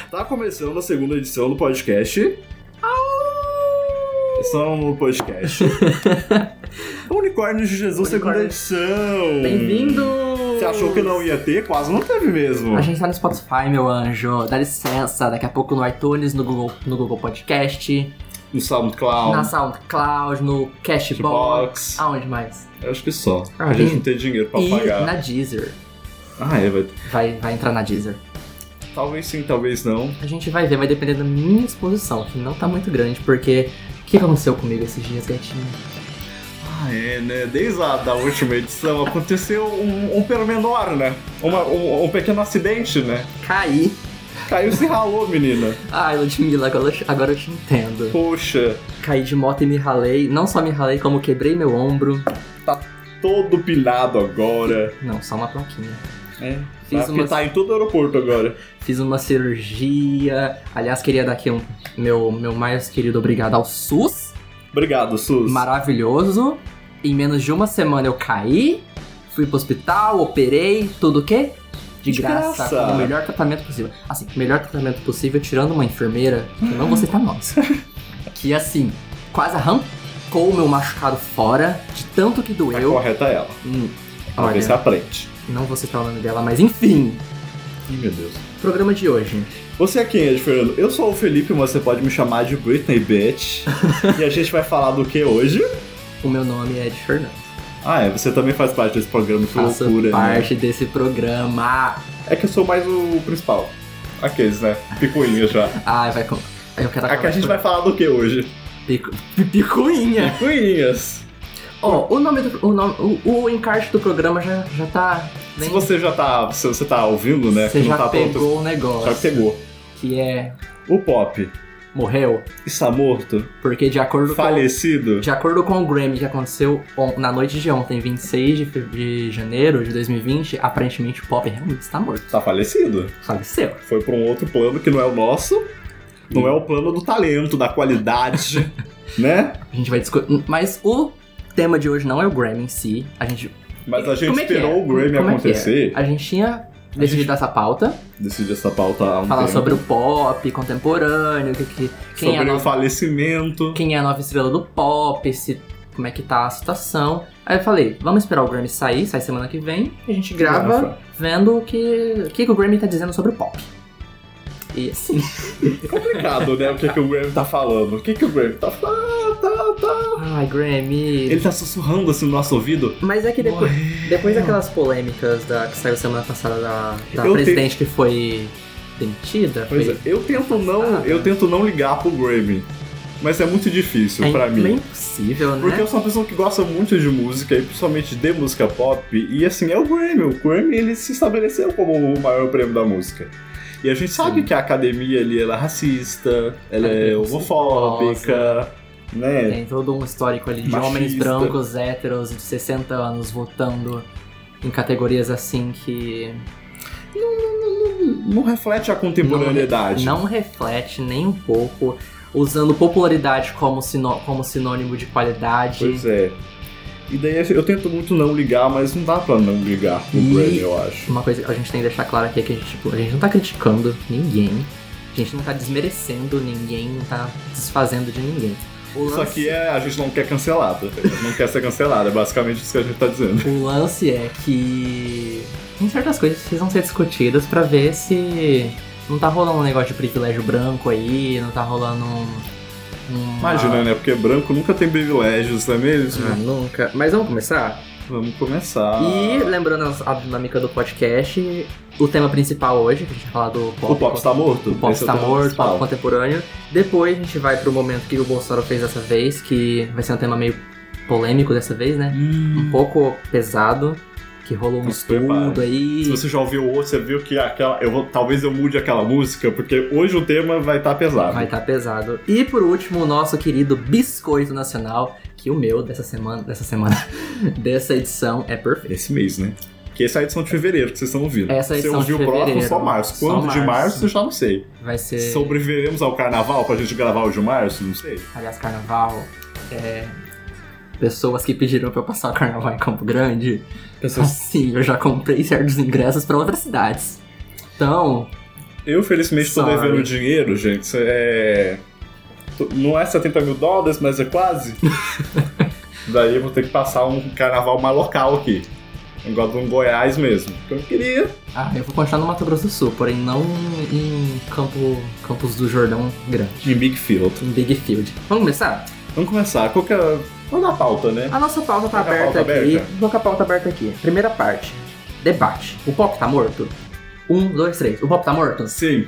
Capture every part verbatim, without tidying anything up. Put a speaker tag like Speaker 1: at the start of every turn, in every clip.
Speaker 1: Tá começando a segunda edição do podcast. Estamos no podcast. Unicórnio de Jesus, segunda edição.
Speaker 2: Bem-vindo!
Speaker 1: Você achou que não ia ter? Quase não teve mesmo.
Speaker 2: A gente tá no Spotify, meu anjo. Dá licença, daqui a pouco no iTunes, no Google, no Google Podcast.
Speaker 1: No SoundCloud.
Speaker 2: Na SoundCloud, no Cashbox.
Speaker 1: Box.
Speaker 2: Aonde mais?
Speaker 1: Eu acho que só.
Speaker 2: Ah,
Speaker 1: a gente
Speaker 2: tem...
Speaker 1: não tem dinheiro pra
Speaker 2: e
Speaker 1: pagar.
Speaker 2: na Deezer.
Speaker 1: Ah, é, vai...
Speaker 2: vai... Vai entrar na Deezer.
Speaker 1: Talvez sim, talvez não.
Speaker 2: A gente vai ver, vai depender da minha exposição, que não tá muito grande, porque... O que aconteceu comigo esses dias, gatinho?
Speaker 1: Ah, é, né? Desde a da última edição aconteceu um, um pormenor, né? Uma, um, um pequeno acidente, né?
Speaker 2: Caí.
Speaker 1: Caiu e se ralou, menina.
Speaker 2: Ai, Ludmilla, agora, agora eu te entendo.
Speaker 1: Poxa.
Speaker 2: Caí de moto e me ralei. Não só me ralei, como quebrei meu ombro.
Speaker 1: Tá todo pilhado agora.
Speaker 2: Não, só uma plaquinha.
Speaker 1: É,
Speaker 2: Fiz
Speaker 1: tá,
Speaker 2: uma...
Speaker 1: tá em todo o aeroporto agora.
Speaker 2: Fiz uma cirurgia. Aliás, queria dar aqui um meu, meu mais querido obrigado ao SUS.
Speaker 1: Obrigado, SUS.
Speaker 2: Maravilhoso. Em menos de uma semana eu caí, fui pro hospital, operei, tudo o quê? De,
Speaker 1: De
Speaker 2: graça,
Speaker 1: graça.
Speaker 2: com o melhor tratamento possível. Assim, o melhor tratamento possível, tirando uma enfermeira, que não vou citar nomes, que assim, quase arrancou o meu machucado fora, de tanto que
Speaker 1: Tá
Speaker 2: doeu.
Speaker 1: correta ela.
Speaker 2: Hum,
Speaker 1: Vamos ver se aprende.
Speaker 2: não vou citar o nome dela, mas enfim.
Speaker 1: Ih, meu Deus.
Speaker 2: Programa de hoje.
Speaker 1: Você é quem, Ed Fernando? Eu sou o Felipe, mas você pode me chamar de Britney Bitch. E a gente vai falar do que hoje?
Speaker 2: O meu nome é Ed Fernando.
Speaker 1: Ah, é, você também faz parte desse programa, que
Speaker 2: Faço
Speaker 1: loucura,
Speaker 2: parte
Speaker 1: né?
Speaker 2: desse programa.
Speaker 1: É que eu sou mais o principal. Aqueles, né? Picuinha já.
Speaker 2: Ah, vai com. Eu quero
Speaker 1: Aqui a gente vai falar do que hoje?
Speaker 2: Pico... Picuinha.
Speaker 1: Picuinhas.
Speaker 2: Ó, oh, o nome do. O, nome, o, o encarte do programa já, já tá. Bem...
Speaker 1: Se você já tá. Se você tá ouvindo, né?
Speaker 2: Você
Speaker 1: que
Speaker 2: já
Speaker 1: não tá
Speaker 2: pegou
Speaker 1: pronto,
Speaker 2: o negócio.
Speaker 1: já pegou.
Speaker 2: Que é.
Speaker 1: O pop
Speaker 2: Morreu.
Speaker 1: está morto?
Speaker 2: Porque de acordo
Speaker 1: Falecido?
Speaker 2: com. De acordo com o Grammy que aconteceu on, na noite de ontem, vinte e seis de, de janeiro de dois mil e vinte, aparentemente o pop realmente está morto.
Speaker 1: Tá falecido.
Speaker 2: Faleceu.
Speaker 1: Foi pra um outro plano que não é o nosso. Não é o plano do talento, da qualidade, né?
Speaker 2: A gente vai discutir. Mas o tema de hoje não é o Grammy em si. A gente.
Speaker 1: Mas a gente
Speaker 2: Como é que
Speaker 1: esperou
Speaker 2: é?
Speaker 1: o Grammy
Speaker 2: Como é que
Speaker 1: acontecer.
Speaker 2: é? A gente tinha decidido
Speaker 1: gente-
Speaker 2: essa pauta.
Speaker 1: Decidi essa pauta há um
Speaker 2: Falar
Speaker 1: tempo.
Speaker 2: sobre o pop contemporâneo, que, que, quem, é
Speaker 1: Sobre
Speaker 2: a
Speaker 1: o
Speaker 2: nova,
Speaker 1: falecimento.
Speaker 2: quem é a nova estrela do pop, se, como é que tá a situação. Aí eu falei, vamos esperar o Grammy sair, sai semana que vem, e a gente grava
Speaker 1: Grava.
Speaker 2: vendo o que, o que, que o Grammy tá dizendo sobre o pop. E assim...
Speaker 1: É complicado, né? O que, que o Grammy tá falando. O que, que o Grammy tá falando? Ah, tá, tá.
Speaker 2: Ai, Grammy...
Speaker 1: Ele tá sussurrando assim no nosso ouvido.
Speaker 2: Mas é que depois,
Speaker 1: Morreu.
Speaker 2: depois daquelas polêmicas da, que saiu semana passada da, da
Speaker 1: Eu
Speaker 2: presidente que foi demitida...
Speaker 1: Pois
Speaker 2: foi...
Speaker 1: é, eu tento não,
Speaker 2: Ah,
Speaker 1: eu tento não ligar pro Grammy. Mas é muito difícil
Speaker 2: É
Speaker 1: pra mim.
Speaker 2: meio impossível, né?
Speaker 1: Porque eu sou uma pessoa que gosta muito de música, e principalmente de música pop, e assim, é o Grammy. O Grammy, ele se estabeleceu como o maior prêmio da música. E a gente sabe
Speaker 2: Sim.
Speaker 1: que a academia ali, ela é racista, ela é
Speaker 2: É
Speaker 1: homofóbica, né?
Speaker 2: Tem todo um histórico ali de
Speaker 1: Machista.
Speaker 2: homens brancos, héteros de sessenta anos votando em categorias assim que
Speaker 1: Não reflete a contemporaneidade.
Speaker 2: não reflete nem um pouco, usando popularidade como, sinô- como sinônimo de qualidade.
Speaker 1: Pois é. E daí eu tento muito não ligar, mas não dá pra não ligar pro
Speaker 2: E-
Speaker 1: Grammy, eu acho.
Speaker 2: Uma coisa que a gente tem que deixar claro aqui é que a gente, tipo, a gente não tá criticando ninguém, a gente não tá desmerecendo ninguém, não tá desfazendo de ninguém. O
Speaker 1: Isso
Speaker 2: lance-
Speaker 1: aqui é, a gente não quer cancelado, a gente não quer ser cancelado, é basicamente isso que a gente tá dizendo.
Speaker 2: O lance é que tem certas coisas que precisam ser discutidas pra ver se não tá rolando um negócio de privilégio branco aí, não tá rolando um... uma-
Speaker 1: Imagina, né? Porque branco nunca tem privilégios, não é mesmo?
Speaker 2: Ah, nunca. Mas vamos começar?
Speaker 1: Vamos começar.
Speaker 2: E lembrando a dinâmica do podcast, o tema principal hoje, que a gente vai falar do pop.
Speaker 1: O pop está morto?
Speaker 2: O pop
Speaker 1: Esse é o
Speaker 2: está
Speaker 1: tema
Speaker 2: morto,
Speaker 1: principal.
Speaker 2: pop contemporâneo. Depois a gente vai pro momento que o Bolsonaro fez dessa vez, que vai ser um tema meio polêmico dessa vez, né?
Speaker 1: Hum.
Speaker 2: Um pouco pesado, que rolou um
Speaker 1: Então se
Speaker 2: estudo
Speaker 1: prepare.
Speaker 2: aí.
Speaker 1: Se você já ouviu o outro, você viu que aquela. Eu vou, talvez eu mude aquela música, porque hoje o tema vai estar pesado.
Speaker 2: Vai estar pesado. E por último, o nosso querido Biscoito Nacional, que o meu dessa semana, dessa semana, dessa edição é perfeito.
Speaker 1: Esse mês, né? Que essa é a edição de fevereiro que vocês estão ouvindo.
Speaker 2: Essa é a
Speaker 1: Você
Speaker 2: edição de
Speaker 1: ouviu o próximo,
Speaker 2: fevereiro.
Speaker 1: só março.
Speaker 2: Só
Speaker 1: Quando de
Speaker 2: março.
Speaker 1: março, eu já não sei.
Speaker 2: Vai ser,
Speaker 1: Sobreviveremos ao carnaval pra gente gravar o de março? Não sei.
Speaker 2: aliás, carnaval. É... Pessoas que pediram pra eu passar o carnaval em Campo Grande.
Speaker 1: Pessoas...
Speaker 2: Assim, eu já comprei certos ingressos pra outras cidades. Então,
Speaker 1: Eu, felizmente, tô
Speaker 2: Sorry.
Speaker 1: devendo dinheiro, gente. Isso é... Não é setenta mil dólares, mas é quase. Daí eu vou ter que passar um carnaval mais local aqui. Igual de um Goiás mesmo. Que eu não queria.
Speaker 2: Ah, eu vou continuar no Mato Grosso do Sul, porém não em Campo, Campos do Jordão Grande.
Speaker 1: Em Big Field.
Speaker 2: Em Big Field. Vamos começar?
Speaker 1: Vamos começar. Qual que é... Qual é a pauta, né?
Speaker 2: A nossa pauta tá
Speaker 1: Tá com a
Speaker 2: aberta
Speaker 1: pauta
Speaker 2: aqui.
Speaker 1: aberta?
Speaker 2: Tô com a pauta aberta aqui. Primeira parte. Debate. O pop tá morto? Um, dois, três. O pop tá morto?
Speaker 1: Sim.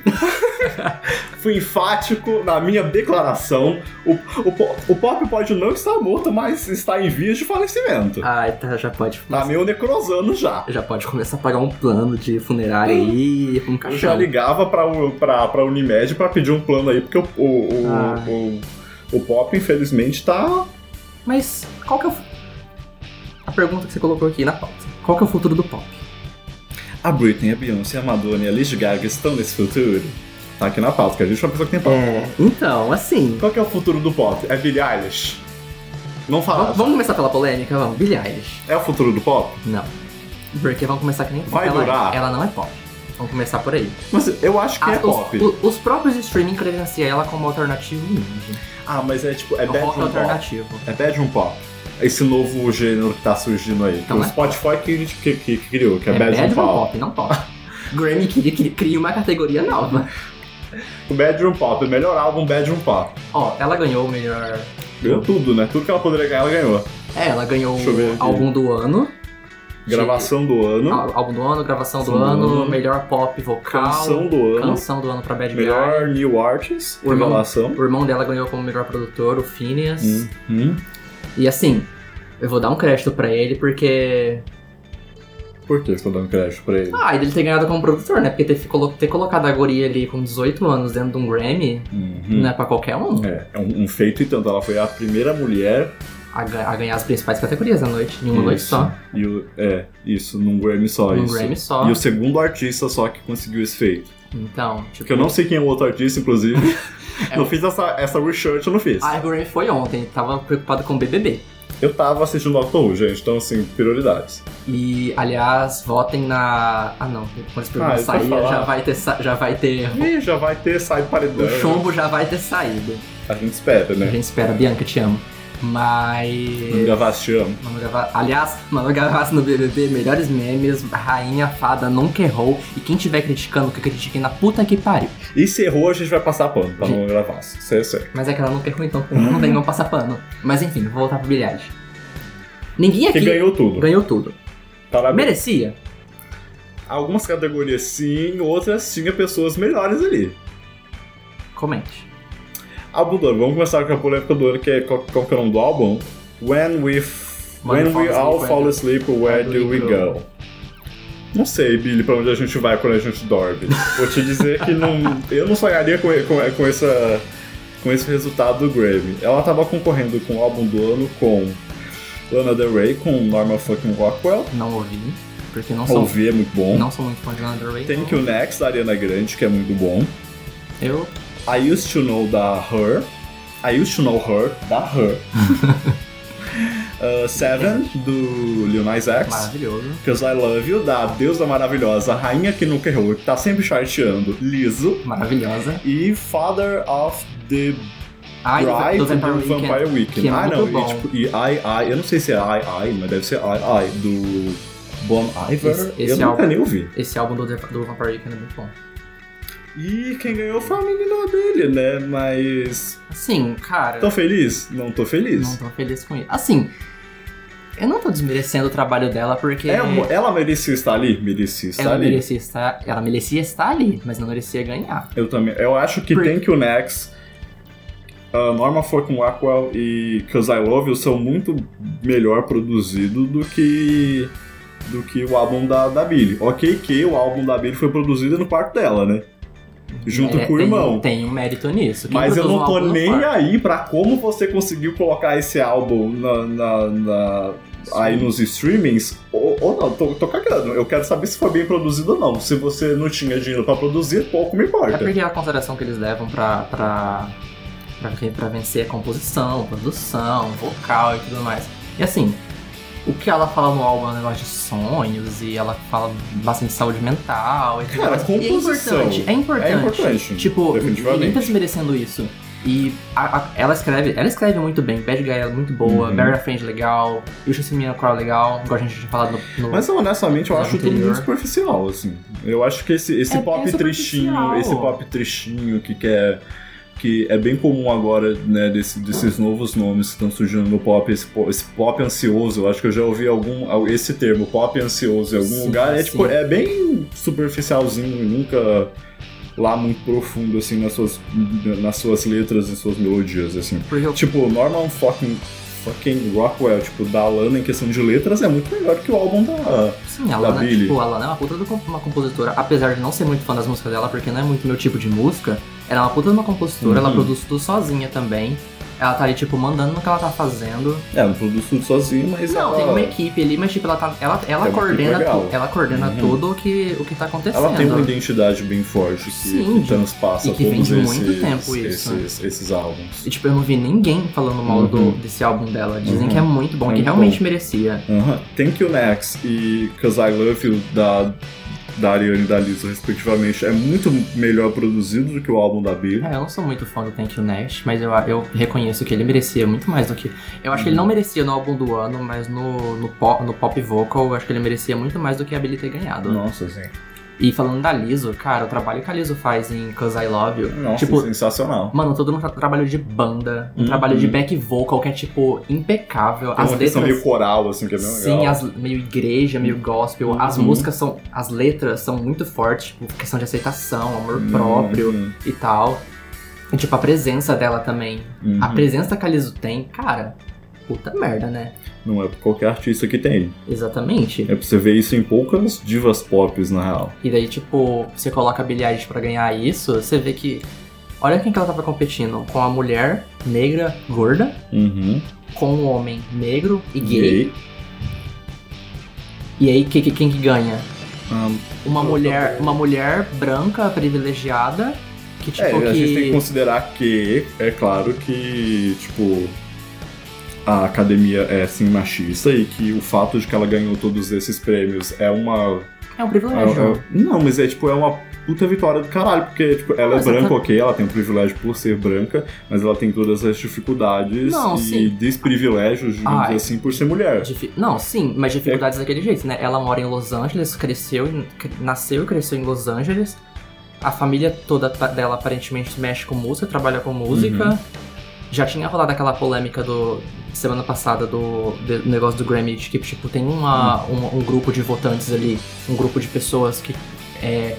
Speaker 1: Fui enfático na minha declaração. O, o, po- o pop pode não estar morto, mas está em vias de falecimento.
Speaker 2: Ai, tá, já pode
Speaker 1: Tá
Speaker 2: começar.
Speaker 1: meio necrosando já.
Speaker 2: Já pode começar a pagar um plano de funerária aí, um
Speaker 1: Eu já
Speaker 2: caixão.
Speaker 1: ligava pra, o- pra, pra Unimed pra pedir um plano aí, porque o, o, o,
Speaker 2: Ah.
Speaker 1: o, o pop, infelizmente, tá...
Speaker 2: Mas qual que é o... fu- A pergunta que você colocou aqui na pauta. Qual que é o futuro do pop?
Speaker 1: A Britney, a Beyoncé, a Madonna e a Lady Gaga estão nesse futuro? Tá aqui na pauta, que a gente é uma pessoa que tem pauta.
Speaker 2: É, então, assim...
Speaker 1: Qual que é o futuro do pop? É Billie Eilish? Não fala.
Speaker 2: Vamos, vamos começar pela polêmica? Vamos. Billie Eilish.
Speaker 1: É o futuro do pop?
Speaker 2: Não. Porque vamos começar que nem pop.
Speaker 1: Vai
Speaker 2: ela,
Speaker 1: durar?
Speaker 2: ela não é pop. Vamos começar por aí.
Speaker 1: Mas eu acho que
Speaker 2: Ah,
Speaker 1: é
Speaker 2: os,
Speaker 1: pop.
Speaker 2: o- os próprios streaming credenciam ela como alternativo indie.
Speaker 1: Ah, mas é tipo, é
Speaker 2: É um rock
Speaker 1: bedroom pop.
Speaker 2: alternativo.
Speaker 1: É bedroom pop. Esse novo gênero que tá surgindo aí.
Speaker 2: Então
Speaker 1: que o
Speaker 2: é
Speaker 1: Spotify que, que, que, que criou, que é,
Speaker 2: É
Speaker 1: bedroom,
Speaker 2: bedroom
Speaker 1: pop.
Speaker 2: pop, não pop. Grammy queria que cria uma categoria nova.
Speaker 1: O bedroom pop, o melhor álbum bedroom pop.
Speaker 2: Ó, ela ganhou o melhor...
Speaker 1: Ganhou tudo, né? Tudo que ela poderia ganhar, ela ganhou.
Speaker 2: É, ela ganhou
Speaker 1: Deixa eu ver
Speaker 2: o
Speaker 1: aqui.
Speaker 2: álbum do ano.
Speaker 1: Gravação do ano,
Speaker 2: Á- Álbum do ano, gravação do
Speaker 1: Gravação do
Speaker 2: ano,
Speaker 1: ano.
Speaker 2: melhor pop vocal.
Speaker 1: canção do ano,
Speaker 2: Canção do ano pra Bad Guy.
Speaker 1: melhor new artist,
Speaker 2: O irmão-
Speaker 1: revelação.
Speaker 2: O irmão dela ganhou como melhor produtor, o Phineas.
Speaker 1: Uhum.
Speaker 2: E assim, eu vou dar um crédito pra ele porque...
Speaker 1: Por que você tá dando crédito pra ele?
Speaker 2: Ah, e dele ter ganhado como produtor, né? Porque ter, colo- ter colocado a guria ali com dezoito anos dentro de um Grammy
Speaker 1: Uhum.
Speaker 2: não é pra qualquer um
Speaker 1: É, é um, um feito e tanto. Ela foi a primeira mulher
Speaker 2: a, ga- a ganhar as principais categorias da noite, em uma noite
Speaker 1: Isso.
Speaker 2: só.
Speaker 1: E o, é, isso, num Grammy só.
Speaker 2: Num
Speaker 1: isso.
Speaker 2: Grammy só.
Speaker 1: E o segundo artista só que conseguiu esse feito.
Speaker 2: Então, tipo...
Speaker 1: Porque eu não sei quem é o outro artista, inclusive.
Speaker 2: É
Speaker 1: não
Speaker 2: o-
Speaker 1: fiz essa, essa research, eu não fiz.
Speaker 2: A Grammy foi ontem, tava preocupado com o B B B.
Speaker 1: Eu tava assistindo o Doctor Who, gente, então assim, prioridades.
Speaker 2: E, aliás, votem na... Ah, não. Quando esse programa
Speaker 1: Ah, ele vai
Speaker 2: sair,
Speaker 1: falar.
Speaker 2: já vai ter... sa- Já vai ter...
Speaker 1: E já vai ter saído paredão.
Speaker 2: O chumbo já vai ter saído.
Speaker 1: A gente espera,
Speaker 2: A
Speaker 1: né?
Speaker 2: gente espera. Bianca, te amo. Mas...
Speaker 1: Manu Gavassi, te amo.
Speaker 2: Manu Gavassi... Aliás, Manu Gavassi no B B B, melhores memes, rainha fada, nunca errou. E quem tiver criticando, que critique na puta que pariu.
Speaker 1: E se errou, a gente vai passar pano pra
Speaker 2: Gente.
Speaker 1: Manu Gavassi. Isso é certo.
Speaker 2: Mas é que ela nunca errou, então não tem como passar pano. Mas enfim, vou voltar pro bilhete. Ninguém aqui
Speaker 1: Que ganhou tudo.
Speaker 2: ganhou tudo.
Speaker 1: Parabéns.
Speaker 2: Merecia?
Speaker 1: Algumas categorias sim, outras tinha pessoas melhores ali.
Speaker 2: Comente.
Speaker 1: Álbum do ano, vamos começar com a polêmica do ano, que é qual, qual que é o nome do álbum? When We, f-
Speaker 2: When
Speaker 1: When
Speaker 2: We
Speaker 1: we
Speaker 2: Fall
Speaker 1: All
Speaker 2: Asleep,
Speaker 1: Fall Asleep, Where Do We Go? Não sei, Billy, pra onde a gente vai quando a gente dorme. Vou te dizer que não, eu não sonharia com, com, com, essa, com esse resultado do Grammy. Ela tava concorrendo com o álbum do ano com Lana Del Rey, com Norman fucking Rockwell.
Speaker 2: Não ouvi, porque não sou,
Speaker 1: Ouvir é muito bom.
Speaker 2: não sou muito fã de Lana Del Rey.
Speaker 1: Tem
Speaker 2: então
Speaker 1: que o Next, da Ariana Grande, que é muito bom.
Speaker 2: Eu...
Speaker 1: I Used to Know da Her. I Used to Know Her da Her. uh, Seven do Lil Nas X.
Speaker 2: Maravilhoso.
Speaker 1: Because I Love You da Deusa Maravilhosa, Rainha que nunca errou, que tá sempre charteando, Liso.
Speaker 2: Maravilhosa.
Speaker 1: E Father of the
Speaker 2: Ai,
Speaker 1: Bride
Speaker 2: do,
Speaker 1: do
Speaker 2: Vampire
Speaker 1: Vampire,
Speaker 2: Weekend.
Speaker 1: Weekend.
Speaker 2: que é
Speaker 1: ah,
Speaker 2: muito
Speaker 1: não,
Speaker 2: bom.
Speaker 1: e, tipo, e I, I, eu não sei se é I, I, mas deve ser I, I, do Bon Iver.
Speaker 2: Esse- esse
Speaker 1: eu nunca
Speaker 2: álbum-
Speaker 1: nem ouvi.
Speaker 2: Esse álbum do, do Vampire Weekend é muito bom.
Speaker 1: E quem ganhou foi a menina dele, né? Mas.
Speaker 2: Assim, cara...
Speaker 1: Tô feliz? Não tô feliz.
Speaker 2: Não tô feliz com isso. Assim, eu não tô desmerecendo o trabalho dela, porque...
Speaker 1: É, ela merecia estar ali? Merecia estar
Speaker 2: ela
Speaker 1: ali.
Speaker 2: merecia estar, ela merecia estar ali, mas não merecia ganhar.
Speaker 1: Eu também. Eu acho que
Speaker 2: Por-
Speaker 1: tem que o Next, uh, Norman fucking Rockwell e Cause I Love You são muito melhor produzido do que do que o álbum da, da Billie. Ok que o álbum da Billie foi produzido no quarto dela, né? Junto
Speaker 2: É,
Speaker 1: com o
Speaker 2: tem-
Speaker 1: irmão.
Speaker 2: Tem um mérito nisso. Quem
Speaker 1: Mas eu
Speaker 2: produz
Speaker 1: não
Speaker 2: um
Speaker 1: tô
Speaker 2: álbum no
Speaker 1: nem
Speaker 2: quarto?
Speaker 1: aí pra como você conseguiu colocar esse álbum na, na- na- aí nos streamings, ou, ou não, tô, tô cagando. Eu quero saber se foi bem produzido ou não. Se você não tinha dinheiro pra produzir, pouco me
Speaker 2: É
Speaker 1: importa.
Speaker 2: porque a consideração que eles levam pra, pra, pra, pra vencer é composição, produção, vocal e tudo mais. E assim, o que ela fala no álbum é um negócio de sonhos, e ela fala bastante de saúde mental. E
Speaker 1: Cara, composição.
Speaker 2: É importante, é importante.
Speaker 1: É importante,
Speaker 2: tipo,
Speaker 1: definitivamente.
Speaker 2: ninguém tá desmerecendo isso. E a, a, ela escreve ela escreve muito bem, Bad Guy é muito boa,
Speaker 1: uhum.
Speaker 2: Bury a Friend legal, You Should See Me in a Crowd legal, igual a gente tinha falado no... no
Speaker 1: Mas honestamente eu acho
Speaker 2: anterior.
Speaker 1: tudo muito superficial, assim. Eu acho que esse, esse
Speaker 2: É-
Speaker 1: pop
Speaker 2: é
Speaker 1: tristinho,
Speaker 2: superficial.
Speaker 1: esse pop tristinho que quer... que é bem comum agora, né, desse, desses novos nomes que estão surgindo no pop, esse, po- esse pop ansioso, eu acho que eu já ouvi algum, esse termo, pop ansioso, em algum
Speaker 2: Sim,
Speaker 1: lugar, é,
Speaker 2: sim.
Speaker 1: tipo, é bem superficialzinho, nunca lá muito profundo, assim, nas suas, nas suas letras e suas melodias, assim.
Speaker 2: Porque eu-
Speaker 1: Tipo, Norman fucking, fucking Rockwell, tipo, da Lana em questão de letras é muito melhor que o álbum da...
Speaker 2: Sim, a
Speaker 1: da
Speaker 2: Lana,
Speaker 1: Billie.
Speaker 2: tipo, a Lana é uma puta de uma compositora, apesar de não ser muito fã das músicas dela, porque não é muito meu tipo de música, ela é uma puta de uma compositora,
Speaker 1: Uhum.
Speaker 2: ela produz tudo sozinha também. Ela tá ali, tipo, mandando no que ela tá fazendo.
Speaker 1: É, não produz tudo sozinho, mas
Speaker 2: Não,
Speaker 1: ela...
Speaker 2: tem uma equipe ali, mas tipo, ela tá. Ela, ela
Speaker 1: É uma
Speaker 2: coordena
Speaker 1: equipe legal.
Speaker 2: tu- ela coordena
Speaker 1: Uhum.
Speaker 2: tudo o que, o que tá acontecendo.
Speaker 1: Ela tem uma identidade bem forte que,
Speaker 2: Sim,
Speaker 1: que
Speaker 2: de-
Speaker 1: transpassa
Speaker 2: e que
Speaker 1: todos
Speaker 2: vem de
Speaker 1: esses,
Speaker 2: muito tempo isso.
Speaker 1: esses, esses álbuns.
Speaker 2: E tipo, eu não vi ninguém falando mal
Speaker 1: Uhum.
Speaker 2: do, desse álbum dela. Dizem
Speaker 1: Uhum.
Speaker 2: que é muito bom,
Speaker 1: É
Speaker 2: que
Speaker 1: muito
Speaker 2: realmente
Speaker 1: bom.
Speaker 2: merecia.
Speaker 1: Uhum. Thank You Next e Cause I Love You da, da Ariane e da Lisa, respectivamente, é muito melhor produzido do que o álbum da Billie.
Speaker 2: É, eu não sou muito fã do Thank You Next, mas eu, eu reconheço que ele merecia muito mais do que... Eu acho que ele não merecia no álbum do ano, mas no, no, pop, no pop vocal, eu acho que ele merecia muito mais do que a Billie ter ganhado.
Speaker 1: Nossa, sim.
Speaker 2: E falando da Lizzo, cara, o trabalho que a Lizzo faz em Cause I Love You...
Speaker 1: Nossa,
Speaker 2: tipo,
Speaker 1: sensacional.
Speaker 2: mano, todo um tra- trabalho de banda, um
Speaker 1: Uhum.
Speaker 2: trabalho de back vocal que é, tipo, impecável.
Speaker 1: Tem
Speaker 2: As
Speaker 1: uma questão
Speaker 2: letras...
Speaker 1: meio coral, assim, que é bem
Speaker 2: Sim,
Speaker 1: legal.
Speaker 2: as, meio igreja, meio gospel. As
Speaker 1: Uhum.
Speaker 2: músicas são... As letras são muito fortes, tipo, questão de aceitação, amor
Speaker 1: Uhum.
Speaker 2: próprio e tal. E, tipo, a presença dela também.
Speaker 1: Uhum.
Speaker 2: A presença que a Lizzo tem, cara, puta merda, né?
Speaker 1: Não é qualquer artista que tem.
Speaker 2: Exatamente.
Speaker 1: É pra você ver isso em poucas divas pop, na real.
Speaker 2: E daí, tipo, você coloca a Billie Eilish pra ganhar isso, você vê que... Olha quem que ela tava competindo. Com a mulher negra gorda,
Speaker 1: Uhum.
Speaker 2: com o homem negro e gay. E aí, que, que- quem que ganha?
Speaker 1: Um,
Speaker 2: Uma mulher, uma mulher branca, privilegiada, que tipo
Speaker 1: é, a
Speaker 2: que...
Speaker 1: gente tem que considerar que, é claro que, tipo, a academia é sim machista e que o fato de que ela ganhou todos esses prêmios é uma...
Speaker 2: É um
Speaker 1: é-
Speaker 2: privilégio.
Speaker 1: é- não, mas é tipo, é uma puta vitória do caralho, porque tipo, ela é
Speaker 2: Mas
Speaker 1: branca,
Speaker 2: ela-
Speaker 1: ok, ela tem o privilégio por ser branca, mas ela tem todas as dificuldades
Speaker 2: Não,
Speaker 1: e
Speaker 2: sim.
Speaker 1: desprivilégios, digamos
Speaker 2: Ai.
Speaker 1: assim, por ser mulher.
Speaker 2: Difi- Não, sim, mas dificuldades daquele jeito, né? Ela mora em Los Angeles, cresceu, em- nasceu e cresceu em Los Angeles. A família toda pa- dela aparentemente mexe com música, trabalha com música.
Speaker 1: Uhum.
Speaker 2: Já tinha rolado aquela polêmica do semana passada do, do negócio do Grammy, de que tipo, tem uma, um, um grupo de votantes ali, um grupo de pessoas que é,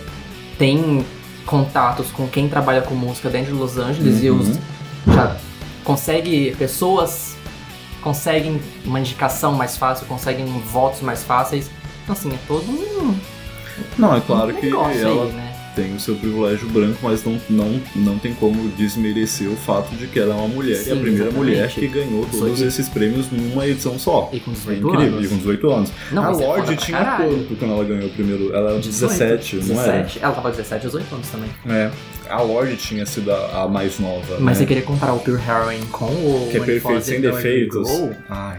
Speaker 2: tem contatos com quem trabalha com música dentro de Los Angeles e
Speaker 1: Uhum.
Speaker 2: os já consegue pessoas conseguem uma indicação mais fácil, conseguem votos mais fáceis. Então assim, é todo um,
Speaker 1: Não, é claro
Speaker 2: um
Speaker 1: que
Speaker 2: negócio
Speaker 1: ela
Speaker 2: aí, né?
Speaker 1: tem o seu privilégio branco, mas não, não, não tem como desmerecer o fato de que ela é uma mulher
Speaker 2: Sim,
Speaker 1: e a primeira
Speaker 2: exatamente.
Speaker 1: mulher que ganhou todos
Speaker 2: dezoito.
Speaker 1: esses prêmios numa edição só.
Speaker 2: E com
Speaker 1: Foi
Speaker 2: dezoito
Speaker 1: incrível,
Speaker 2: anos.
Speaker 1: e com dezoito anos.
Speaker 2: Não,
Speaker 1: a
Speaker 2: mas é foda
Speaker 1: Lorde
Speaker 2: pra
Speaker 1: tinha
Speaker 2: caralho.
Speaker 1: quanto quando ela ganhou o primeiro? Ela era dezessete, não era?
Speaker 2: dezessete. Ela tava dezessete, dezoito anos também.
Speaker 1: É. A Lorde tinha sido a, a mais nova.
Speaker 2: Mas você
Speaker 1: né?
Speaker 2: querer comparar o Pure Heroin com o
Speaker 1: Que é
Speaker 2: When It
Speaker 1: perfeito,
Speaker 2: Falls
Speaker 1: sem
Speaker 2: Down Like a
Speaker 1: defeitos.
Speaker 2: Glow,
Speaker 1: Ai.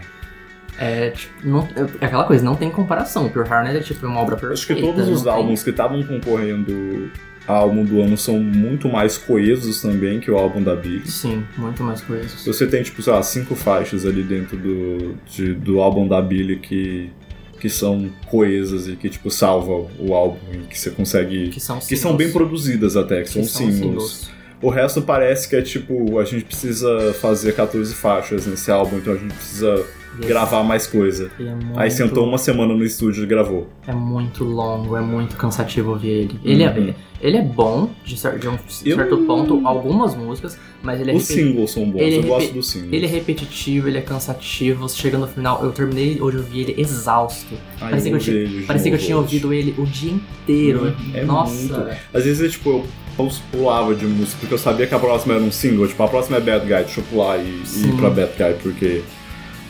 Speaker 2: é, tipo, não, é aquela coisa, não tem comparação. O Pure Heroin é tipo uma obra perfeita.
Speaker 1: Acho que todos os
Speaker 2: não tem-
Speaker 1: álbuns que estavam concorrendo ao álbum do ano são muito mais coesos também que o álbum da Billie.
Speaker 2: Sim, muito mais coisas.
Speaker 1: Você tem, tipo, sei lá, cinco faixas ali dentro do, de- do álbum da Billie que, que são coesas e que, tipo, salvam o álbum e que você consegue...
Speaker 2: Que são
Speaker 1: Que são bem produzidas até, que,
Speaker 2: que
Speaker 1: são singles. O resto parece que é, tipo, a gente precisa fazer catorze faixas nesse álbum, então a gente precisa
Speaker 2: Yes.
Speaker 1: gravar mais coisa.
Speaker 2: E é muito,
Speaker 1: Aí sentou uma semana no estúdio e gravou.
Speaker 2: É muito longo, é muito cansativo ouvir ele. Ele, é,
Speaker 1: Uhum.
Speaker 2: ele, ele é bom, de, cer- de um
Speaker 1: Eu-
Speaker 2: certo ponto, algumas músicas, mas ele é,
Speaker 1: Os
Speaker 2: repeti-
Speaker 1: singles são bons,
Speaker 2: ele é
Speaker 1: eu gosto
Speaker 2: repe-
Speaker 1: dos singles.
Speaker 2: ele é repetitivo, ele é cansativo. Você chega no final, eu terminei hoje, eu ouvi ele exausto.
Speaker 1: Ai,
Speaker 2: parecia que eu,
Speaker 1: ouvi
Speaker 2: tinha,
Speaker 1: ele de
Speaker 2: parecia que eu
Speaker 1: novo
Speaker 2: tinha
Speaker 1: hoje.
Speaker 2: ouvido ele o dia inteiro.
Speaker 1: É
Speaker 2: Nossa.
Speaker 1: muito. Às vezes é tipo, eu pus- pulava de música porque eu sabia que a próxima era um single. Tipo, a próxima é Bad Guy, deixa eu pular e, e
Speaker 2: Sim.
Speaker 1: ir pra Bad Guy, porque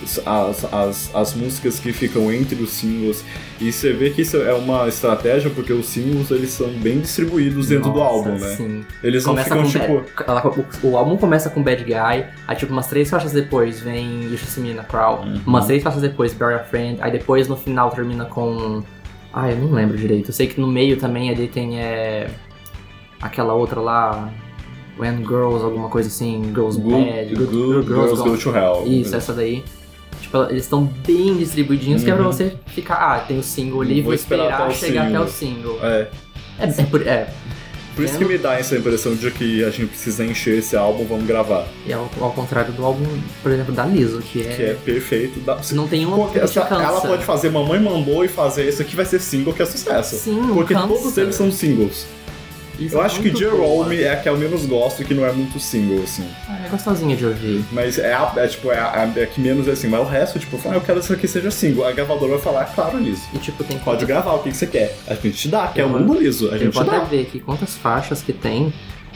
Speaker 1: as, as, as músicas que ficam entre os singles. E você vê que isso é uma estratégia porque os singles eles são bem distribuídos dentro
Speaker 2: Nossa,
Speaker 1: do álbum, né?
Speaker 2: Sim.
Speaker 1: Eles não
Speaker 2: Começa
Speaker 1: ficam
Speaker 2: com
Speaker 1: tipo.
Speaker 2: bad, ela, o, o álbum começa com Bad Guy, aí tipo umas três faixas depois vem You Should See Me in a Crowd,
Speaker 1: Uhum.
Speaker 2: umas três faixas depois Bury a Friend, aí depois no final termina com. Ah, eu não lembro direito. Eu sei que no meio também ali tem é, aquela outra lá. When Girls, alguma coisa assim, Girls
Speaker 1: Go,
Speaker 2: Bad,
Speaker 1: go,
Speaker 2: Good,
Speaker 1: go, Girls Go to Hell.
Speaker 2: Isso, essa daí. Tipo, eles estão bem distribuidinhos, uhum. que é pra você ficar, ah, tem o single ali, vou, vou esperar, esperar até chegar single. até o single.
Speaker 1: É.
Speaker 2: É, é, por, é.
Speaker 1: Por isso que me dá essa impressão de que a gente precisa encher esse álbum, vamos gravar.
Speaker 2: E ao, ao contrário do álbum, por exemplo, da Lizzo, que é...
Speaker 1: Que é perfeito. Da...
Speaker 2: Não tem uma que
Speaker 1: essa, ela pode fazer Mamãe Mandou e fazer isso aqui vai ser single que é sucesso.
Speaker 2: Sim,
Speaker 1: porque
Speaker 2: cansa.
Speaker 1: Todos eles são singles.
Speaker 2: Isso
Speaker 1: eu
Speaker 2: é
Speaker 1: acho que Jerome é a que eu menos gosto e que não é muito single, assim.
Speaker 2: Ah, é gostosinha de ouvir.
Speaker 1: Mas é, a, é tipo, é a, é a que menos é assim. Mas o resto, tipo, ah, eu quero que isso aqui seja single. A gravadora vai falar, claro, Liso.
Speaker 2: E tipo, tem...
Speaker 1: Pode gravar o que, que você quer. A gente te dá, que é o mundo liso. A gente
Speaker 2: eu vou
Speaker 1: te dá.
Speaker 2: até ver aqui quantas faixas que tem,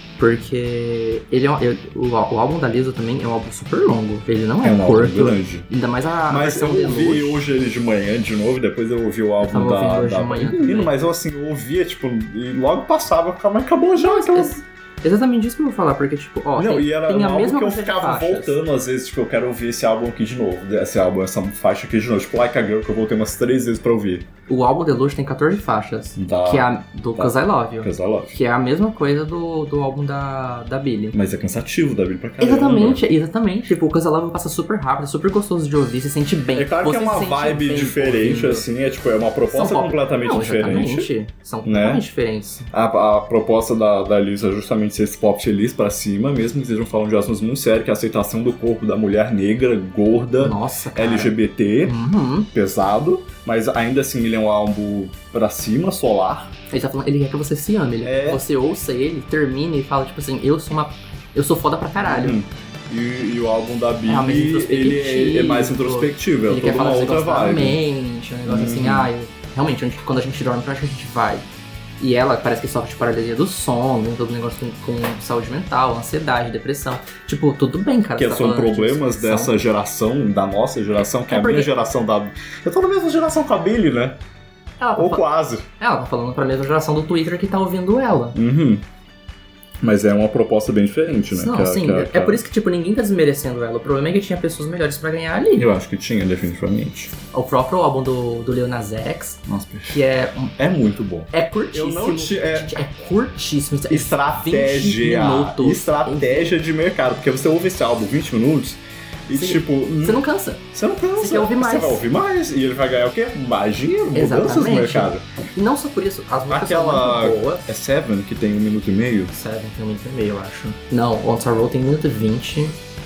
Speaker 2: porque ele é um, eu, o, o álbum da Lizzo também é um álbum super longo. Ele não é,
Speaker 1: é um
Speaker 2: curto.
Speaker 1: Álbum grande.
Speaker 2: Ainda mais a
Speaker 1: Mas eu ouvi
Speaker 2: Deluxe.
Speaker 1: hoje ele de manhã de novo, depois eu ouvi o álbum da,
Speaker 2: hoje
Speaker 1: da...
Speaker 2: de manhã
Speaker 1: Menino, mas eu assim, eu ouvia, tipo, e logo passava, eu ficava, mas acabou já,
Speaker 2: não,
Speaker 1: então...
Speaker 2: Ex- exatamente isso que eu vou falar, porque tipo, ó,
Speaker 1: não,
Speaker 2: tem,
Speaker 1: e era
Speaker 2: tem
Speaker 1: um
Speaker 2: a
Speaker 1: álbum
Speaker 2: mesma
Speaker 1: que eu
Speaker 2: quantidade de
Speaker 1: ficava
Speaker 2: faixas.
Speaker 1: voltando, às vezes, tipo, eu quero ouvir esse álbum aqui de novo, esse álbum, essa faixa aqui de novo, tipo, Like a Girl, que eu voltei umas três vezes pra ouvir.
Speaker 2: O álbum Deluxe tem catorze faixas,
Speaker 1: Da...
Speaker 2: que é a do
Speaker 1: da...
Speaker 2: Cause I Love You,
Speaker 1: Cause I Love You.
Speaker 2: que é a mesma coisa do, do álbum da, da Billie.
Speaker 1: Mas é cansativo da Billie pra caramba.
Speaker 2: Exatamente, exatamente. Tipo, o Cause I Love You passa super rápido, é super gostoso de ouvir, se sente bem.
Speaker 1: É claro
Speaker 2: Você
Speaker 1: que é uma
Speaker 2: se sente
Speaker 1: vibe
Speaker 2: bem
Speaker 1: diferente,
Speaker 2: ouvindo.
Speaker 1: assim, é tipo, é uma proposta
Speaker 2: São
Speaker 1: completamente
Speaker 2: Não,
Speaker 1: diferente.
Speaker 2: Exatamente, são
Speaker 1: né?
Speaker 2: completamente diferentes.
Speaker 1: A, a proposta da, da Lizzo é justamente ser esse pop feliz pra cima, mesmo que estejam falando de assuntos muito sérios, que é a aceitação do corpo da mulher negra, gorda,
Speaker 2: Nossa, cara.
Speaker 1: L G B T,
Speaker 2: Uhum.
Speaker 1: pesado, mas ainda assim ele é um álbum pra cima, solar.
Speaker 2: Ele tá falando, ele quer que você se ame, ele
Speaker 1: É.
Speaker 2: quer que você ouça ele, termine e fala, tipo assim, eu sou uma. Eu sou foda pra caralho.
Speaker 1: Hum. E, e o álbum da Billie,
Speaker 2: É, mas
Speaker 1: ele é, é mais introspectivo, é
Speaker 2: Ele
Speaker 1: toda
Speaker 2: quer falar
Speaker 1: uma
Speaker 2: que você
Speaker 1: outra
Speaker 2: gosta da
Speaker 1: vibe.
Speaker 2: mente, um negócio
Speaker 1: Uhum.
Speaker 2: assim, ah, eu- realmente, onde- quando a gente dorme, pra onde a gente vai? E ela parece que sofre de paralisia do sono, tem todo um negócio com, com saúde mental, ansiedade, depressão. Tipo, tudo bem, cara.
Speaker 1: Que
Speaker 2: você tá
Speaker 1: são
Speaker 2: falando
Speaker 1: problemas
Speaker 2: disso,
Speaker 1: dessa
Speaker 2: são-
Speaker 1: geração, da nossa geração, que é,
Speaker 2: É
Speaker 1: a
Speaker 2: porque-
Speaker 1: minha geração da... Eu tô na mesma geração com a Billie, né?
Speaker 2: Ela tá,
Speaker 1: Ou
Speaker 2: fa-
Speaker 1: quase.
Speaker 2: ela tá falando pra mesma geração do Twitter que tá ouvindo ela.
Speaker 1: Uhum. Mas é uma proposta bem diferente, né?
Speaker 2: Não,
Speaker 1: Que a-
Speaker 2: sim,
Speaker 1: que a-
Speaker 2: é,
Speaker 1: que
Speaker 2: é
Speaker 1: a-
Speaker 2: por isso que, tipo, ninguém tá desmerecendo ela. O problema é que tinha pessoas melhores pra ganhar ali.
Speaker 1: Eu acho que tinha, definitivamente.
Speaker 2: O próprio álbum do, do Lil Nas X,
Speaker 1: Nossa, perfeito.
Speaker 2: que é, um-
Speaker 1: É muito bom.
Speaker 2: é curtíssimo.
Speaker 1: Eu não te- é-
Speaker 2: Gente, é curtíssimo. É
Speaker 1: Estratégia.
Speaker 2: vinte minutos.
Speaker 1: Estratégia de mercado. Porque você ouve esse álbum vinte minutos e,
Speaker 2: Sim.
Speaker 1: tipo...
Speaker 2: Você não cansa.
Speaker 1: Você não cansa.
Speaker 2: Você quer ouvir mais.
Speaker 1: Você vai ouvir mais. E ele vai ganhar o quê? Mais dinheiro, mudanças no
Speaker 2: Exatamente.
Speaker 1: mercado.
Speaker 2: E não só por isso, as músicas
Speaker 1: Aquela...
Speaker 2: são muito boas.
Speaker 1: É Seven, que tem um minuto e meio?
Speaker 2: Seven tem um minuto e meio, eu acho. Não, On Our Road tem um minuto e vinte.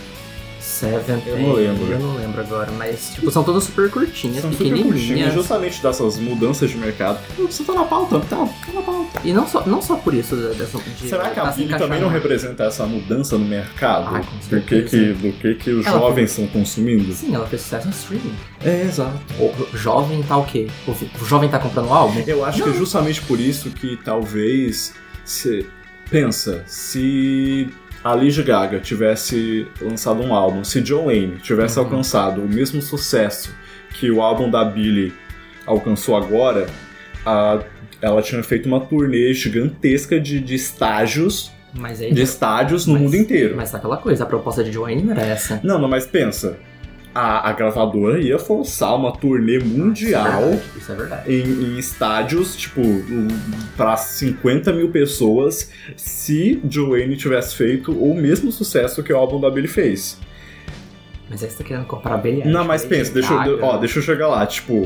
Speaker 2: Seven
Speaker 1: Eu
Speaker 2: tem...
Speaker 1: não lembro.
Speaker 2: Eu não lembro agora, mas tipo, são todas super curtinhas,
Speaker 1: São super curtinhos,
Speaker 2: pequenininhas.
Speaker 1: justamente dessas mudanças de mercado. Você tá na pauta, tá, tá na pauta.
Speaker 2: E não só, não só por isso dessa, de
Speaker 1: Será que a
Speaker 2: tá se
Speaker 1: Billie também não
Speaker 2: encaixando.
Speaker 1: representa essa mudança no mercado?
Speaker 2: Ah, com
Speaker 1: do que, que,
Speaker 2: certeza.
Speaker 1: do que, que os
Speaker 2: Ela
Speaker 1: jovens estão consumindo?
Speaker 2: Sim, ela fez sucesso no streaming.
Speaker 1: É, exato.
Speaker 2: O jovem tá o quê? O vi- o jovem tá comprando álbum?
Speaker 1: Eu acho
Speaker 2: Não.
Speaker 1: que é justamente por isso que talvez... Se... Pensa, se a Lady Gaga tivesse lançado um álbum, se Jolene tivesse
Speaker 2: Uhum.
Speaker 1: alcançado o mesmo sucesso que o álbum da Billie alcançou agora, a... ela tinha feito uma turnê gigantesca de, de estágios,
Speaker 2: Mas aí.
Speaker 1: de estádios no
Speaker 2: mas-
Speaker 1: mundo inteiro.
Speaker 2: Mas tá aquela coisa, a proposta de Joanne não era essa.
Speaker 1: Não, não, mas pensa, a, a gravadora ia forçar uma turnê mundial
Speaker 2: Isso é verdade.
Speaker 1: em, em estádios, tipo, para cinquenta mil pessoas, se Joanne tivesse feito o mesmo sucesso que o álbum da Billie fez.
Speaker 2: Mas aí você tá querendo comparar Billie
Speaker 1: Não,
Speaker 2: Eilish,
Speaker 1: mas
Speaker 2: Lady
Speaker 1: pensa, deixa eu,
Speaker 2: Gaga.
Speaker 1: ó, deixa eu chegar lá, tipo,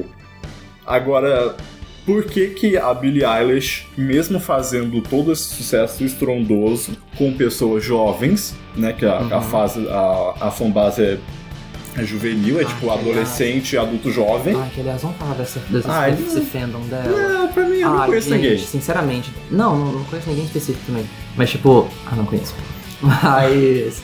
Speaker 1: agora, por que que a Billie Eilish, mesmo fazendo todo esse sucesso estrondoso com pessoas jovens, né, que a,
Speaker 2: Uhum.
Speaker 1: a fase, a, a fanbase é, é juvenil, é
Speaker 2: Ah,
Speaker 1: tipo
Speaker 2: que
Speaker 1: adolescente, adulto jovem.
Speaker 2: Ai, que aliás, vamos falar dessa, desse,
Speaker 1: Ah,
Speaker 2: desse
Speaker 1: ele-
Speaker 2: fandom dela.
Speaker 1: Não, pra mim, eu não
Speaker 2: Ah,
Speaker 1: conheço
Speaker 2: gente,
Speaker 1: ninguém.
Speaker 2: sinceramente. Não, não, não conheço ninguém específico também. Mas tipo, ah, não conheço. Mas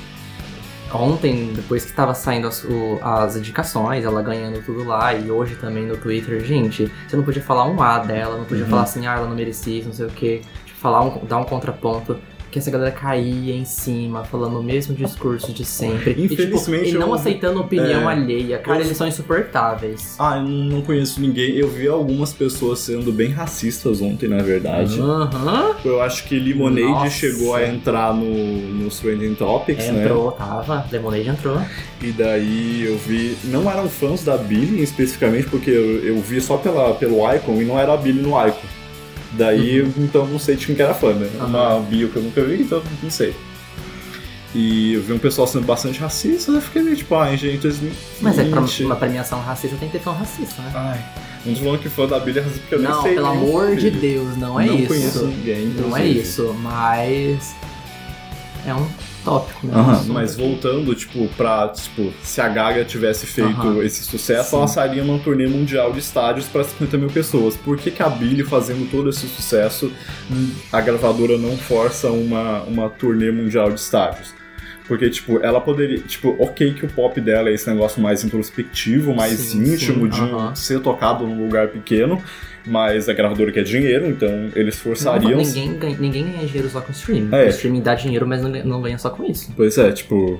Speaker 2: ontem, depois que tava saindo as, o- as indicações, ela ganhando tudo lá, e hoje também no Twitter, gente, você não podia falar um A dela, não podia
Speaker 1: Uhum.
Speaker 2: falar assim, ah, ela não merecia isso, não sei o quê. Tipo, falar um, dar um contraponto. que essa galera caía em cima, falando o mesmo discurso de sempre.
Speaker 1: Infelizmente,
Speaker 2: e, tipo, e não
Speaker 1: eu...
Speaker 2: aceitando opinião
Speaker 1: é,
Speaker 2: alheia. Cara,
Speaker 1: eu...
Speaker 2: eles são insuportáveis.
Speaker 1: Ah, eu não conheço ninguém. Eu vi algumas pessoas sendo bem racistas ontem, na verdade.
Speaker 2: Uhum.
Speaker 1: Eu acho que Lemonade
Speaker 2: Nossa.
Speaker 1: chegou a entrar no, no Trending Topics,
Speaker 2: entrou,
Speaker 1: né?
Speaker 2: Entrou, tava. Lemonade entrou.
Speaker 1: E daí eu vi... Não eram fãs da Billie, especificamente, porque eu, eu vi só pela, pelo Icon e não era a Billie no Icon. Daí, uhum. então, não sei de quem que era fã, né? Uhum. Uma bio que eu nunca vi, então não sei. E eu vi um pessoal sendo bastante racista, eu fiquei meio tipo, ah, gente...
Speaker 2: Mas é, pra uma premiação racista tem que ter fã racista, né?
Speaker 1: Ai... Não tô falando que fã da Billie é racista, porque eu
Speaker 2: não,
Speaker 1: nem sei.
Speaker 2: Não, pelo amor de Deus, não é
Speaker 1: não
Speaker 2: isso.
Speaker 1: Não conheço ninguém.
Speaker 2: Não é isso, mas... É um tópico, né?
Speaker 1: Uhum, mas voltando, tipo, pra, tipo, se a Gaga tivesse feito uhum. esse sucesso, Sim. ela sairia numa turnê mundial de estádios para cinquenta mil pessoas. Por que que a Billie, fazendo todo esse sucesso, a gravadora não força uma, uma turnê mundial de estádios? Porque, tipo, ela poderia... Tipo, ok que o pop dela é esse negócio mais introspectivo, mais sim, íntimo, sim, de um, uh-huh. ser tocado num lugar pequeno, mas a gravadora quer dinheiro, então eles forçariam...
Speaker 2: Não, ninguém, ganha, ninguém ganha dinheiro só com streaming.
Speaker 1: É.
Speaker 2: O streaming dá dinheiro, mas não, não ganha só com isso.
Speaker 1: Pois é, tipo...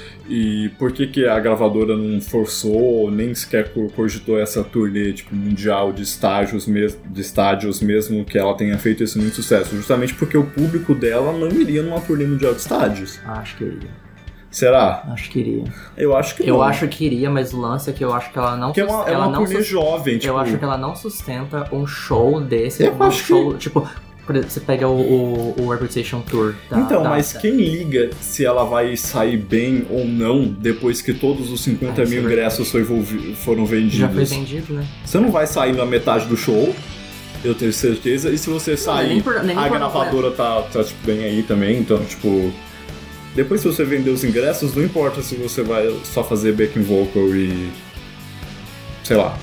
Speaker 1: E por que que a gravadora não forçou, nem sequer cogitou essa turnê, tipo, mundial de estágios, mes- de estádios, mesmo que ela tenha feito esse muito sucesso? Justamente porque o público dela não iria numa turnê mundial de estádios.
Speaker 2: Acho que iria.
Speaker 1: Será?
Speaker 2: Acho que iria.
Speaker 1: Eu acho que não.
Speaker 2: Eu acho que iria, mas o lance é que eu acho que ela não...
Speaker 1: Que é uma, é uma turnê sus... jovem, tipo...
Speaker 2: Eu acho que ela não sustenta um show desse.
Speaker 1: Eu
Speaker 2: um
Speaker 1: acho
Speaker 2: show,
Speaker 1: que...
Speaker 2: Tipo... Você pega o, o, o Reputation Tour da,
Speaker 1: Então,
Speaker 2: da,
Speaker 1: mas
Speaker 2: da...
Speaker 1: quem liga se ela vai sair bem ou não depois que todos os cinquenta mil ingressos foram vendidos?
Speaker 2: Já foi vendido, né?
Speaker 1: Você não vai sair na metade do show, eu tenho certeza. E se você sair, nem por, nem a gravadora tá, tá tipo, bem aí também, então, tipo... Depois se você vender os ingressos, não importa se você vai só fazer backing vocal e... sei lá.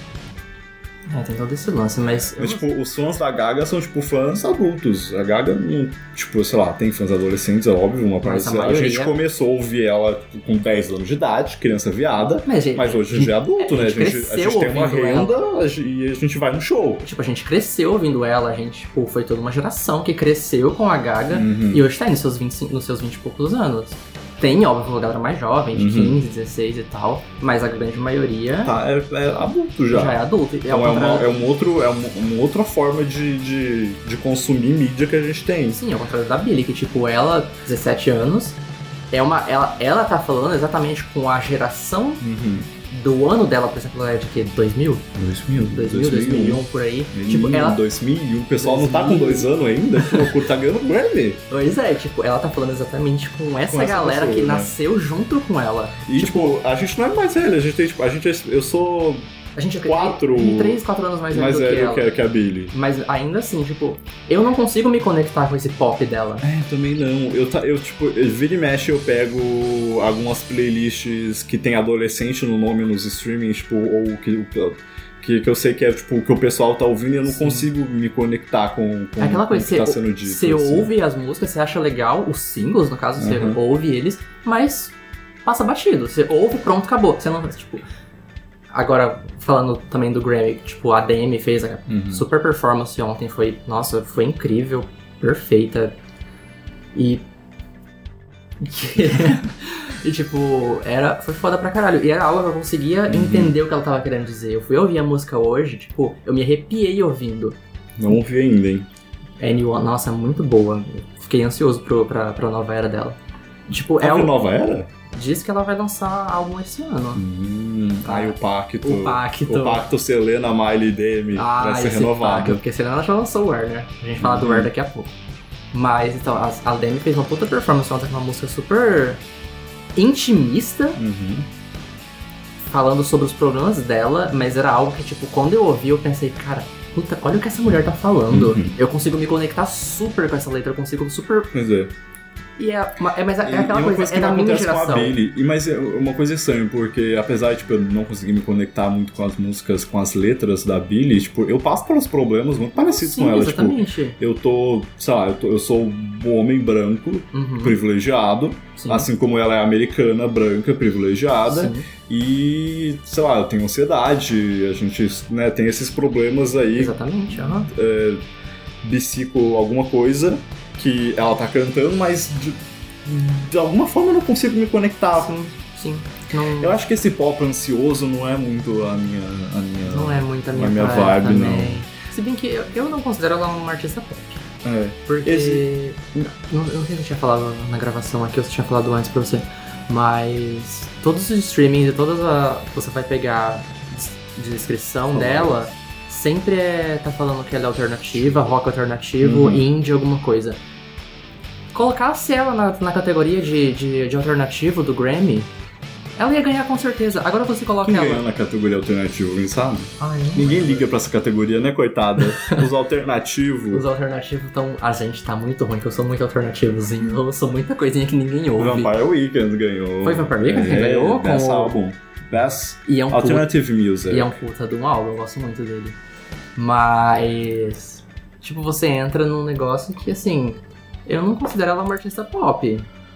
Speaker 2: É, tem todo esse lance, mas...
Speaker 1: Mas, tipo, os fãs da Gaga são, tipo, fãs adultos. A Gaga, não, tipo, sei lá, tem fãs adolescentes, é óbvio, uma parte... A, maioria... a gente começou a ouvir ela tipo, com dez anos de idade, criança viada, mas, gente, mas hoje já é adulto,
Speaker 2: é,
Speaker 1: né? A gente, a gente tem uma renda ela. E a gente vai no show.
Speaker 2: Tipo, a gente cresceu ouvindo ela, a gente, tipo, foi toda uma geração que cresceu com a Gaga, uhum. e hoje tá aí nos seus vinte e cinco, nos seus vinte e poucos anos. Tem, óbvio, uma galera mais jovem, de uhum. quinze, dezesseis e tal, mas a grande maioria...
Speaker 1: Tá, é, é adulto já.
Speaker 2: Já é adulto.
Speaker 1: Então é, uma, é, um outro, é uma, uma outra forma de, de, de consumir mídia que a gente tem.
Speaker 2: Sim, ao contrário da Billie, que tipo, ela, dezessete anos, é uma, ela, ela tá falando exatamente com a geração... Uhum. Do ano dela, por exemplo, ela é de quê? dois mil?
Speaker 1: dois mil.
Speaker 2: dois mil, dois mil e um, por aí.
Speaker 1: Menino, tipo, ela... dois mil e um, o pessoal dois mil. Não tá com dois anos ainda, pô, tá ganhando Grammy.
Speaker 2: Pois é, tipo, ela tá falando exatamente com essa, com essa galera pessoa, que né? nasceu junto com ela.
Speaker 1: E, tipo, tipo, a gente não é mais velha, a gente tem, tipo, a gente é, eu sou...
Speaker 2: A gente é
Speaker 1: quatro,
Speaker 2: três, quatro anos mais velho
Speaker 1: mais
Speaker 2: do
Speaker 1: velho
Speaker 2: que ela.
Speaker 1: Que, que a Billie.
Speaker 2: Mas ainda assim, tipo, eu não consigo me conectar com esse pop dela.
Speaker 1: É, também não. Eu, eu tipo, eu, vira e mexe eu pego algumas playlists que tem adolescente no nome nos streamings, tipo, ou que... Que, que eu sei que é tipo o que o pessoal tá ouvindo e eu não Sim. consigo me conectar com, com,
Speaker 2: é aquela coisa,
Speaker 1: com o que tá sendo dito.
Speaker 2: Você assim. ouve as músicas, você acha legal, os singles, no caso, você uhum. ouve eles, mas passa batido. Você ouve, pronto, acabou. Você não... Tipo, agora, falando também do Grammy, tipo, a D M fez a uhum. super performance ontem, foi, nossa, foi incrível, perfeita. E... e, tipo, era, foi foda pra caralho. E era algo que eu conseguia uhum. entender o que ela tava querendo dizer. Eu fui ouvir a música hoje, tipo, eu me arrepiei ouvindo.
Speaker 1: Não ouvi ainda, hein?
Speaker 2: Anyone, nossa, muito boa. Fiquei ansioso pro, pra, pra nova era dela. Tipo,
Speaker 1: ah,
Speaker 2: é
Speaker 1: uma nova era?
Speaker 2: Diz que ela vai lançar álbum esse ano.
Speaker 1: Hum, ah, aí o pacto.
Speaker 2: O pacto.
Speaker 1: O pacto Selena, Miley e Demi
Speaker 2: ah,
Speaker 1: vai ser renovado.
Speaker 2: Pacto, porque Selena já lançou o Wear, né? A gente fala uhum. do Wear daqui a pouco. Mas, então, a, a Demi fez uma puta performance ontem com uma música super intimista.
Speaker 1: Uhum.
Speaker 2: Falando sobre os problemas dela, mas era algo que, tipo, quando eu ouvi, eu pensei, cara, puta, olha o que essa mulher tá falando. Uhum. Eu consigo me conectar super com essa letra, eu consigo super...
Speaker 1: Pois é.
Speaker 2: E é, é, mas é, é aquela
Speaker 1: e
Speaker 2: coisa,
Speaker 1: coisa
Speaker 2: é da minha geração.
Speaker 1: Com a Billie, e, mas é uma coisa estranha, porque apesar de tipo, eu não conseguir me conectar muito com as músicas, com as letras da Billie, tipo, eu passo pelos problemas muito parecidos
Speaker 2: Sim,
Speaker 1: com ela.
Speaker 2: Exatamente.
Speaker 1: Tipo, eu tô, sei lá, eu, tô, eu sou um homem branco, uhum. privilegiado, Sim. assim como ela é americana, branca, privilegiada, Sim. e, sei lá, eu tenho ansiedade, a gente, né, tem esses problemas aí.
Speaker 2: Exatamente, aham.
Speaker 1: É, bicico alguma coisa. que ela tá cantando, mas de, de alguma forma eu não consigo me conectar.
Speaker 2: Sim, sim. Não...
Speaker 1: Eu acho que esse pop ansioso não é muito a minha, a minha,
Speaker 2: não é muito a minha,
Speaker 1: a minha
Speaker 2: vibe,
Speaker 1: também.
Speaker 2: não. Se bem que eu, eu não considero ela uma artista pop.
Speaker 1: É.
Speaker 2: Porque.
Speaker 1: Esse...
Speaker 2: Não, não sei se eu tinha falado na gravação aqui ou se eu tinha falado antes pra você. Mas todos os streamings e todas a. Você vai pegar de descrição oh, dela, sempre é. Tá falando que ela é alternativa, rock alternativo, uhum. indie, alguma coisa. Colocasse ela na, na categoria de, de, de alternativo do Grammy, ela ia ganhar com certeza. Agora você coloca
Speaker 1: Quem
Speaker 2: ela...
Speaker 1: ganhou na categoria alternativa, alguém sabe?
Speaker 2: Ai,
Speaker 1: Ninguém liga pra essa categoria, né, coitada? Os alternativos...
Speaker 2: Os alternativos estão... A gente tá muito ruim, que eu sou muito alternativozinho. Eu sou muita coisinha que ninguém ouve.
Speaker 1: Vampire Weekend ganhou.
Speaker 2: Foi Vampire Weekend que
Speaker 1: é,
Speaker 2: ganhou?
Speaker 1: Best
Speaker 2: com...
Speaker 1: Album. Best
Speaker 2: e é um
Speaker 1: Alternative
Speaker 2: puta...
Speaker 1: Music.
Speaker 2: E é um puta de um álbum, eu gosto muito dele. Mas... Tipo, você entra num negócio que, assim... Eu não considero ela uma artista pop.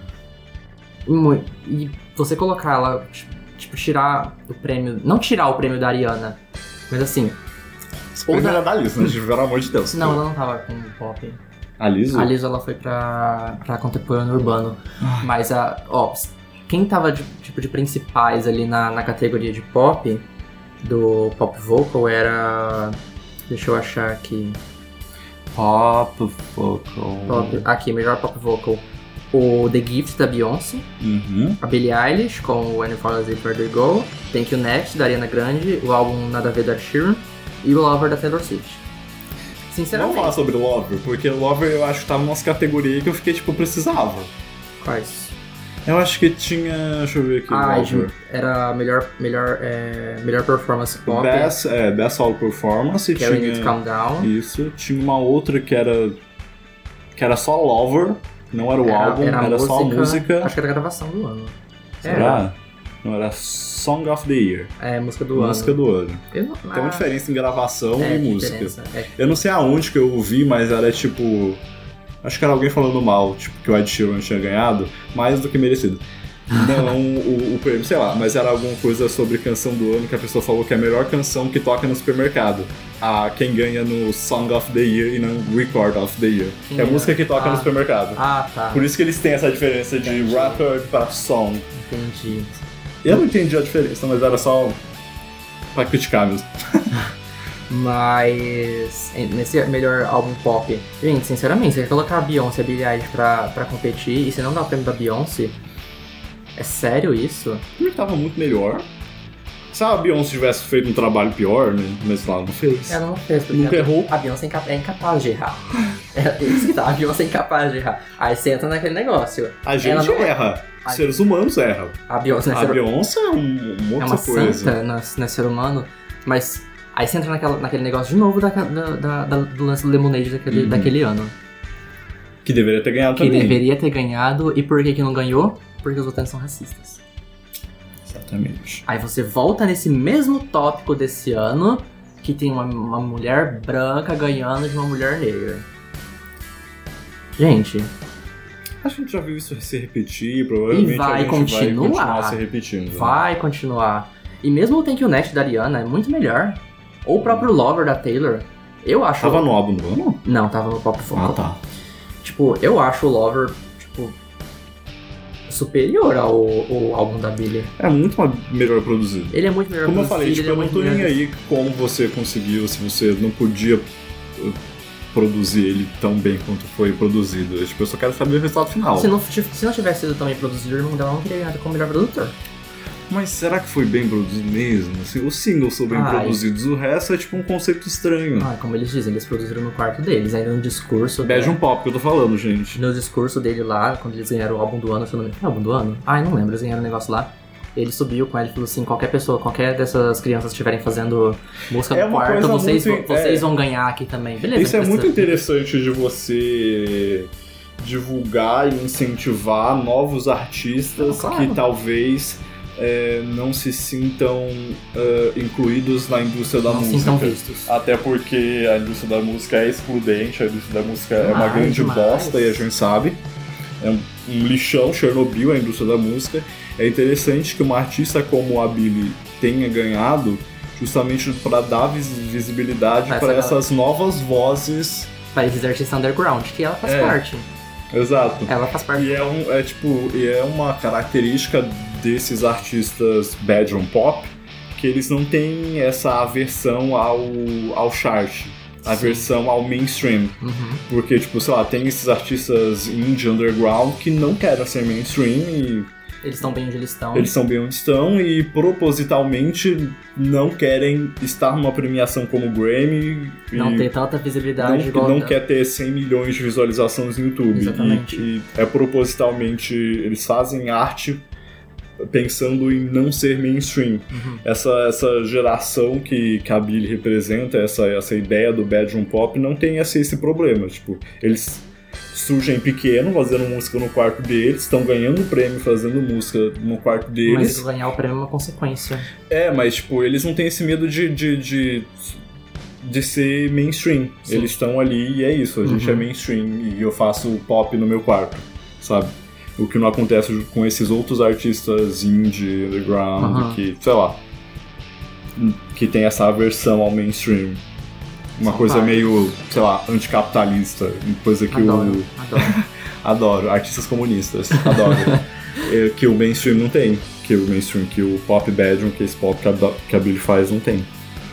Speaker 2: E você colocar ela, tipo, tirar o prêmio... Não tirar o prêmio da Ariana, mas assim...
Speaker 1: Esse prêmio era da Liz, né? Pelo amor de Deus.
Speaker 2: Não, ela não tava com pop.
Speaker 1: A Liz?
Speaker 2: A Liz, ela foi pra, pra contemporâneo urbano. Mas, a, ó, quem tava, de, tipo, de principais ali na, na categoria de pop, do pop vocal, era... Deixa eu achar aqui...
Speaker 1: Pop vocal.
Speaker 2: Pop, aqui, melhor pop vocal. O The Gift da Beyoncé,
Speaker 1: uhum.
Speaker 2: a Billie Eilish com o When You Fall Asleep Where They Go, Thank You Next da Ariana Grande, o álbum Nada a Ver da Sheeran e o Lover da Taylor Swift. Sinceramente.
Speaker 1: Vamos falar sobre o Lover, porque o Lover eu acho que tava numa categorias que eu fiquei tipo, precisava.
Speaker 2: Quais?
Speaker 1: Eu acho que tinha. Deixa eu ver aqui.
Speaker 2: Ah, era melhor, melhor, é, melhor performance pop.
Speaker 1: Best, é, Best All Performance.
Speaker 2: Carry
Speaker 1: tinha
Speaker 2: It Calm Down.
Speaker 1: Isso. Tinha uma outra que era. que era só Lover, não era o
Speaker 2: era,
Speaker 1: álbum,
Speaker 2: era,
Speaker 1: era
Speaker 2: música,
Speaker 1: só a música.
Speaker 2: Acho que era a gravação do ano.
Speaker 1: Será? Era. Não, era Song of the Year.
Speaker 2: É, música do
Speaker 1: música
Speaker 2: ano.
Speaker 1: Música do ano.
Speaker 2: Eu não,
Speaker 1: Tem uma ah, diferença em gravação
Speaker 2: é,
Speaker 1: e música.
Speaker 2: É.
Speaker 1: Eu não sei aonde que eu ouvi, mas era tipo. Acho que era alguém falando mal, tipo, que o Ed Sheeran tinha ganhado, mais do que merecido. Não o, o prêmio, sei lá, mas era alguma coisa sobre canção do ano que a pessoa falou que é a melhor canção que toca no supermercado. A quem ganha no Song of the Year e não Record of the Year. Quem é a música que toca ah. no supermercado.
Speaker 2: Ah, tá.
Speaker 1: Por isso que eles têm essa diferença de entendi. Record para song.
Speaker 2: Entendi.
Speaker 1: Eu não entendi a diferença, mas era só pra criticar mesmo.
Speaker 2: Mas nesse melhor álbum pop, gente, sinceramente, você quer colocar a Beyoncé e a Billie Eilish pra, pra competir e você não dá o prêmio da Beyoncé? É sério isso?
Speaker 1: Ele tava muito melhor. Se a Beyoncé tivesse feito um trabalho pior, né? Mas ela não fez.
Speaker 2: Ela não fez, porque
Speaker 1: nunca
Speaker 2: a,
Speaker 1: errou.
Speaker 2: A Beyoncé é, incap- é incapaz de errar. É isso que tá, a Beyoncé é incapaz de errar. Aí você entra naquele negócio.
Speaker 1: A gente não erra. Os seres humanos erram.
Speaker 2: A Beyoncé,
Speaker 1: a
Speaker 2: ser...
Speaker 1: Beyoncé é um, um
Speaker 2: é uma
Speaker 1: coisa.
Speaker 2: santa, não é ser humano. Mas aí você entra naquela, naquele negócio de novo da, da, da, da, do lance do Lemonade daquele, uhum. daquele ano.
Speaker 1: Que deveria ter ganhado
Speaker 2: que
Speaker 1: também.
Speaker 2: Que deveria ter ganhado. E por que que não ganhou? Porque os votantes são racistas.
Speaker 1: Exatamente.
Speaker 2: Aí você volta nesse mesmo tópico desse ano, que tem uma, uma mulher branca ganhando de uma mulher negra. Gente...
Speaker 1: A gente já viu isso se repetir, provavelmente
Speaker 2: e vai
Speaker 1: a gente
Speaker 2: continuar,
Speaker 1: vai continuar se repetindo.
Speaker 2: Vai né? continuar. E mesmo o Thank You Next da Ariana é muito melhor. Ou o próprio Lover da Taylor. Eu acho...
Speaker 1: Tava no álbum do ano?
Speaker 2: Não, tava no Pop Vocal.
Speaker 1: Ah, tá.
Speaker 2: Tipo, eu acho o Lover, tipo... superior ao, ao álbum da Billie.
Speaker 1: É muito melhor produzido.
Speaker 2: Ele é muito melhor
Speaker 1: como
Speaker 2: produzido.
Speaker 1: Como eu falei, tipo,
Speaker 2: eu
Speaker 1: é não tô nem aí como você conseguiu, se você não podia produzir ele tão bem quanto foi produzido. Tipo, eu só quero saber o resultado final.
Speaker 2: Se não, se não tivesse sido tão bem produzido, o irmão dela não teria ganhado como melhor produtor.
Speaker 1: Mas será que foi bem produzido mesmo? Assim, os singles são bem Ai. produzidos, o resto é tipo um conceito estranho.
Speaker 2: Ah, como eles dizem, eles produziram no quarto deles, ainda no discurso...
Speaker 1: Beijo um pop que eu tô falando, gente.
Speaker 2: No discurso dele lá, quando eles ganharam o álbum do ano, se eu não me engano, é o álbum do ano? Ai, não lembro, eles ganharam um negócio lá. Ele subiu com ela e falou assim, qualquer pessoa, qualquer dessas crianças estiverem fazendo música no é quarto, vocês, muito, vocês é, vão ganhar aqui também. Beleza.
Speaker 1: Isso é muito interessante de você divulgar e incentivar novos artistas claro. que talvez... É, não se sintam uh, incluídos na indústria da
Speaker 2: não
Speaker 1: música.
Speaker 2: Se sintam vistos.
Speaker 1: Até porque a indústria da música é excludente, a indústria da música demais, é uma grande demais. bosta e a gente sabe. É um, um lixão, Chernobyl, a indústria da música. É interessante que uma artista como a Billie tenha ganhado justamente para dar visibilidade para essas novas vozes
Speaker 2: para esses artistas underground, que ela faz
Speaker 1: É.
Speaker 2: parte.
Speaker 1: Exato.
Speaker 2: Ela faz parte.
Speaker 1: E é, um, é tipo, e é uma característica desses artistas bedroom pop que eles não têm essa aversão ao, ao chart, aversão ao mainstream.
Speaker 2: Uhum.
Speaker 1: Porque, tipo, sei lá, tem esses artistas indie underground que não querem ser mainstream e
Speaker 2: Eles estão bem onde eles estão.
Speaker 1: eles estão bem onde estão e propositalmente não querem estar numa premiação como o Grammy.
Speaker 2: Não
Speaker 1: e
Speaker 2: ter tanta visibilidade
Speaker 1: não,
Speaker 2: igual
Speaker 1: não
Speaker 2: da-
Speaker 1: quer ter cem milhões de visualizações no YouTube.
Speaker 2: Exatamente.
Speaker 1: E, e é propositalmente, eles fazem arte pensando em não ser mainstream.
Speaker 2: Uhum.
Speaker 1: Essa, essa geração que, que a Billie representa, essa, essa ideia do bedroom pop, não tem esse, esse problema. Tipo, eles surgem pequeno, fazendo música no quarto deles, estão ganhando prêmio fazendo música no quarto deles.
Speaker 2: Mas ganhar o prêmio é uma consequência.
Speaker 1: É, mas tipo, eles não têm esse medo de, de, de, de ser mainstream.
Speaker 2: Sim.
Speaker 1: Eles estão ali e é isso, a gente
Speaker 2: Uhum.
Speaker 1: é mainstream e eu faço pop no meu quarto, sabe? O que não acontece com esses outros artistas indie, underground,
Speaker 2: Uhum.
Speaker 1: que, sei lá, que tem essa aversão ao mainstream. Uma
Speaker 2: São
Speaker 1: coisa
Speaker 2: vários.
Speaker 1: meio, sei lá, anticapitalista, coisa que
Speaker 2: Adoro,
Speaker 1: o...
Speaker 2: adoro.
Speaker 1: Adoro, artistas comunistas, adoro. É, que o mainstream não tem, que o mainstream, que o pop bedroom, que esse pop que a, que a Billie faz não tem.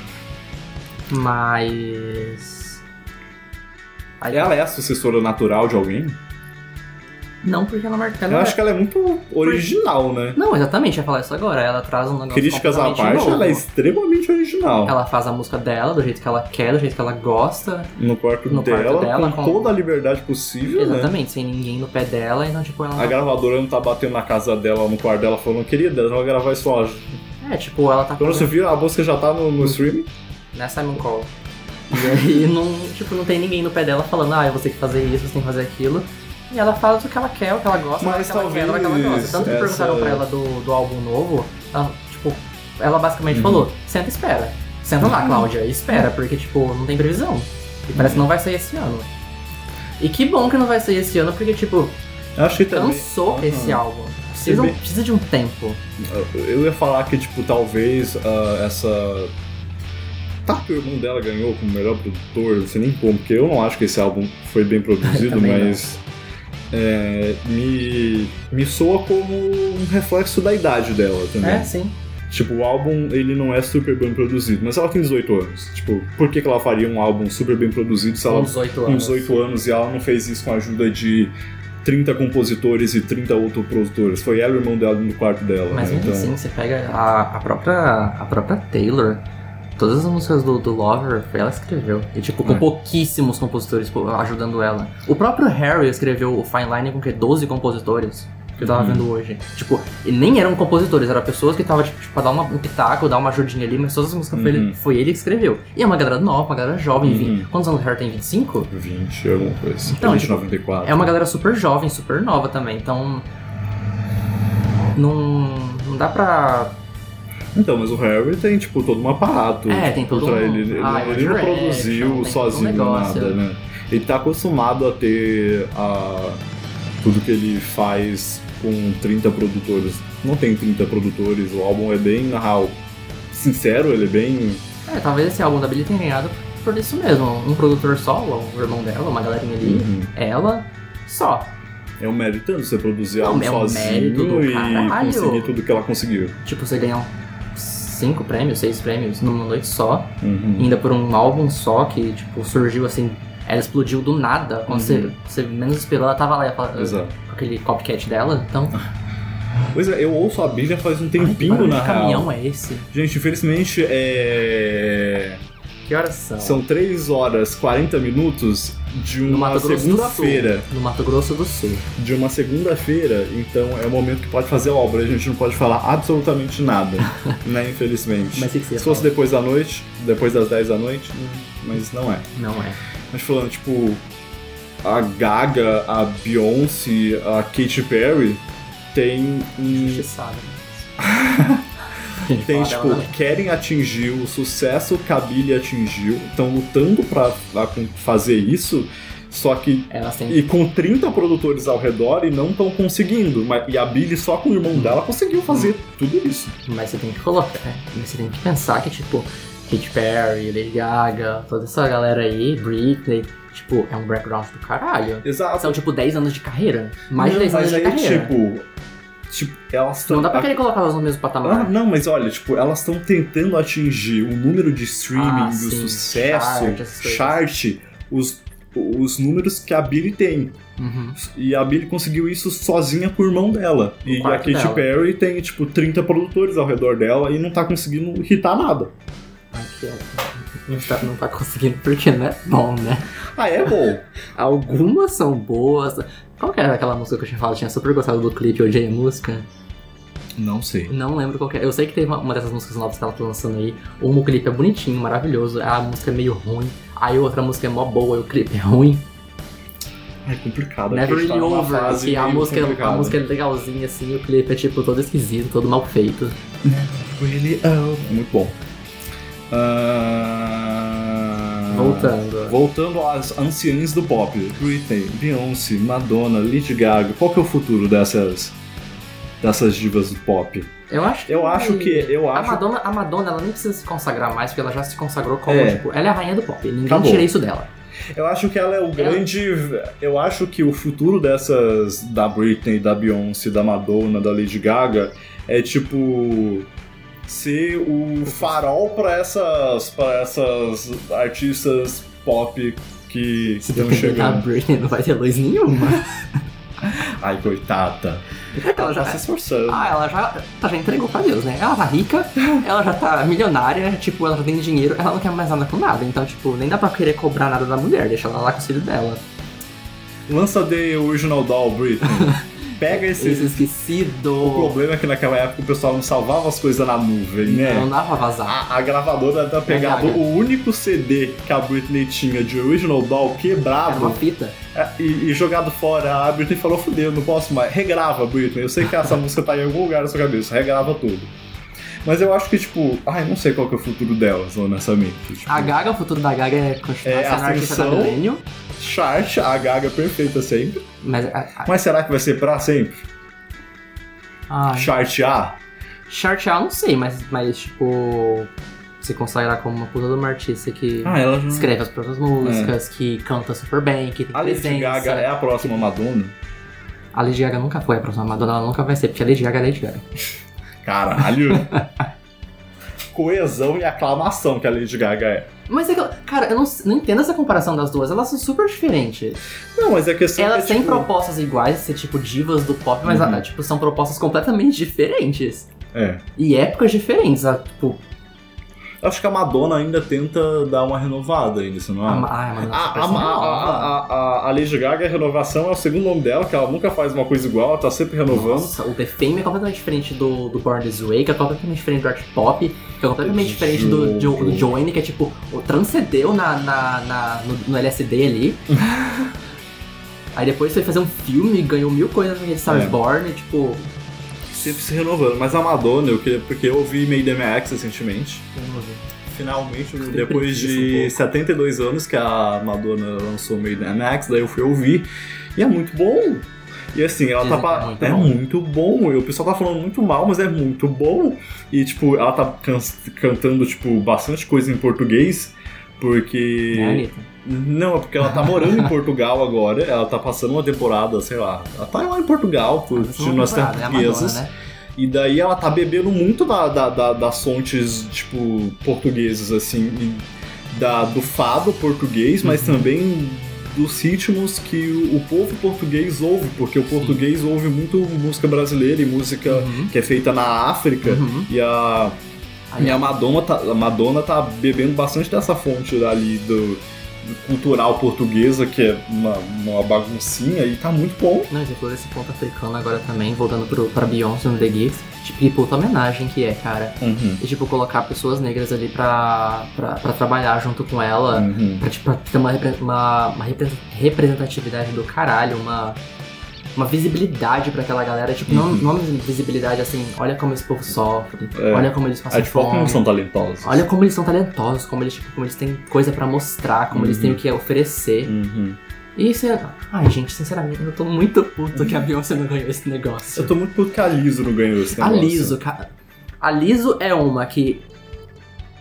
Speaker 2: Mas... Aí-
Speaker 1: Ela é a sucessora natural de alguém?
Speaker 2: Não, porque ela marca.
Speaker 1: Eu acho que ela é muito original, né?
Speaker 2: Não, exatamente, ia falar isso agora. Ela traz um negócio
Speaker 1: Críticas à
Speaker 2: completamente
Speaker 1: parte,
Speaker 2: novo.
Speaker 1: ela é extremamente original.
Speaker 2: Ela faz a música dela do jeito que ela quer, do jeito que ela gosta.
Speaker 1: No quarto,
Speaker 2: No quarto
Speaker 1: dela,
Speaker 2: dela,
Speaker 1: com,
Speaker 2: com-
Speaker 1: toda a liberdade possível, né?
Speaker 2: Exatamente, sem ninguém no pé dela. Então, tipo, ela...
Speaker 1: A gravadora não tá batendo na casa dela, no quarto dela, falando, querida, ela vai gravar isso hoje.
Speaker 2: É, tipo, ela tá
Speaker 1: Quando você viu, a música já tá no, no streaming.
Speaker 2: né, Simon Cole. E aí, não, tipo, não tem ninguém no pé dela falando, ah, eu vou ter que fazer isso, você tem que fazer aquilo. E ela faz o que ela quer, o que ela gosta,
Speaker 1: Mas
Speaker 2: o que ela quer, o que ela
Speaker 1: talvez
Speaker 2: gosta. Tanto que
Speaker 1: essa-
Speaker 2: perguntaram pra ela do, do álbum novo, ela, tipo, ela basicamente
Speaker 1: Uhum.
Speaker 2: falou, senta e espera. Senta lá, Cláudia, e espera, porque, tipo, não tem previsão. E parece que não vai sair esse ano. E que bom que não vai sair esse ano, porque, tipo,
Speaker 1: Eu achei também.
Speaker 2: cansou
Speaker 1: Aham.
Speaker 2: esse álbum. Precisa,
Speaker 1: bem-
Speaker 2: precisa de um tempo.
Speaker 1: Eu ia falar que, tipo, talvez ah, essa. Tá que o irmão dela ganhou como melhor produtor, não sei nem como, porque eu não acho que esse álbum foi bem produzido,
Speaker 2: Também não.
Speaker 1: mas. é, me, me soa como um reflexo da idade dela também.
Speaker 2: É, sim.
Speaker 1: Tipo, o álbum, ele não é super bem produzido, mas ela tem dezoito anos. Tipo, por que, que ela faria um álbum super bem produzido se ela
Speaker 2: Com dezoito
Speaker 1: com
Speaker 2: anos.
Speaker 1: dezoito anos e ela não fez isso com a ajuda de trinta compositores e trinta outros produtores? Foi ela e o irmão dela no quarto dela,
Speaker 2: Mas
Speaker 1: né?
Speaker 2: ainda assim, você pega a, a própria a própria Taylor, todas as músicas do, do Lover foi ela que escreveu. E tipo, com
Speaker 1: É.
Speaker 2: pouquíssimos compositores pô, ajudando ela. O próprio Harry escreveu o Fine Line com que doze compositores. Que eu tava
Speaker 1: Uhum.
Speaker 2: vendo hoje. Tipo, e nem eram compositores, eram pessoas que estavam, tipo, pra dar uma, um pitaco, dar uma ajudinha ali, mas todas as músicas foi,
Speaker 1: Uhum.
Speaker 2: ele, foi ele que escreveu. E é uma galera nova, uma galera jovem,
Speaker 1: Uhum.
Speaker 2: vinte Quantos anos o Harry tem? vinte e cinco?
Speaker 1: vinte, alguma coisa.
Speaker 2: Então,
Speaker 1: vinte,
Speaker 2: tipo,
Speaker 1: noventa e quatro.
Speaker 2: É uma galera super jovem, super nova também, então. Não. Não dá pra.
Speaker 1: Então, mas o Harry tem, tipo, todo um aparato.
Speaker 2: É, tem todo
Speaker 1: contra
Speaker 2: um-
Speaker 1: ele. Ele,
Speaker 2: ah,
Speaker 1: ele não
Speaker 2: direction,
Speaker 1: produziu
Speaker 2: tem todo um
Speaker 1: sozinho
Speaker 2: negócio.
Speaker 1: nada, né? Ele tá acostumado a ter a, tudo que ele faz com trinta produtores. Não tem trinta produtores, o álbum é bem, na real, sincero, ele é bem...
Speaker 2: É, talvez esse álbum da Billie tenha ganhado por isso mesmo. Um produtor só, o irmão dela, uma galerinha ali,
Speaker 1: Uhum.
Speaker 2: ela, só.
Speaker 1: É um mérito tanto você produzir
Speaker 2: Não,
Speaker 1: algo
Speaker 2: é um mérito
Speaker 1: sozinho
Speaker 2: do
Speaker 1: e
Speaker 2: caralho.
Speaker 1: conseguir tudo que ela conseguiu.
Speaker 2: Tipo, você ganhar cinco prêmios, seis prêmios numa noite só,
Speaker 1: Uhum.
Speaker 2: ainda por um álbum só que, tipo, surgiu assim, ela explodiu do nada. Quando
Speaker 1: Uhum.
Speaker 2: você, você menos esperou, ela tava lá com
Speaker 1: Exato.
Speaker 2: aquele copycat dela, então...
Speaker 1: Pois é, eu ouço a Billie faz um
Speaker 2: Ai, que
Speaker 1: tempinho,
Speaker 2: barulho
Speaker 1: na
Speaker 2: de caminhão
Speaker 1: real.
Speaker 2: é esse?
Speaker 1: Gente, infelizmente, é...
Speaker 2: Que horas são?
Speaker 1: são três horas e quarenta minutos de
Speaker 2: No
Speaker 1: uma
Speaker 2: Mato Grosso do
Speaker 1: segunda-feira.
Speaker 2: Sul. No Mato Grosso do Sul.
Speaker 1: De uma segunda-feira, então é o momento que pode fazer a obra. A gente não pode falar absolutamente nada, né? Infelizmente.
Speaker 2: Mas o que que você ia
Speaker 1: Se fosse
Speaker 2: falar?
Speaker 1: depois da noite, depois das dez da noite, mas não é.
Speaker 2: Não é.
Speaker 1: Mas falando, tipo, a Gaga, a Beyoncé, a Katy Perry tem um.
Speaker 2: Injustiçada.
Speaker 1: Tem, tipo, querem atingir o sucesso que a Billie atingiu, estão lutando pra, pra fazer isso, só que.
Speaker 2: Elas têm...
Speaker 1: E com trinta produtores ao redor e não estão conseguindo. Mas, e a Billie só com o irmão dela conseguiu fazer tudo isso.
Speaker 2: Mas você tem que colocar, né? Você tem que pensar que, tipo, Katy Perry, Lady Gaga, toda essa galera aí, Britney, tipo, é um background do caralho.
Speaker 1: Exato.
Speaker 2: São, tipo, dez anos de carreira. Mais
Speaker 1: não,
Speaker 2: de dez anos
Speaker 1: mas
Speaker 2: de
Speaker 1: aí,
Speaker 2: carreira.
Speaker 1: tipo... Tipo, elas tão...
Speaker 2: Não dá pra querer colocar elas no mesmo patamar.
Speaker 1: Ah, não, mas olha, tipo, elas estão tentando atingir o número de streaming,
Speaker 2: Ah,
Speaker 1: do
Speaker 2: sim.
Speaker 1: sucesso,
Speaker 2: Chart, essas coisas.
Speaker 1: chart, os, os números que a Billie tem.
Speaker 2: Uhum.
Speaker 1: E a Billie conseguiu isso sozinha com o irmão dela.
Speaker 2: No
Speaker 1: E a
Speaker 2: quarto
Speaker 1: Katy
Speaker 2: dela.
Speaker 1: Perry tem, tipo, trinta produtores ao redor dela e não tá conseguindo hitar nada.
Speaker 2: Ai, que ótimo. Não tá, não tá conseguindo porque não é bom, né?
Speaker 1: Ah, é bom.
Speaker 2: Algumas são boas. Qual que era aquela música que eu tinha falado? Eu tinha super gostado do clipe, eu odiei a música.
Speaker 1: Não sei.
Speaker 2: Não lembro qual que é. Eu sei que teve uma, uma dessas músicas novas que ela tá lançando aí. Uma o clipe é bonitinho, maravilhoso. A música é meio ruim. Aí outra música é mó boa e o clipe é ruim.
Speaker 1: É complicado.
Speaker 2: Never
Speaker 1: Really
Speaker 2: Really Over, que a música, a música é
Speaker 1: é...
Speaker 2: legalzinha assim, e o clipe é tipo todo esquisito, todo mal feito.
Speaker 1: Really over. É muito bom. Uh...
Speaker 2: Voltando.
Speaker 1: Voltando às anciãs do pop. Britney, Beyoncé, Madonna, Lady Gaga. Qual que é o futuro dessas... dessas divas do pop?
Speaker 2: Eu acho que...
Speaker 1: Eu acho que... Eu
Speaker 2: a,
Speaker 1: acho...
Speaker 2: Madonna, a Madonna, ela nem precisa se consagrar mais, porque ela já se consagrou como,
Speaker 1: É.
Speaker 2: tipo, ela é a rainha do pop. Ninguém
Speaker 1: Acabou.
Speaker 2: tira isso dela.
Speaker 1: Eu acho que ela é o grande... Eu acho que o futuro dessas... Da Britney, da Beyoncé, da Madonna, da Lady Gaga... É tipo... Ser o farol pra essas... Pra essas artistas pop que
Speaker 2: Se
Speaker 1: estão
Speaker 2: depender da
Speaker 1: chegando.
Speaker 2: Britney, não vai ter luz nenhuma.
Speaker 1: Ai, coitada.
Speaker 2: Ela já...
Speaker 1: Tá se esforçando.
Speaker 2: Ah, ela já, tá, já entregou pra Deus, né? Ela tá rica, ela já tá milionária, tipo, ela já tem dinheiro, ela não quer mais nada com nada. Então, tipo, nem dá pra querer cobrar nada da mulher, deixa ela lá com os filhos dela.
Speaker 1: Lança The Original Doll, Britney. Pega esse...
Speaker 2: Esse esquecido.
Speaker 1: O problema é que naquela época o pessoal não salvava as coisas na nuvem, né?
Speaker 2: Não dá pra vazar.
Speaker 1: A, a gravadora tá pegando
Speaker 2: Gaga.
Speaker 1: o único C D que a Britney tinha de Original Doll
Speaker 2: Era
Speaker 1: quebrado
Speaker 2: uma fita.
Speaker 1: é, e, e jogado fora. A Britney falou, fudeu, não posso mais. Regrava, Britney. Eu sei que essa música tá em algum lugar na sua cabeça. Regrava tudo. Mas eu acho que, tipo... Ai, não sei qual que é o futuro delas, honestamente. Tipo,
Speaker 2: A Gaga, o futuro da Gaga é continuar
Speaker 1: É,
Speaker 2: sendo a artista da
Speaker 1: ascensão.
Speaker 2: milênio.
Speaker 1: chart, a Gaga perfeita sempre.
Speaker 2: Mas, a, a,
Speaker 1: Mas será que vai ser pra sempre?
Speaker 2: ai,
Speaker 1: Chart A?
Speaker 2: Chart A, eu não sei, mas, mas tipo... Se consagrar como uma puta de uma artista que
Speaker 1: Ah, ela já...
Speaker 2: escreve as próprias músicas, que canta super bem, que tem
Speaker 1: A Lady
Speaker 2: presença.
Speaker 1: Gaga é a próxima Madonna?
Speaker 2: A Lady Gaga nunca foi a próxima Madonna, ela nunca vai ser, porque a Lady Gaga é a Lady Gaga.
Speaker 1: Caralho! Coesão e aclamação que a Lady Gaga é.
Speaker 2: Mas é que, cara, eu não, não entendo essa comparação das duas, elas são super diferentes.
Speaker 1: Não, mas é questão
Speaker 2: Elas
Speaker 1: é,
Speaker 2: têm
Speaker 1: tipo...
Speaker 2: propostas iguais, ser tipo divas do pop, mas
Speaker 1: Uhum.
Speaker 2: ah, tipo, são propostas completamente diferentes.
Speaker 1: É.
Speaker 2: E épocas diferentes, ah, tipo...
Speaker 1: Eu acho que a Madonna ainda tenta dar uma renovada nisso, não é?
Speaker 2: A, ai, mas
Speaker 1: A, a, a, a, a, a Lady Gaga, a renovação é o segundo nome dela, que ela nunca faz uma coisa igual, ela tá sempre renovando.
Speaker 2: Nossa, o The Fame é completamente diferente do, do Born This Way, que é completamente diferente do Art Pop, que é completamente diferente do, do, do Joanne, que é tipo, o transcendeu na, na, na, no, no L S D ali. Aí depois foi fazer um filme, ganhou mil coisas no Stars
Speaker 1: É.
Speaker 2: Born, e, tipo...
Speaker 1: Sempre se renovando. Mas a Madonna, eu queria, porque eu ouvi Made in X recentemente. Finalmente, depois de setenta e dois anos que a Madonna lançou Made in X, daí eu fui ouvir. E é muito bom. E assim, ela
Speaker 2: Dizem
Speaker 1: tá...
Speaker 2: que é
Speaker 1: pa-
Speaker 2: muito
Speaker 1: é
Speaker 2: bom.
Speaker 1: muito bom. E o pessoal tá falando muito mal, mas é muito bom. E, tipo, ela tá can- cantando, tipo, bastante coisa em português. Porque...
Speaker 2: É, Anitta.
Speaker 1: Não, é porque ela tá morando em Portugal agora. Ela tá passando uma temporada, sei lá. Ela tá lá em Portugal, curtindo as terras
Speaker 2: É a
Speaker 1: portuguesas.
Speaker 2: Madonna, né?
Speaker 1: E daí ela tá bebendo muito da, da, da- das fontes, tipo, portuguesas, assim, e da, do fado português, mas
Speaker 2: Uhum.
Speaker 1: também dos ritmos que o, o povo português ouve, porque o português ouve muito música brasileira e música
Speaker 2: Uhum.
Speaker 1: que é feita na África,
Speaker 2: Uhum.
Speaker 1: e a,
Speaker 2: Aí,
Speaker 1: e a, Madonna tá, a Madonna tá bebendo bastante dessa fonte ali do, do cultural portuguesa, que é uma, uma baguncinha, e tá muito bom.
Speaker 2: Não, e você falou desse ponto africano agora também, voltando pro, pra Beyoncé no The Geeks. Tipo, que puta homenagem que é, cara.
Speaker 1: Uhum.
Speaker 2: E, tipo, colocar pessoas negras ali pra, pra, pra trabalhar junto com ela.
Speaker 1: Uhum.
Speaker 2: Pra, tipo, pra ter uma, repre- uma, uma repre- representatividade do caralho, uma, uma visibilidade pra aquela galera. Tipo, não,
Speaker 1: Uhum.
Speaker 2: não uma visibilidade assim, olha como esse povo sofre,
Speaker 1: É.
Speaker 2: olha como eles passam
Speaker 1: É, tipo, como
Speaker 2: fome.
Speaker 1: são talentosos.
Speaker 2: Olha como eles são talentosos, como eles, tipo, como eles têm coisa pra mostrar, como eles
Speaker 1: Uhum.
Speaker 2: têm o que oferecer.
Speaker 1: Uhum.
Speaker 2: E isso é... Ai, gente, sinceramente, eu tô muito puto que a Beyoncé não ganhou esse negócio.
Speaker 1: Eu tô muito puto que a Liso não ganhou esse
Speaker 2: A
Speaker 1: negócio.
Speaker 2: Liso, cara. A Liso é uma que...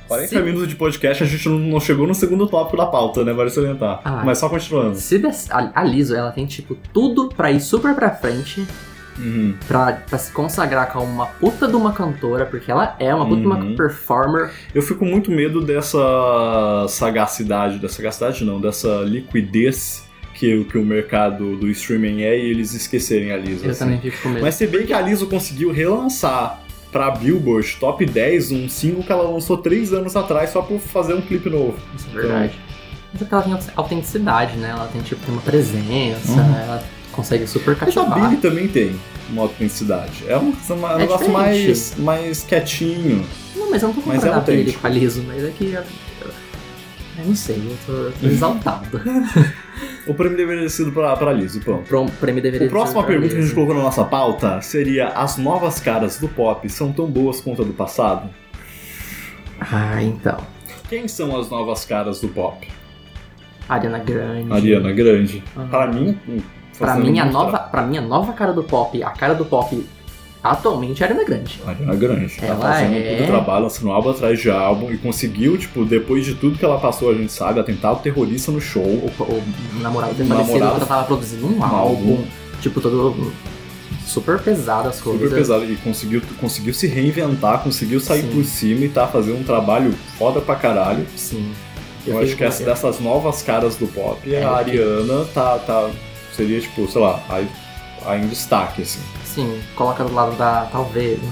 Speaker 1: quarenta minutos de podcast, a gente não, não chegou no segundo tópico da pauta, né? Vale salientar. Ah, mas só continuando.
Speaker 2: Se des... A Lizzo, ela tem, tipo, tudo pra ir super pra frente, uhum. pra, pra se consagrar como uma puta de uma cantora, porque ela é uma puta de uhum. uma performer.
Speaker 1: Eu fico muito medo dessa sagacidade, dessa sagacidade não, dessa liquidez que, que o mercado do streaming é e eles esquecerem a Lizzo.
Speaker 2: Eu
Speaker 1: assim.
Speaker 2: também fico com medo.
Speaker 1: Mas se bem que a Lizzo conseguiu relançar pra Billboard Top dez, um single que ela lançou três anos atrás só por fazer um clipe novo.
Speaker 2: Isso é verdade. Então, mas ela tem autenticidade, né? Ela tem, tipo, tem uma presença, uhum. ela consegue super cativar.
Speaker 1: Mas a Billie também tem uma autenticidade. É um, uma, um é negócio mais, mais quietinho.
Speaker 2: Não, mas eu não tô comparando a Billie com a Lizzo, mas é que... Eu, eu, eu não sei, eu tô, eu tô exaltado.
Speaker 1: O prêmio deveria ter sido pra, pra Lizzo, pronto.
Speaker 2: O prêmio deveria
Speaker 1: a próxima pergunta que a gente colocou na nossa pauta seria: as novas caras do pop são tão boas quanto a do passado?
Speaker 2: Ah, então.
Speaker 1: Quem são as novas caras do pop?
Speaker 2: Ariana Grande.
Speaker 1: Ariana Grande. Uhum. Pra mim...
Speaker 2: Pra mim, a nova, pra mim, a nova cara do pop, a cara do pop atualmente é a Ariana Grande.
Speaker 1: Ariana Grande.
Speaker 2: Ela
Speaker 1: tá fazendo
Speaker 2: é...
Speaker 1: todo o trabalho, lançando álbum atrás de álbum e conseguiu, tipo, depois de tudo que ela passou, a gente sabe, atentado terrorista no show.
Speaker 2: O, o namorado ter falecido, ela tava produzindo um, um álbum, álbum, tipo, todo super pesado as coisas.
Speaker 1: Super pesado, e conseguiu, conseguiu se reinventar, conseguiu sair Sim. por cima e tá fazendo um trabalho foda pra caralho.
Speaker 2: Sim.
Speaker 1: Eu, Eu acho que essa, dessas novas caras do pop, é, a Ariana tá, tá, seria, tipo, sei lá, a, a em destaque, assim.
Speaker 2: Sim, coloca do lado da, talvez,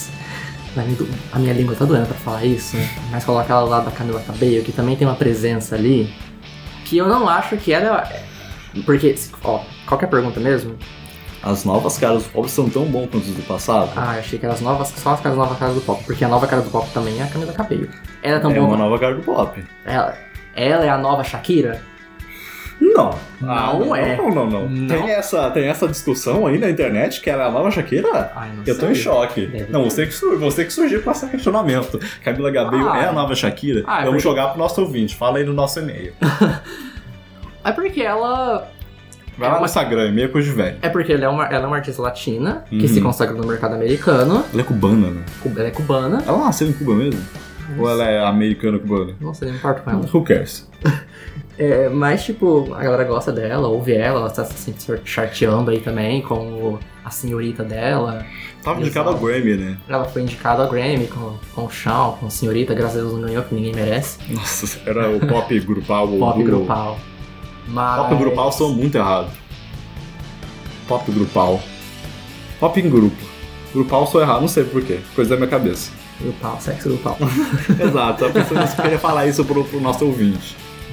Speaker 2: a minha língua tá doendo pra falar isso, mas coloca ela do lado da Camila Cabello, que também tem uma presença ali, que eu não acho que ela... Porque, ó, qual que é a pergunta mesmo?
Speaker 1: As novas caras do pop são tão bons quanto as do passado?
Speaker 2: Ah, eu achei que eram as novas, só as novas caras do pop, porque a nova cara do pop também é a Camila Cabello. Ela é tão
Speaker 1: é
Speaker 2: boa.
Speaker 1: uma nova cara do pop.
Speaker 2: Ela, ela é a nova Shakira?
Speaker 1: Não.
Speaker 2: Não,
Speaker 1: ah, não
Speaker 2: é.
Speaker 1: Não, não, não, não. Tem, essa, tem essa discussão aí na internet que ela é a nova Shakira?
Speaker 2: Ai, não
Speaker 1: Eu
Speaker 2: sei.
Speaker 1: tô em choque.
Speaker 2: Deve
Speaker 1: não,
Speaker 2: ter.
Speaker 1: você que, você que surgiu com esse questionamento. Camila Cabello
Speaker 2: ah,
Speaker 1: é a nova Shakira?
Speaker 2: ah, é
Speaker 1: Vamos
Speaker 2: porque...
Speaker 1: jogar pro nosso ouvinte. Fala aí no nosso e-mail.
Speaker 2: É porque ela...
Speaker 1: Vai é lá uma... no Instagram, e-mail coisa de velho.
Speaker 2: É porque ela é uma, ela é uma artista latina, uhum. que se consagra no mercado americano.
Speaker 1: Ela é cubana, né?
Speaker 2: Ela é cubana.
Speaker 1: Ela nasceu em Cuba mesmo?
Speaker 2: Nossa.
Speaker 1: Ou ela é americana-cubana?
Speaker 2: Não sei, não importa com ela.
Speaker 1: Who cares?
Speaker 2: É, mas, tipo, a galera gosta dela, ouve ela, ela tá se charteando aí também com a senhorita dela.
Speaker 1: Tava indicada ao Grammy, né?
Speaker 2: Ela foi indicada ao Grammy com, com o Shawn, com a senhorita, graças a Deus não ganhou, porque ninguém merece.
Speaker 1: Nossa, era o pop grupal.
Speaker 2: Pop
Speaker 1: do...
Speaker 2: grupal. Mas...
Speaker 1: Pop grupal são muito errado. Pop grupal. Pop em grupo. Grupal sou errado, não sei porquê. Coisa da minha cabeça.
Speaker 2: Grupal, sexo grupal.
Speaker 1: Exato, a pessoa queria falar isso pro, pro nosso ouvinte.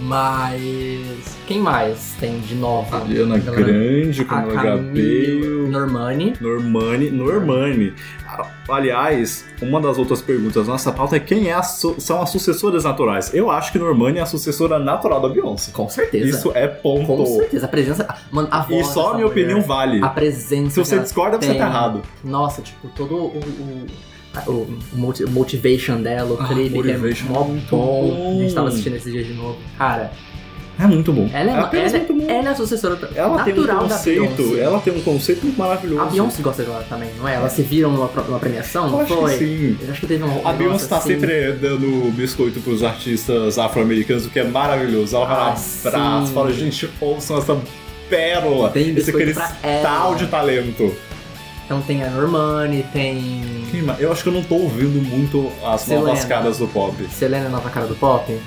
Speaker 2: Mas... Quem mais tem de novo?
Speaker 1: Ariana Grande, Camila Cabello...
Speaker 2: Normani.
Speaker 1: Normani. Normani. Aliás, uma das outras perguntas da nossa pauta é quem é a su- são as sucessoras naturais. Eu acho que Normani é a sucessora natural da Beyoncé.
Speaker 2: Com certeza.
Speaker 1: Isso é ponto.
Speaker 2: Com certeza. A presença... Mano, a voz
Speaker 1: e só a minha
Speaker 2: mulher,
Speaker 1: opinião vale.
Speaker 2: A presença...
Speaker 1: Se você discorda, você tá errado.
Speaker 2: Nossa, tipo, todo o... o... O motivation dela, o clipe,
Speaker 1: ah,
Speaker 2: é mó bom. bom. A gente tava assistindo esse dia de novo. Cara,
Speaker 1: é muito bom.
Speaker 2: Ela é,
Speaker 1: é
Speaker 2: ela,
Speaker 1: muito bom.
Speaker 2: Ela é a sucessora
Speaker 1: ela
Speaker 2: natural
Speaker 1: tem um conceito,
Speaker 2: da Beyoncé.
Speaker 1: Ela tem um conceito muito maravilhoso.
Speaker 2: A Beyoncé gosta dela também, não é? Elas se viram numa, numa premiação, não
Speaker 1: Eu acho
Speaker 2: foi?
Speaker 1: Que sim.
Speaker 2: Eu acho que teve um.
Speaker 1: A Beyoncé tá
Speaker 2: assim.
Speaker 1: sempre dando biscoito pros artistas afro-americanos, o que é maravilhoso. Ela
Speaker 2: ah,
Speaker 1: fala abraço, fala, gente, ouçam essa pérola,
Speaker 2: tem
Speaker 1: esse cristal de talento.
Speaker 2: Então tem a Normani, tem...
Speaker 1: Eu acho que eu não tô ouvindo muito as
Speaker 2: Selena.
Speaker 1: novas caras do pop.
Speaker 2: Selena é a nova cara do pop?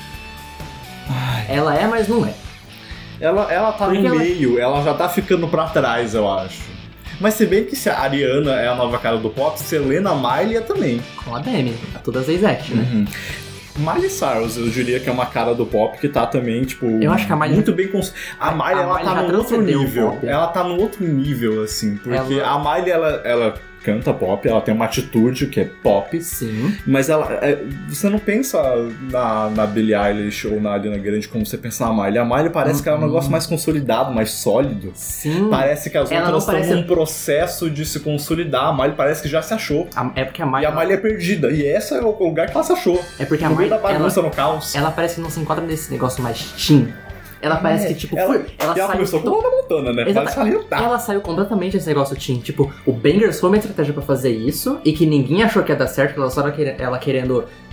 Speaker 2: Ai. Ela é, mas não é.
Speaker 1: Ela, ela tá Porque no ela... meio, ela já tá ficando pra trás, eu acho. Mas se bem que se a Ariana é a nova cara do pop, Selena Miley é também.
Speaker 2: Com a Demi, todas as Act, né?
Speaker 1: Uhum. Miley Cyrus, eu diria que é uma cara do pop que tá também, tipo,
Speaker 2: eu acho que a Miley
Speaker 1: muito bem cons... A Miley,
Speaker 2: a
Speaker 1: ela
Speaker 2: Miley
Speaker 1: tá no outro nível.
Speaker 2: Um
Speaker 1: ela tá no outro nível, assim, porque
Speaker 2: ela...
Speaker 1: a Miley, ela, ela canta pop, ela tem uma atitude que é pop.
Speaker 2: Sim.
Speaker 1: Mas ela, é, você não pensa na, na Billie Eilish ou na Ariana Grande como você pensa na Miley. A Miley parece uhum. que ela é um negócio mais consolidado, mais sólido.
Speaker 2: Sim.
Speaker 1: Parece que as
Speaker 2: ela
Speaker 1: outras estão
Speaker 2: parece...
Speaker 1: num processo de se consolidar. A Miley parece que já se achou.
Speaker 2: A, é porque a Miley...
Speaker 1: E a Miley é perdida. E esse é o lugar que ela se achou.
Speaker 2: É porque a
Speaker 1: no
Speaker 2: Miley...
Speaker 1: meio da bagunça,
Speaker 2: ela,
Speaker 1: no caos.
Speaker 2: Ela parece que não se encontra nesse negócio mais teen. Ela parece
Speaker 1: é,
Speaker 2: que, tipo,
Speaker 1: ela,
Speaker 2: foi, ela,
Speaker 1: e ela
Speaker 2: saiu
Speaker 1: começou com Hannah Montana, né?
Speaker 2: Exata, ela saiu completamente desse negócio teen. Tipo, o Bangers foi uma estratégia pra fazer isso, e que ninguém achou que ia dar certo, ela só era ela querendo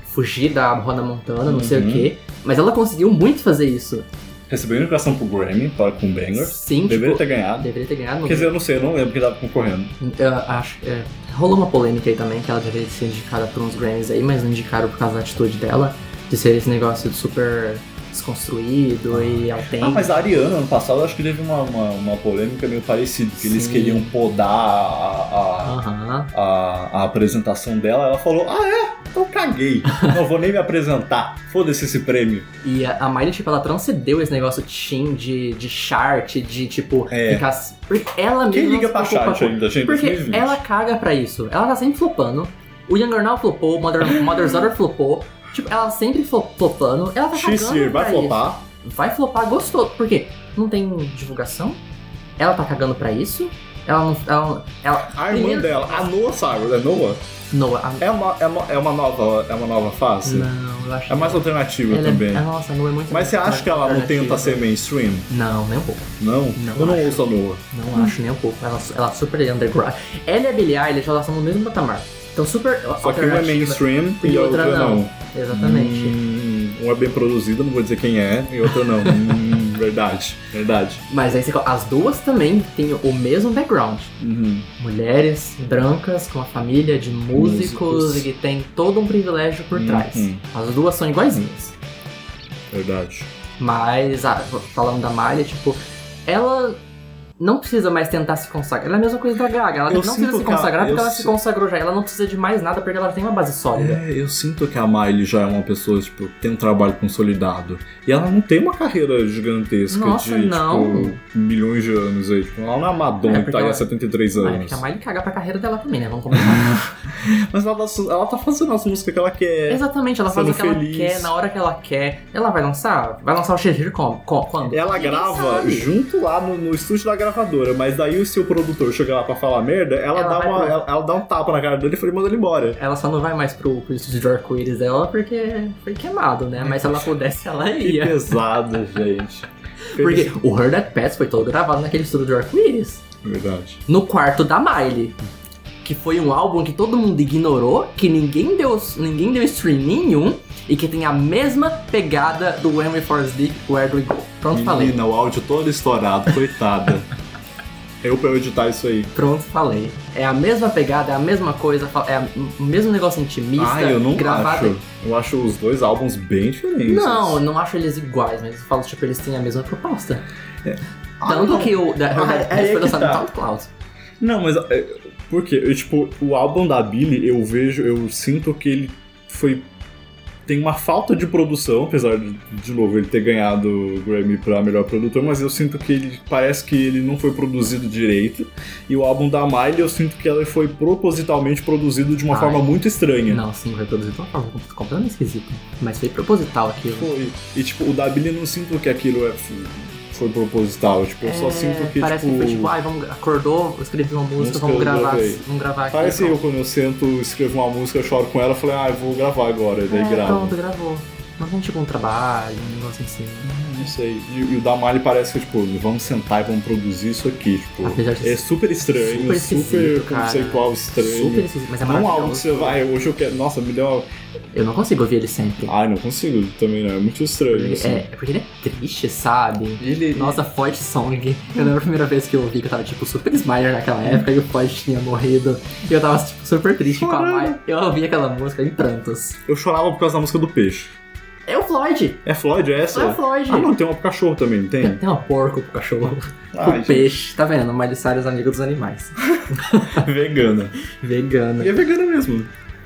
Speaker 2: fugir da Hannah Montana, não
Speaker 1: Uhum.
Speaker 2: sei o quê. Mas ela conseguiu muito fazer isso.
Speaker 1: Recebeu indicação pro Grammy para, com Banger.
Speaker 2: Sim,
Speaker 1: Deveria
Speaker 2: tipo,
Speaker 1: ter ganhado.
Speaker 2: Deveria ter ganhado.
Speaker 1: Quer dizer, eu não sei, eu não lembro que tava concorrendo.
Speaker 2: Eu acho, é, rolou uma polêmica aí também, que ela deveria ser indicada por uns Grammys aí, mas não indicaram por causa da atitude dela, de ser esse negócio super desconstruído e autêntico.
Speaker 1: Ah, mas a Ariana, ano passado, eu acho que teve uma, uma, uma polêmica meio parecida, que eles
Speaker 2: Sim.
Speaker 1: queriam podar a, a,
Speaker 2: Aham.
Speaker 1: a, a apresentação dela. Ela falou, ah é? Então caguei. Não vou nem me apresentar. Foda-se esse prêmio.
Speaker 2: E a, a Miley, tipo, ela transcendeu esse negócio teen, de, de chart, de, tipo,
Speaker 1: É.
Speaker 2: ficar... Porque ela mesma...
Speaker 1: Quem liga
Speaker 2: se
Speaker 1: pra
Speaker 2: preocupa
Speaker 1: chart
Speaker 2: com-
Speaker 1: ainda, gente?
Speaker 2: Porque
Speaker 1: dois mil e vinte.
Speaker 2: ela caga pra isso. Ela tá sempre flopando. O Younger Now flopou, Mother, Mother's Daughter flopou. Tipo, ela sempre flo- flopando. Ela tá
Speaker 1: X-Year
Speaker 2: cagando
Speaker 1: vai
Speaker 2: pra
Speaker 1: flopar.
Speaker 2: isso. Vai flopar, gostou. Por quê? Não tem divulgação. Ela tá cagando pra isso. Ela não... Ela, ela,
Speaker 1: A irmã
Speaker 2: primeiro-
Speaker 1: dela, a Noah Cyrus, é Noah?
Speaker 2: Noah. a-
Speaker 1: É uma, é uma, é uma, nova, é uma nova face?
Speaker 2: Não, eu acho
Speaker 1: É mais
Speaker 2: que
Speaker 1: alternativa
Speaker 2: ela
Speaker 1: também.
Speaker 2: É, é, nossa, a Noah é muito...
Speaker 1: Mas você acha que ela não tenta ser mainstream?
Speaker 2: Não, nem um pouco.
Speaker 1: Não?
Speaker 2: Não
Speaker 1: eu não
Speaker 2: acho.
Speaker 1: ouço a Noah.
Speaker 2: Não acho nem um pouco. Ela, ela é super underground. Ela e a Billie Eilish, elas são no mesmo patamar. Então super
Speaker 1: Só que uma é mainstream e a outra não.
Speaker 2: Exatamente.
Speaker 1: Hum, uma é bem produzida, não vou dizer quem é, e outra não. hum, verdade, verdade.
Speaker 2: Mas aí você, as duas também têm o mesmo background.
Speaker 1: Uhum.
Speaker 2: Mulheres brancas com a família de músicos,
Speaker 1: Músicos.
Speaker 2: e que tem todo um privilégio por
Speaker 1: Uhum.
Speaker 2: trás. As duas são iguaizinhas.
Speaker 1: Verdade.
Speaker 2: Mas, ah, falando da Miley, tipo, ela não precisa mais tentar se consagrar. Ela é a mesma coisa da Gaga. Ela
Speaker 1: Eu
Speaker 2: não
Speaker 1: sinto
Speaker 2: precisa se
Speaker 1: que ela-
Speaker 2: consagrar porque
Speaker 1: eu
Speaker 2: ela se
Speaker 1: si-
Speaker 2: consagrou já. Ela não precisa de mais nada porque ela tem uma base sólida.
Speaker 1: É, eu sinto que a Miley já é uma pessoa, tipo, que tem um trabalho consolidado. E ela não tem uma carreira gigantesca
Speaker 2: Nossa,
Speaker 1: de,
Speaker 2: não.
Speaker 1: tipo, milhões de anos aí. Tipo, ela não é a Madonna
Speaker 2: É,
Speaker 1: que
Speaker 2: porque
Speaker 1: tá aí há
Speaker 2: ela-
Speaker 1: setenta e três
Speaker 2: Mas é
Speaker 1: anos.
Speaker 2: porque a Miley caga pra carreira dela também, né? Vamos comentar.
Speaker 1: Mas ela, ela tá fazendo as músicas que ela quer.
Speaker 2: Exatamente, ela faz o
Speaker 1: sendo
Speaker 2: que ela
Speaker 1: feliz.
Speaker 2: quer, na hora que ela quer. Ela vai lançar? Vai lançar o Xixi como? Co- Quando?
Speaker 1: Ela
Speaker 2: Ninguém
Speaker 1: grava
Speaker 2: sabe.
Speaker 1: junto lá no, no estúdio da gravadora, mas daí o seu produtor chega lá pra falar merda, ela,
Speaker 2: Ela
Speaker 1: dá,
Speaker 2: vai
Speaker 1: uma,
Speaker 2: pro-
Speaker 1: ela, ela dá um tapa na cara dele e fala, manda ele embora.
Speaker 2: Ela só não vai mais pro, pro estúdio de arco-íris dela porque foi queimado, né? Mas se ela pudesse, ela
Speaker 1: Que
Speaker 2: ia.
Speaker 1: pesado, gente.
Speaker 2: Porque o Her That Pets foi todo gravado naquele estúdio de arco-íris.
Speaker 1: Verdade.
Speaker 2: No quarto da Miley. Que foi um álbum que todo mundo ignorou, que ninguém deu, ninguém deu stream nenhum, e que tem a mesma pegada do When We Fall Asleep, Where Do We Go. Pronto, falei.
Speaker 1: Menina, o áudio todo estourado, coitada. Eu pra eu editar isso aí.
Speaker 2: Pronto, falei. É a mesma pegada, é a mesma coisa, é a- o mesmo negócio intimista,
Speaker 1: Ah, eu não
Speaker 2: gravado.
Speaker 1: acho. Eu acho os dois álbuns bem diferentes.
Speaker 2: Não, eu não acho eles iguais, mas eu falo, tipo, eles têm a mesma proposta.
Speaker 1: Ah,
Speaker 2: Tanto
Speaker 1: não.
Speaker 2: que o da Her
Speaker 1: Ah,
Speaker 2: That
Speaker 1: é
Speaker 2: Pets
Speaker 1: aí
Speaker 2: foi
Speaker 1: que
Speaker 2: lançado no
Speaker 1: tá.
Speaker 2: SoundCloud.
Speaker 1: Não, mas é, por quê? Eu, tipo, o álbum da Billie, eu vejo, eu sinto que ele foi... Tem uma falta de produção, apesar de, de novo, ele ter ganhado o Grammy pra melhor produtor, mas eu sinto que ele parece que ele não foi produzido direito. E o álbum da Miley, eu sinto que ela foi propositalmente produzido de uma
Speaker 2: Ai.
Speaker 1: forma muito estranha.
Speaker 2: Não, sim, foi produzido de uma forma completamente esquisita. Mas foi proposital aquilo.
Speaker 1: Foi. E tipo, o da Billie, eu não sinto que aquilo é, foi proposital. Tipo, eu só
Speaker 2: É,
Speaker 1: sinto que,
Speaker 2: parece
Speaker 1: tipo...
Speaker 2: que foi tipo, ai, vamos, acordou, escreveu uma música,
Speaker 1: Música,
Speaker 2: vamos gravar,
Speaker 1: gravei.
Speaker 2: vamos gravar aqui.
Speaker 1: Parece eu
Speaker 2: pronto.
Speaker 1: quando eu sento, escrevo uma música, eu choro com ela, eu falei, ah, eu vou gravar agora, e daí
Speaker 2: É,
Speaker 1: gravo.
Speaker 2: pronto, gravou. Não tem tipo um trabalho, um negócio assim.
Speaker 1: Não sei. E, e o da Miley parece que, tipo, vamos sentar e vamos produzir isso aqui. Tipo,
Speaker 2: Apesar de
Speaker 1: é super estranho,
Speaker 2: super
Speaker 1: super,
Speaker 2: esquisito, cara.
Speaker 1: conceitual estranho.
Speaker 2: Super esquisito, mas é
Speaker 1: Não algo que
Speaker 2: maravilhoso.
Speaker 1: você vai, hoje eu quero. Nossa, me deu uma.
Speaker 2: Eu não consigo ouvir ele sempre.
Speaker 1: Ai, não consigo também, não. É muito estranho.
Speaker 2: Ele-
Speaker 1: assim.
Speaker 2: é, é porque ele é triste, sabe?
Speaker 1: Ele.
Speaker 2: Nossa, Forte Song. Eu lembro a primeira vez que eu ouvi que eu tava tipo super Smiler naquela época e o Forte tinha morrido. E eu tava tipo, super triste com a
Speaker 1: Chorando.
Speaker 2: Mai. Eu ouvi aquela música em prantos.
Speaker 1: Eu chorava por causa da música do peixe.
Speaker 2: É o Floyd!
Speaker 1: É Floyd, é essa?
Speaker 2: É o Floyd!
Speaker 1: Ah, não, tem uma pro cachorro também, não tem?
Speaker 2: Tem, tem uma porco pro cachorro,
Speaker 1: Ai,
Speaker 2: pro
Speaker 1: gente.
Speaker 2: peixe. Tá vendo? Miley Cyrus, amigo dos animais.
Speaker 1: Vegana.
Speaker 2: Vegana.
Speaker 1: E é vegana mesmo.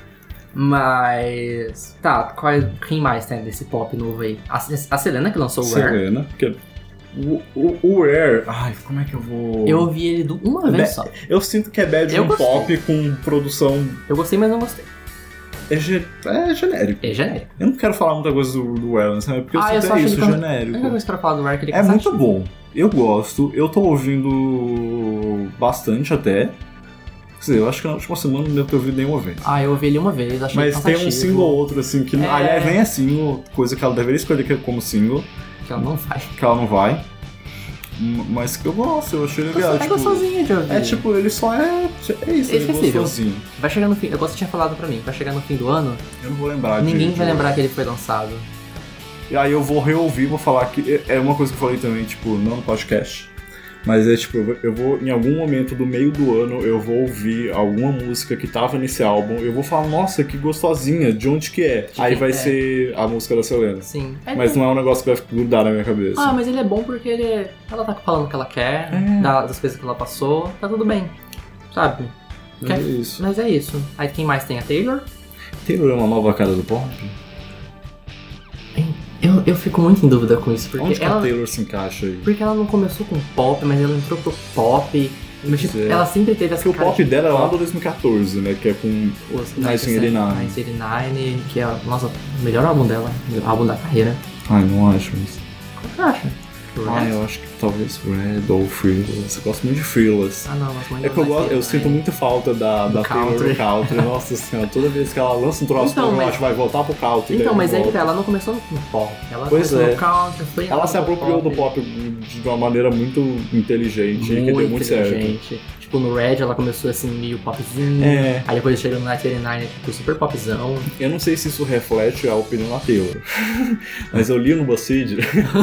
Speaker 2: Mas... Tá, qual, é- quem mais tem desse pop novo aí? A, a Selena que lançou o Wear.
Speaker 1: Selena. Porque o, o, o Wear... Ai, como é que eu vou...
Speaker 2: Eu ouvi ele do- uma vez
Speaker 1: Be-
Speaker 2: só.
Speaker 1: Eu sinto que é bad
Speaker 2: Eu
Speaker 1: um
Speaker 2: gostei.
Speaker 1: pop com produção...
Speaker 2: Eu gostei, mas não gostei.
Speaker 1: É, ge- é genérico.
Speaker 2: É genérico.
Speaker 1: Eu não quero falar muita coisa do, do Wear, sabe? Porque eu
Speaker 2: Ah, eu
Speaker 1: sinto
Speaker 2: só
Speaker 1: é
Speaker 2: acho
Speaker 1: isso,
Speaker 2: ele can- A
Speaker 1: genérico.
Speaker 2: única coisa pra falar do Wear é que ele
Speaker 1: É muito
Speaker 2: cansativo.
Speaker 1: bom. Eu gosto. Eu tô ouvindo bastante até. Quer dizer, eu acho que na última semana não devo ter ouvido nenhuma vez.
Speaker 2: Ah, eu ouvi ele uma vez, achei
Speaker 1: Mas tem
Speaker 2: cansativo.
Speaker 1: um single ou outro, assim, que...
Speaker 2: É.
Speaker 1: Aliás, nem é single, coisa que ela deveria escolher como single,
Speaker 2: Que ela não vai.
Speaker 1: que ela não vai. mas que eu gosto, eu achei legal.
Speaker 2: É
Speaker 1: tipo,
Speaker 2: gostosinho de ouvir.
Speaker 1: É tipo, ele só é. É isso,
Speaker 2: É
Speaker 1: ele é
Speaker 2: esquecível.
Speaker 1: gostosinho.
Speaker 2: Vai chegar no fim, eu gosto que tinha falado pra mim, vai chegar no fim do ano,
Speaker 1: Eu não vou lembrar
Speaker 2: ninguém
Speaker 1: de,
Speaker 2: vai
Speaker 1: de...
Speaker 2: lembrar que ele foi lançado.
Speaker 1: E aí eu vou reouvir, vou falar que. É uma coisa que eu falei também, tipo, não no podcast. Mas é tipo, eu vou, em algum momento do meio do ano, eu vou ouvir alguma música que tava nesse álbum, eu vou falar, nossa, que gostosinha, de onde que é?
Speaker 2: De
Speaker 1: Aí
Speaker 2: quem
Speaker 1: vai
Speaker 2: é?
Speaker 1: ser a música da Selena.
Speaker 2: Sim.
Speaker 1: Mas não é um negócio que vai grudar na minha cabeça.
Speaker 2: Ah, mas ele é bom porque ele é... ela tá falando o que ela quer,
Speaker 1: É.
Speaker 2: da- das coisas que ela passou, tá tudo bem, sabe?
Speaker 1: É
Speaker 2: Quer-
Speaker 1: isso.
Speaker 2: Mas é isso. Aí quem mais tem? A Taylor?
Speaker 1: Taylor é uma nova cara do pop?
Speaker 2: Eu, eu fico muito em dúvida com isso, porque
Speaker 1: Onde que
Speaker 2: ela...
Speaker 1: a Taylor se encaixa aí?
Speaker 2: Porque ela não começou com pop, mas ela entrou pro pop. Mas, tipo,
Speaker 1: é.
Speaker 2: ela sempre teve essa
Speaker 1: Porque o
Speaker 2: cara
Speaker 1: pop
Speaker 2: de
Speaker 1: dela é lá
Speaker 2: pop.
Speaker 1: do dois mil e catorze, né? Que é com
Speaker 2: Os
Speaker 1: Nice and eighty-nine.
Speaker 2: Nice eighty-nine, que é, nossa, o melhor álbum dela, o álbum da carreira.
Speaker 1: Ai, não acho isso.
Speaker 2: Qual que você acha?
Speaker 1: Ah, eu acho que talvez Red ou Fearless. Eu gosto muito de Fearless.
Speaker 2: Ah, não, mas muito
Speaker 1: É que eu, gosto, eu sinto muito falta da, da
Speaker 2: Do
Speaker 1: Taylor
Speaker 2: country.
Speaker 1: no country. Nossa senhora, toda vez que ela lança um troço,
Speaker 2: Então,
Speaker 1: eu
Speaker 2: mas-
Speaker 1: acho que vai voltar pro country.
Speaker 2: Então,
Speaker 1: daí
Speaker 2: mas é que
Speaker 1: volta.
Speaker 2: tá, ela não começou com pop. Ela
Speaker 1: Pois
Speaker 2: começou
Speaker 1: é.
Speaker 2: no country, foi
Speaker 1: Ela se
Speaker 2: pro
Speaker 1: apropriou do pop de uma maneira muito inteligente e que deu muito certo.
Speaker 2: inteligente. Tipo, no Red ela começou assim, meio popzinho.
Speaker 1: É.
Speaker 2: Aí depois chegou no Night eighty-nine, tipo, super popzão.
Speaker 1: Eu não sei se isso reflete a opinião da Taylor, mas eu li no BuzzFeed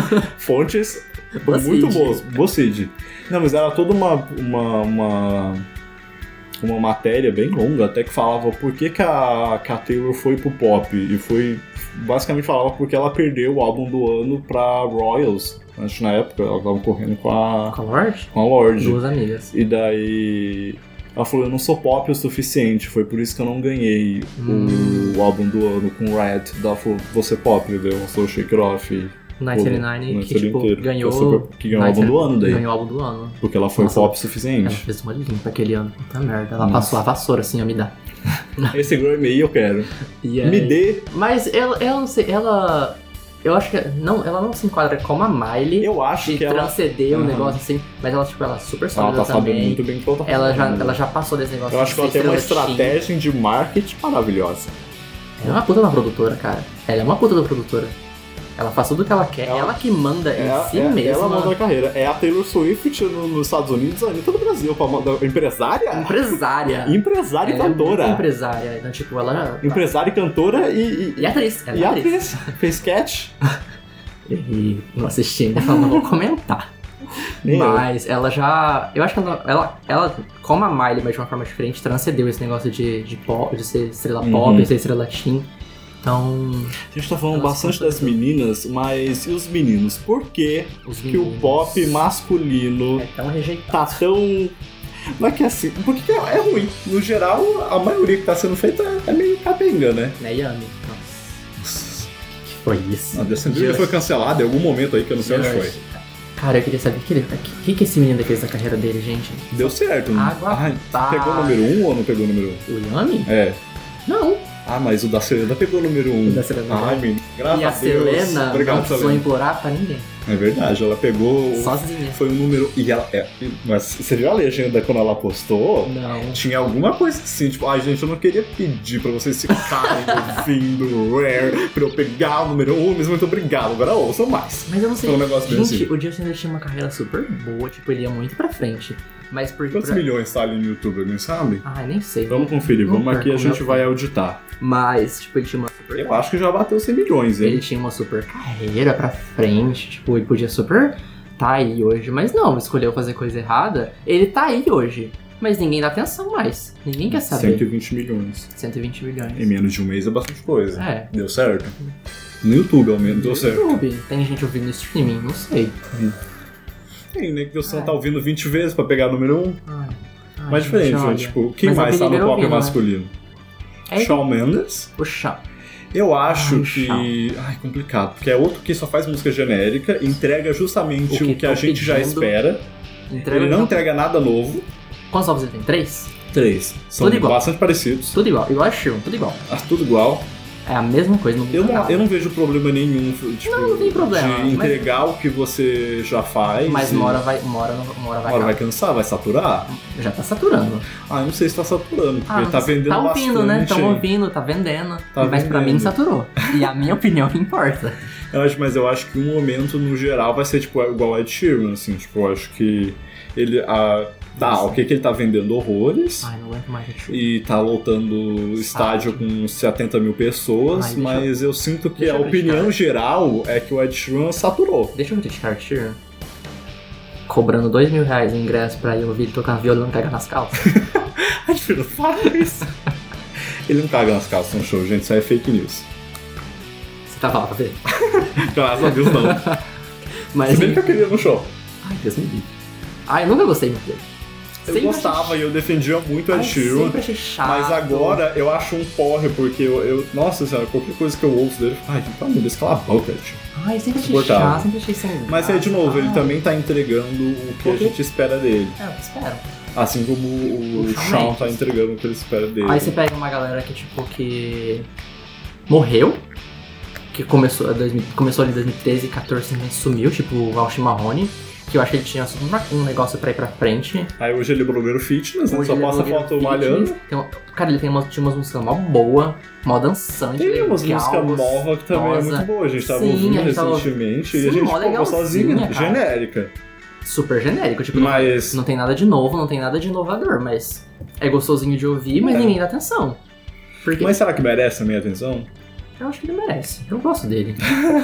Speaker 1: fontes
Speaker 2: BuzzFeed.
Speaker 1: muito boas. BuzzFeed. Não, mas era toda uma, uma, uma, uma matéria bem longa, até que falava por que, que, a, que a Taylor foi pro pop. E foi, basicamente falava porque ela perdeu o álbum do ano pra Royals. Acho que na época ela tava correndo com a,
Speaker 2: Com a Lorde?
Speaker 1: com a Lorde.
Speaker 2: Duas amigas.
Speaker 1: E daí ela falou, eu não sou pop o suficiente, foi por isso que eu não ganhei
Speaker 2: Hum.
Speaker 1: o álbum do ano com Red. Ela falou, você pop, entendeu? Eu sou Shake It Off. E,
Speaker 2: Night
Speaker 1: pô,
Speaker 2: eighty-nine,
Speaker 1: Night
Speaker 2: que tipo,
Speaker 1: inteiro.
Speaker 2: ganhou...
Speaker 1: Foi super- que ganhou o
Speaker 2: Night
Speaker 1: álbum do ano daí.
Speaker 2: Ganhou o álbum do ano.
Speaker 1: Porque ela foi
Speaker 2: Nossa,
Speaker 1: pop o
Speaker 2: Ela
Speaker 1: suficiente.
Speaker 2: fez uma limpa aquele ano. Puta merda. Ela
Speaker 1: Nossa.
Speaker 2: passou a vassoura assim, ó, me dá.
Speaker 1: Esse Grammy aí eu quero.
Speaker 2: E aí-
Speaker 1: Me dê.
Speaker 2: Mas ela, ela não sei, ela... Eu acho que não, ela não se enquadra como a Miley.
Speaker 1: Eu acho
Speaker 2: de
Speaker 1: que ela...
Speaker 2: transceder o
Speaker 1: Aham.
Speaker 2: negócio assim, mas ela, tipo, ela é super
Speaker 1: Ela
Speaker 2: sólida
Speaker 1: tá sabendo
Speaker 2: também.
Speaker 1: muito bem o que ela tá
Speaker 2: Ela já,
Speaker 1: fazendo.
Speaker 2: ela já passou desse negócio.
Speaker 1: Eu acho
Speaker 2: de
Speaker 1: que ela
Speaker 2: ser
Speaker 1: tem uma
Speaker 2: estrela teen.
Speaker 1: estratégia de marketing maravilhosa.
Speaker 2: Ela é uma puta da produtora, cara. Ela é uma puta da produtora. Ela faz tudo o que ela quer.
Speaker 1: Ela-
Speaker 2: Ela, que manda
Speaker 1: É,
Speaker 2: em si
Speaker 1: é-
Speaker 2: mesma.
Speaker 1: ela manda a carreira. É a Taylor Swift no- nos Estados Unidos, a Anitta no Brasil. Pra mandar... Empresária?
Speaker 2: Empresária.
Speaker 1: Empresária e
Speaker 2: Ela é
Speaker 1: cantora.
Speaker 2: muito empresária. Então, tipo, ela...
Speaker 1: Empresária e cantora e... e,
Speaker 2: E atriz. Ela
Speaker 1: e
Speaker 2: é atriz.
Speaker 1: atriz. Fez sketch.
Speaker 2: E não assisti ainda, então não vou comentar.
Speaker 1: Nem eu.
Speaker 2: Mas ela já... Eu acho que ela, ela, ela, como a Miley, mas de uma forma diferente, transcendeu esse negócio de, de, pop, de ser estrela
Speaker 1: Uhum.
Speaker 2: pop, ser estrela teen. Então,
Speaker 1: A gente tá falando
Speaker 2: Elas
Speaker 1: bastante
Speaker 2: são
Speaker 1: das meninas, mas e os meninos? Por que,
Speaker 2: os
Speaker 1: que o
Speaker 2: meninos...
Speaker 1: pop masculino
Speaker 2: É tão rejeitado.
Speaker 1: tá tão... Não é que é assim, porque é é ruim. No geral, a maioria que tá sendo feita é é meio capenga, né?
Speaker 2: Né, Yami? Nossa. Que foi isso?
Speaker 1: A Justin Bieber foi cancelado em algum momento aí que eu não sei onde foi.
Speaker 2: Cara, eu queria saber o que, ele- que, que, que esse menino fez da carreira dele, gente.
Speaker 1: Deu certo. né?
Speaker 2: Água
Speaker 1: Ai,
Speaker 2: abaixo.
Speaker 1: pegou o número um ou não pegou o número um?
Speaker 2: O Yami?
Speaker 1: É.
Speaker 2: Não.
Speaker 1: Ah, mas o da Selena pegou o número um.
Speaker 2: O da Selena.
Speaker 1: Ai, menino. Graças
Speaker 2: E a
Speaker 1: a Deus.
Speaker 2: Selena
Speaker 1: Obrigado,
Speaker 2: não precisou
Speaker 1: Selena.
Speaker 2: implorar pra ninguém.
Speaker 1: É verdade, ela pegou...
Speaker 2: Sozinha.
Speaker 1: Foi um número... E ela... É, mas você viu a legenda quando ela postou?
Speaker 2: Não.
Speaker 1: Tinha alguma coisa assim, tipo, ai gente, eu não queria pedir pra vocês ficarem ouvindo Rare pra eu pegar o número um, mas muito obrigado, agora ouçam mais.
Speaker 2: Mas eu não sei.
Speaker 1: Foi um negócio bem
Speaker 2: Gente,
Speaker 1: assim.
Speaker 2: o Justin ainda tinha uma carreira super boa, tipo, ele ia muito pra frente. Mas por
Speaker 1: Quantos
Speaker 2: pra...
Speaker 1: milhões tá ali no YouTube, alguém sabe?
Speaker 2: Ai, nem sei.
Speaker 1: Vamos conferir,
Speaker 2: Não
Speaker 1: vamos aqui, a
Speaker 2: perco
Speaker 1: gente
Speaker 2: meu
Speaker 1: vai
Speaker 2: tempo.
Speaker 1: auditar.
Speaker 2: Mas, tipo, ele tinha uma super.
Speaker 1: Eu acho que já bateu cem milhões, hein?
Speaker 2: Ele tinha uma super carreira pra frente, tipo, ele podia super tá aí hoje, mas não, escolheu fazer coisa errada, ele tá aí hoje. Mas ninguém dá atenção mais. Ninguém quer saber.
Speaker 1: cento e vinte milhões.
Speaker 2: cento e vinte milhões.
Speaker 1: Em menos de um mês é bastante coisa.
Speaker 2: É.
Speaker 1: Deu certo? No YouTube, ao menos, deu certo.
Speaker 2: YouTube. Tem gente ouvindo no streaming? Não sei.
Speaker 1: Tem, né? Que você não
Speaker 2: É.
Speaker 1: tá ouvindo vinte vezes pra pegar o número um.
Speaker 2: Ai, ai,
Speaker 1: Mas diferente,
Speaker 2: gente,
Speaker 1: né?
Speaker 2: olha.
Speaker 1: Tipo, quem
Speaker 2: Mas
Speaker 1: mais
Speaker 2: eu
Speaker 1: tá no
Speaker 2: primeiro
Speaker 1: pop
Speaker 2: ouvindo, né?
Speaker 1: masculino?
Speaker 2: É
Speaker 1: Shawn Mendes.
Speaker 2: o chão.
Speaker 1: Eu acho
Speaker 2: Ai,
Speaker 1: que.
Speaker 2: Shawn.
Speaker 1: Ai, complicado. Porque é outro que só faz música genérica, entrega justamente
Speaker 2: O
Speaker 1: o
Speaker 2: que
Speaker 1: que, a
Speaker 2: tão
Speaker 1: gente já
Speaker 2: pedindo.
Speaker 1: espera.
Speaker 2: Entrega
Speaker 1: Ele não
Speaker 2: já-
Speaker 1: entrega nada novo.
Speaker 2: Quantos álbuns ele tem? Três?
Speaker 1: Três. São
Speaker 2: Tudo igual.
Speaker 1: bastante parecidos.
Speaker 2: Tudo igual. Igual a Sheeran, tudo igual.
Speaker 1: Ah, tudo igual.
Speaker 2: É a mesma coisa. Não
Speaker 1: Eu
Speaker 2: muda
Speaker 1: não,
Speaker 2: nada.
Speaker 1: eu não vejo problema nenhum tipo,
Speaker 2: Não, não tem problema,
Speaker 1: de
Speaker 2: mas-
Speaker 1: entregar o que você já faz.
Speaker 2: Mas
Speaker 1: e
Speaker 2: uma hora vai, uma hora, não- uma hora vai,
Speaker 1: uma hora vai
Speaker 2: acabar.
Speaker 1: cansar, vai saturar.
Speaker 2: Já tá saturando.
Speaker 1: Ah, eu não sei se tá saturando, porque
Speaker 2: Ah,
Speaker 1: tá vendendo
Speaker 2: tá ouvindo,
Speaker 1: bastante.
Speaker 2: né? Estão ouvindo, tá vendendo.
Speaker 1: Tá
Speaker 2: mas pra mim
Speaker 1: vendendo.
Speaker 2: saturou. E a minha opinião importa.
Speaker 1: Eu acho, mas eu acho que um momento, no geral, vai ser tipo igual Ed Sheeran, assim, tipo, eu acho que ele... A, tá, o que que ele tá vendendo horrores.
Speaker 2: Ai, não aguento mais Ed Sheeran.
Speaker 1: E tá lotando estádio com setenta mil pessoas, Ai, mas eu... eu sinto que a opinião criticar. geral é que o Ed Sheeran saturou.
Speaker 2: Deixa eu criticar o Ed Sheeran. Cobrando dois mil reais em ingresso pra ir ouvir ele tocar violão e cagar nas calças.
Speaker 1: Ed Sheeran, fala isso. Ele não caga nas calças no show, gente, isso aí é fake news.
Speaker 2: Você tava lá pra ver?
Speaker 1: Graças a Deus não.
Speaker 2: Mas
Speaker 1: se bem que eu queria no show.
Speaker 2: Ai, Deus me livre. Ai, eu nunca gostei muito dele.
Speaker 1: Eu sempre gostava achei... e eu defendia muito o Ed Sheeran.
Speaker 2: Sempre achei chato.
Speaker 1: Mas agora eu acho um porre, porque eu, eu... Nossa senhora, qualquer coisa que eu ouço dele, ai, pelo amor de Deus, cala a boca, Ed Sheeran.
Speaker 2: Ai, sempre achei chato, sempre achei sem graça.
Speaker 1: Mas aí, de novo, ele também tá entregando o que a gente espera dele.
Speaker 2: É, eu espero.
Speaker 1: Assim como o, o Shawn tá entregando o que ele espera dele.
Speaker 2: Aí você pega uma galera que, tipo, que... morreu. Que começou, começou ali em dois mil e treze e catorze, simplesmente sumiu, tipo o Alcim Mahoney. Que eu acho que ele tinha um negócio pra ir pra frente.
Speaker 1: Aí hoje ele é blogueiro fitness, né? Só posta foto malhando.
Speaker 2: Tem, cara, ele tem uma, tinha umas músicas mó boa, mó dançante.
Speaker 1: Tem umas músicas nova que também nossa. é muito boa. A gente tava Sim, ouvindo gente recentemente tava... e a gente ficou sozinha, genérica.
Speaker 2: Super genérico, tipo,
Speaker 1: mas...
Speaker 2: não, não tem nada de novo, não tem nada de inovador, mas é gostosinho de ouvir, mas é. ninguém dá atenção. Porque...
Speaker 1: Mas será que merece a minha atenção?
Speaker 2: Eu acho que ele merece. Eu gosto dele.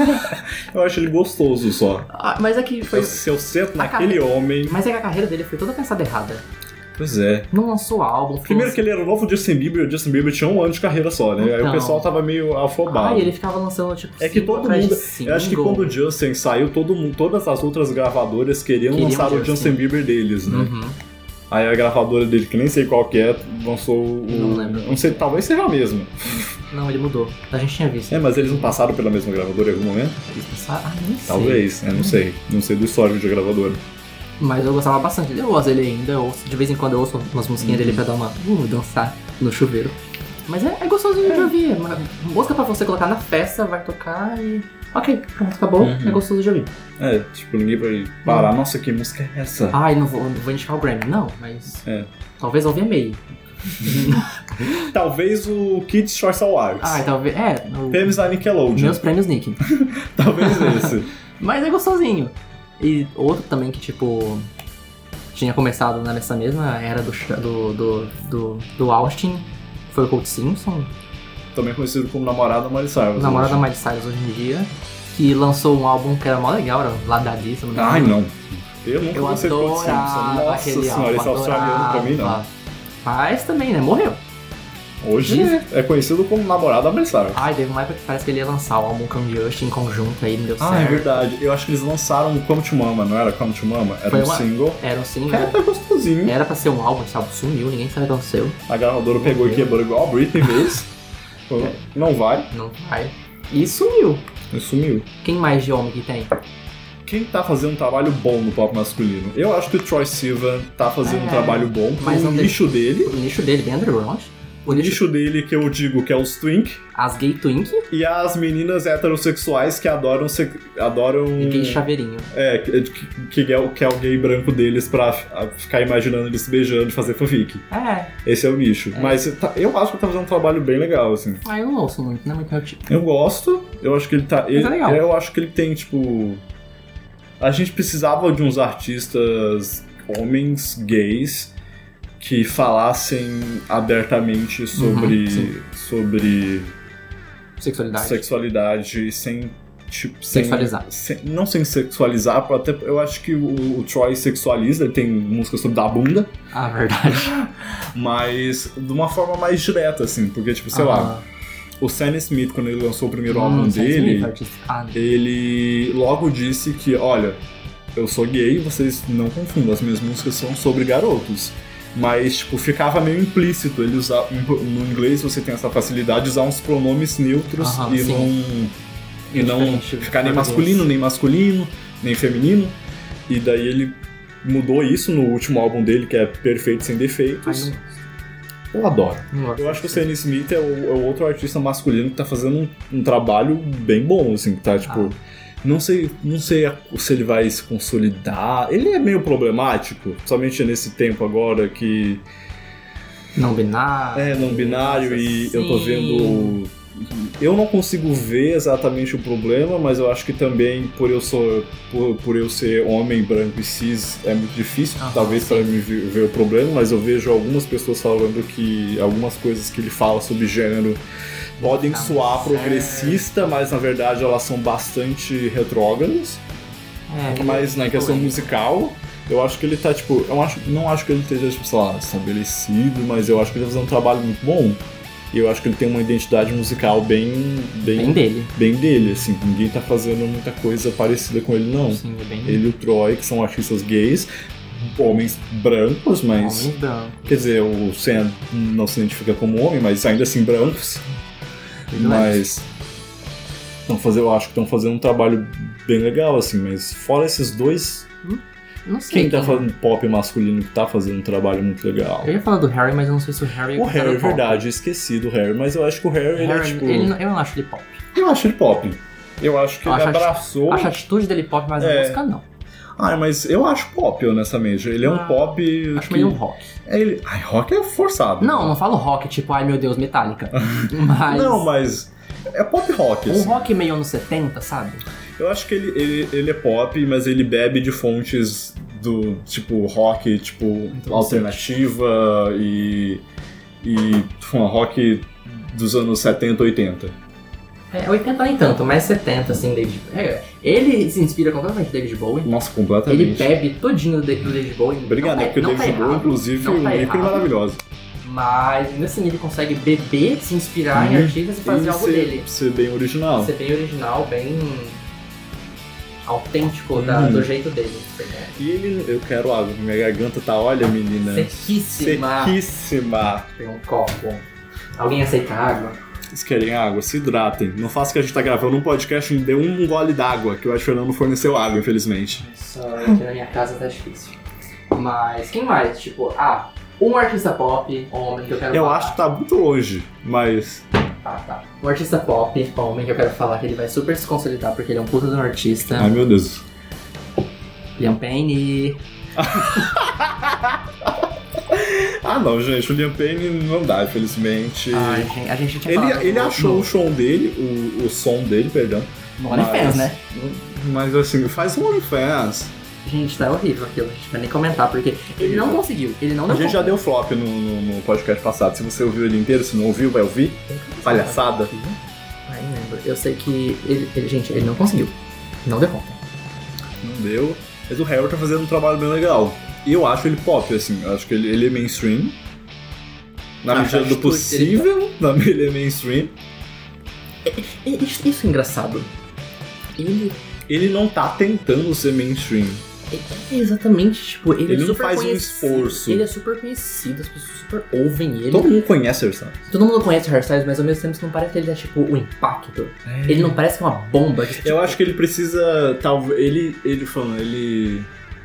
Speaker 1: Eu acho ele gostoso só.
Speaker 2: Ah, mas é que foi...
Speaker 1: Se eu sento naquele carreira... homem...
Speaker 2: Mas é que a carreira dele foi toda pensada errada.
Speaker 1: Pois é.
Speaker 2: Não lançou álbum.
Speaker 1: Primeiro que ele era o novo Justin Bieber, e o Justin Bieber tinha um ano de carreira só, né? Então... Aí o pessoal tava meio afobado.
Speaker 2: Ah, e ele ficava lançando, tipo,
Speaker 1: É que todo mundo... Eu acho que quando o Justin saiu, todo mundo, todas as outras gravadoras queriam, queriam lançar o Justin. Justin Bieber deles, né? Uhum. Aí a gravadora dele, que nem sei qual que é, lançou o...
Speaker 2: Não lembro.
Speaker 1: Não sei, talvez seja a mesma.
Speaker 2: Não, ele mudou. A gente tinha visto.
Speaker 1: É, mas eles não passaram pela mesma gravadora em algum momento?
Speaker 2: Eles passaram? Ah, nem sei.
Speaker 1: Talvez, eu não sei. Não sei do histórico de gravadora.
Speaker 2: Mas eu gostava bastante dele. Eu gosto dele ainda. Eu ouço, de vez em quando eu ouço umas musiquinhas hum. dele pra dar uma... Uh, dançar no chuveiro. Mas é, é gostosinho é. de ouvir. Uma música pra você colocar na festa, vai tocar e... Ok, pronto, acabou. Uhum. É gostoso de ouvir.
Speaker 1: É, tipo, ninguém vai parar. Hum. Nossa, que música é essa?
Speaker 2: Ai, não vou, não vou indicar o Grammy. Não, mas...
Speaker 1: É.
Speaker 2: Talvez eu meio.
Speaker 1: Talvez o Kids Choice Awards.
Speaker 2: Ah, talvez. É.
Speaker 1: O... Prêmios da Nickelodeon.
Speaker 2: Meus prêmios Nick.
Speaker 1: Talvez esse.
Speaker 2: Mas é gostosinho. E outro também que, tipo, tinha começado nessa mesma era do, do, do, do, do Austin, foi o Colt Simpson.
Speaker 1: Também conhecido como namorado da Miley Cyrus.
Speaker 2: Namorado da Miley Cyrus hoje em dia. Que lançou um álbum que era mó legal, era Ladadíssimo.
Speaker 1: Ai, não. Eu nunca
Speaker 2: gostei do Colt Simpson. Nossa senhora, esse australiano pra mim não. Mas também, né? Morreu.
Speaker 1: Hoje Sim. é conhecido como namorado da Miley Cyrus.
Speaker 2: Ai, teve uma época que parece que ele ia lançar o álbum com o Justin em conjunto, aí não deu
Speaker 1: ah,
Speaker 2: certo.
Speaker 1: Ah, é verdade. Eu acho que eles lançaram o Come to Mama, não era Come to Mama? Era Foi um uma... single.
Speaker 2: Era um single.
Speaker 1: Era tá gostosinho.
Speaker 2: Era pra ser um álbum, esse álbum sumiu, ninguém sabe o que aconteceu.
Speaker 1: A gravadora pegou e quebrou igual a Britney fez. é. Não vai.
Speaker 2: Não vai. E sumiu.
Speaker 1: E sumiu.
Speaker 2: Quem mais de homem que tem?
Speaker 1: Quem tá fazendo um trabalho bom no pop masculino? Eu acho que o Troye Sivan tá fazendo é, um trabalho bom
Speaker 2: mas
Speaker 1: o nicho dele.
Speaker 2: O nicho dele, bem underground.
Speaker 1: O nicho... nicho dele que eu digo que é os twink.
Speaker 2: As gay twink.
Speaker 1: E as meninas heterossexuais que adoram... Se... adoram...
Speaker 2: E gay chaveirinho.
Speaker 1: É, que, que, é o, que é o gay branco deles pra ficar imaginando eles se beijando e fazer fanfic.
Speaker 2: É.
Speaker 1: Esse é o nicho. É. Mas tá, eu acho que ele tá fazendo um trabalho bem legal, assim.
Speaker 2: Ah, eu não ouço muito, não é muito meu tipo.
Speaker 1: Eu gosto. Eu acho que ele tá... Ele,
Speaker 2: é legal.
Speaker 1: Eu acho que ele tem, tipo... A gente precisava de uns artistas homens gays que falassem abertamente sobre,
Speaker 2: uhum,
Speaker 1: sobre
Speaker 2: sexualidade,
Speaker 1: sexualidade sem, tipo,
Speaker 2: sexualizar.
Speaker 1: Sem, sem, não sem sexualizar, até eu acho que o, o Troye sexualiza, ele tem música sobre dar bunda.
Speaker 2: Ah, verdade.
Speaker 1: Mas de uma forma mais direta, assim, porque, tipo, sei ah. lá, o Sam Smith, quando ele lançou o primeiro hum, álbum dele, ah, ele logo disse que, olha, eu sou gay, vocês não confundam, as minhas músicas são sobre garotos. Mas, tipo, ficava meio implícito ele usar... No inglês você tem essa facilidade de usar uns pronomes neutros uh-huh, e sim. não... E não ficar nem masculino, nem masculino, nem feminino. E daí ele mudou isso no último álbum dele, que é Perfeito Sem Defeitos. Ai, eu adoro. Eu acho que o Sam Smith é o, é o outro artista masculino que tá fazendo um, um trabalho bem bom, assim, que tá, tipo... Ah. Não sei, não sei se ele vai se consolidar. Ele é meio problemático, somente nesse tempo agora que...
Speaker 2: Não binário.
Speaker 1: É, não binário, e assim. Eu tô vendo eu não consigo ver exatamente o problema, mas eu acho que também por eu, sou, por, por eu ser homem, branco e cis é muito difícil, ah, talvez para mim ver, ver o problema, mas eu vejo algumas pessoas falando que algumas coisas que ele fala sobre gênero podem ah, soar progressista, mas na verdade elas são bastante retrógradas. É, mas na questão musical, eu acho que ele tá, tipo, eu acho, não acho que ele esteja, tipo, sei lá, estabelecido, mas eu acho que ele tá fazendo um trabalho muito bom. E eu acho que ele tem uma identidade musical bem... Bem,
Speaker 2: bem dele.
Speaker 1: Bem dele, assim. Ninguém tá fazendo muita coisa parecida com ele, não.
Speaker 2: Sim, é bem
Speaker 1: ele e o Troy, que são artistas gays, homens brancos, mas...
Speaker 2: Homens brancos.
Speaker 1: Quer dizer, o Sam não se identifica como homem, mas ainda assim brancos. Mas... Tão fazendo, eu acho que estão fazendo um trabalho bem legal, assim. Mas fora esses dois...
Speaker 2: Hum? Não sei.
Speaker 1: Quem tá fazendo pop masculino que tá fazendo um trabalho muito legal?
Speaker 2: Eu ia falar do Harry, mas eu não sei se o Harry...
Speaker 1: O Harry, é verdade, eu esqueci do Harry, mas eu acho que o Harry,
Speaker 2: o
Speaker 1: ele
Speaker 2: Harry,
Speaker 1: é tipo...
Speaker 2: Ele, eu não acho ele pop.
Speaker 1: Eu acho ele pop. Eu acho que eu ele acho abraçou...
Speaker 2: Acho a atitude dele pop, mas é. a música não.
Speaker 1: Ah, mas eu acho pop, honestamente. Ele é um ah, pop...
Speaker 2: Acho
Speaker 1: que...
Speaker 2: meio um rock.
Speaker 1: É ele... Ai, rock é forçado.
Speaker 2: Não, né? Não falo rock, tipo, ai meu Deus, Metallica. Mas...
Speaker 1: Não, mas... É pop rock, assim.
Speaker 2: Um rock meio anos setenta, sabe?
Speaker 1: Eu acho que ele, ele, ele é pop, mas ele bebe de fontes do tipo rock, tipo então, alternativa e, e um rock dos anos setenta, oitenta.
Speaker 2: É, oitenta nem tanto, mas setenta, assim, David... É, ele se inspira completamente em David Bowie.
Speaker 1: Nossa, completamente.
Speaker 2: Ele bebe todinho do David Bowie.
Speaker 1: Obrigado, é porque o David Bowie, inclusive, um ícone maravilhoso.
Speaker 2: Mas nesse nível consegue beber, se inspirar hum, em artistas e fazer e algo
Speaker 1: ser,
Speaker 2: dele.
Speaker 1: Ser bem original.
Speaker 2: Ser bem original, bem autêntico hum. da, do jeito dele.
Speaker 1: E ele, eu quero água, minha garganta tá, olha menina.
Speaker 2: Sequíssima.
Speaker 1: Sequíssima.
Speaker 2: Tem um copo. Alguém aceita água?
Speaker 1: Vocês querem água? Se hidratem. Não faça que a gente tá gravando um podcast e dê um gole d'água, que eu acho que o Fernando forneceu água, infelizmente.
Speaker 2: Só aqui na minha casa tá difícil. Mas quem mais? Tipo, ah... Um artista pop, homem, que eu quero
Speaker 1: eu
Speaker 2: falar.
Speaker 1: Eu acho que tá muito longe, mas...
Speaker 2: Tá, tá. Um artista pop, homem, que eu quero falar que ele vai super se consolidar porque ele é um puta de um artista.
Speaker 1: Ai, meu Deus.
Speaker 2: Liam Payne.
Speaker 1: Ah, não, gente. O Liam Payne não dá, infelizmente.
Speaker 2: Ai, gente, a gente tinha
Speaker 1: ele
Speaker 2: falado...
Speaker 1: Ele achou no... o som dele, o, o som dele, perdão.
Speaker 2: No OnlyFans, né?
Speaker 1: Mas, assim, faz um OnlyFans.
Speaker 2: Gente, tá horrível aquilo, a gente vai nem comentar, porque ele não conseguiu, ele não
Speaker 1: A
Speaker 2: deu
Speaker 1: gente
Speaker 2: conta.
Speaker 1: já deu flop no, no, no podcast passado, se você ouviu ele inteiro, se não ouviu, vai ouvir. Palhaçada.
Speaker 2: Ai, não lembro, eu sei que ele, ele, gente, ele não conseguiu, não deu conta.
Speaker 1: Não deu, mas o Harry tá fazendo um trabalho bem legal. E eu acho ele pop, assim, eu acho que ele, ele é mainstream, na ah, medida do possível, na ele é mainstream.
Speaker 2: É, é, isso, isso é engraçado, ele...
Speaker 1: Ele não tá tentando ser mainstream.
Speaker 2: É, exatamente, tipo, ele,
Speaker 1: ele
Speaker 2: é super
Speaker 1: não faz
Speaker 2: conhecido,
Speaker 1: um esforço.
Speaker 2: Ele é super conhecido, as pessoas super ouvem ele.
Speaker 1: Todo mundo conhece o Hairstyles.
Speaker 2: Todo mundo conhece o Hairstyles, mas ao mesmo tempo não parece que ele dá, tipo, o impacto. É. Ele não parece que é uma bomba. Que, tipo...
Speaker 1: Eu acho que ele precisa, talvez, ele, ele falando, ele...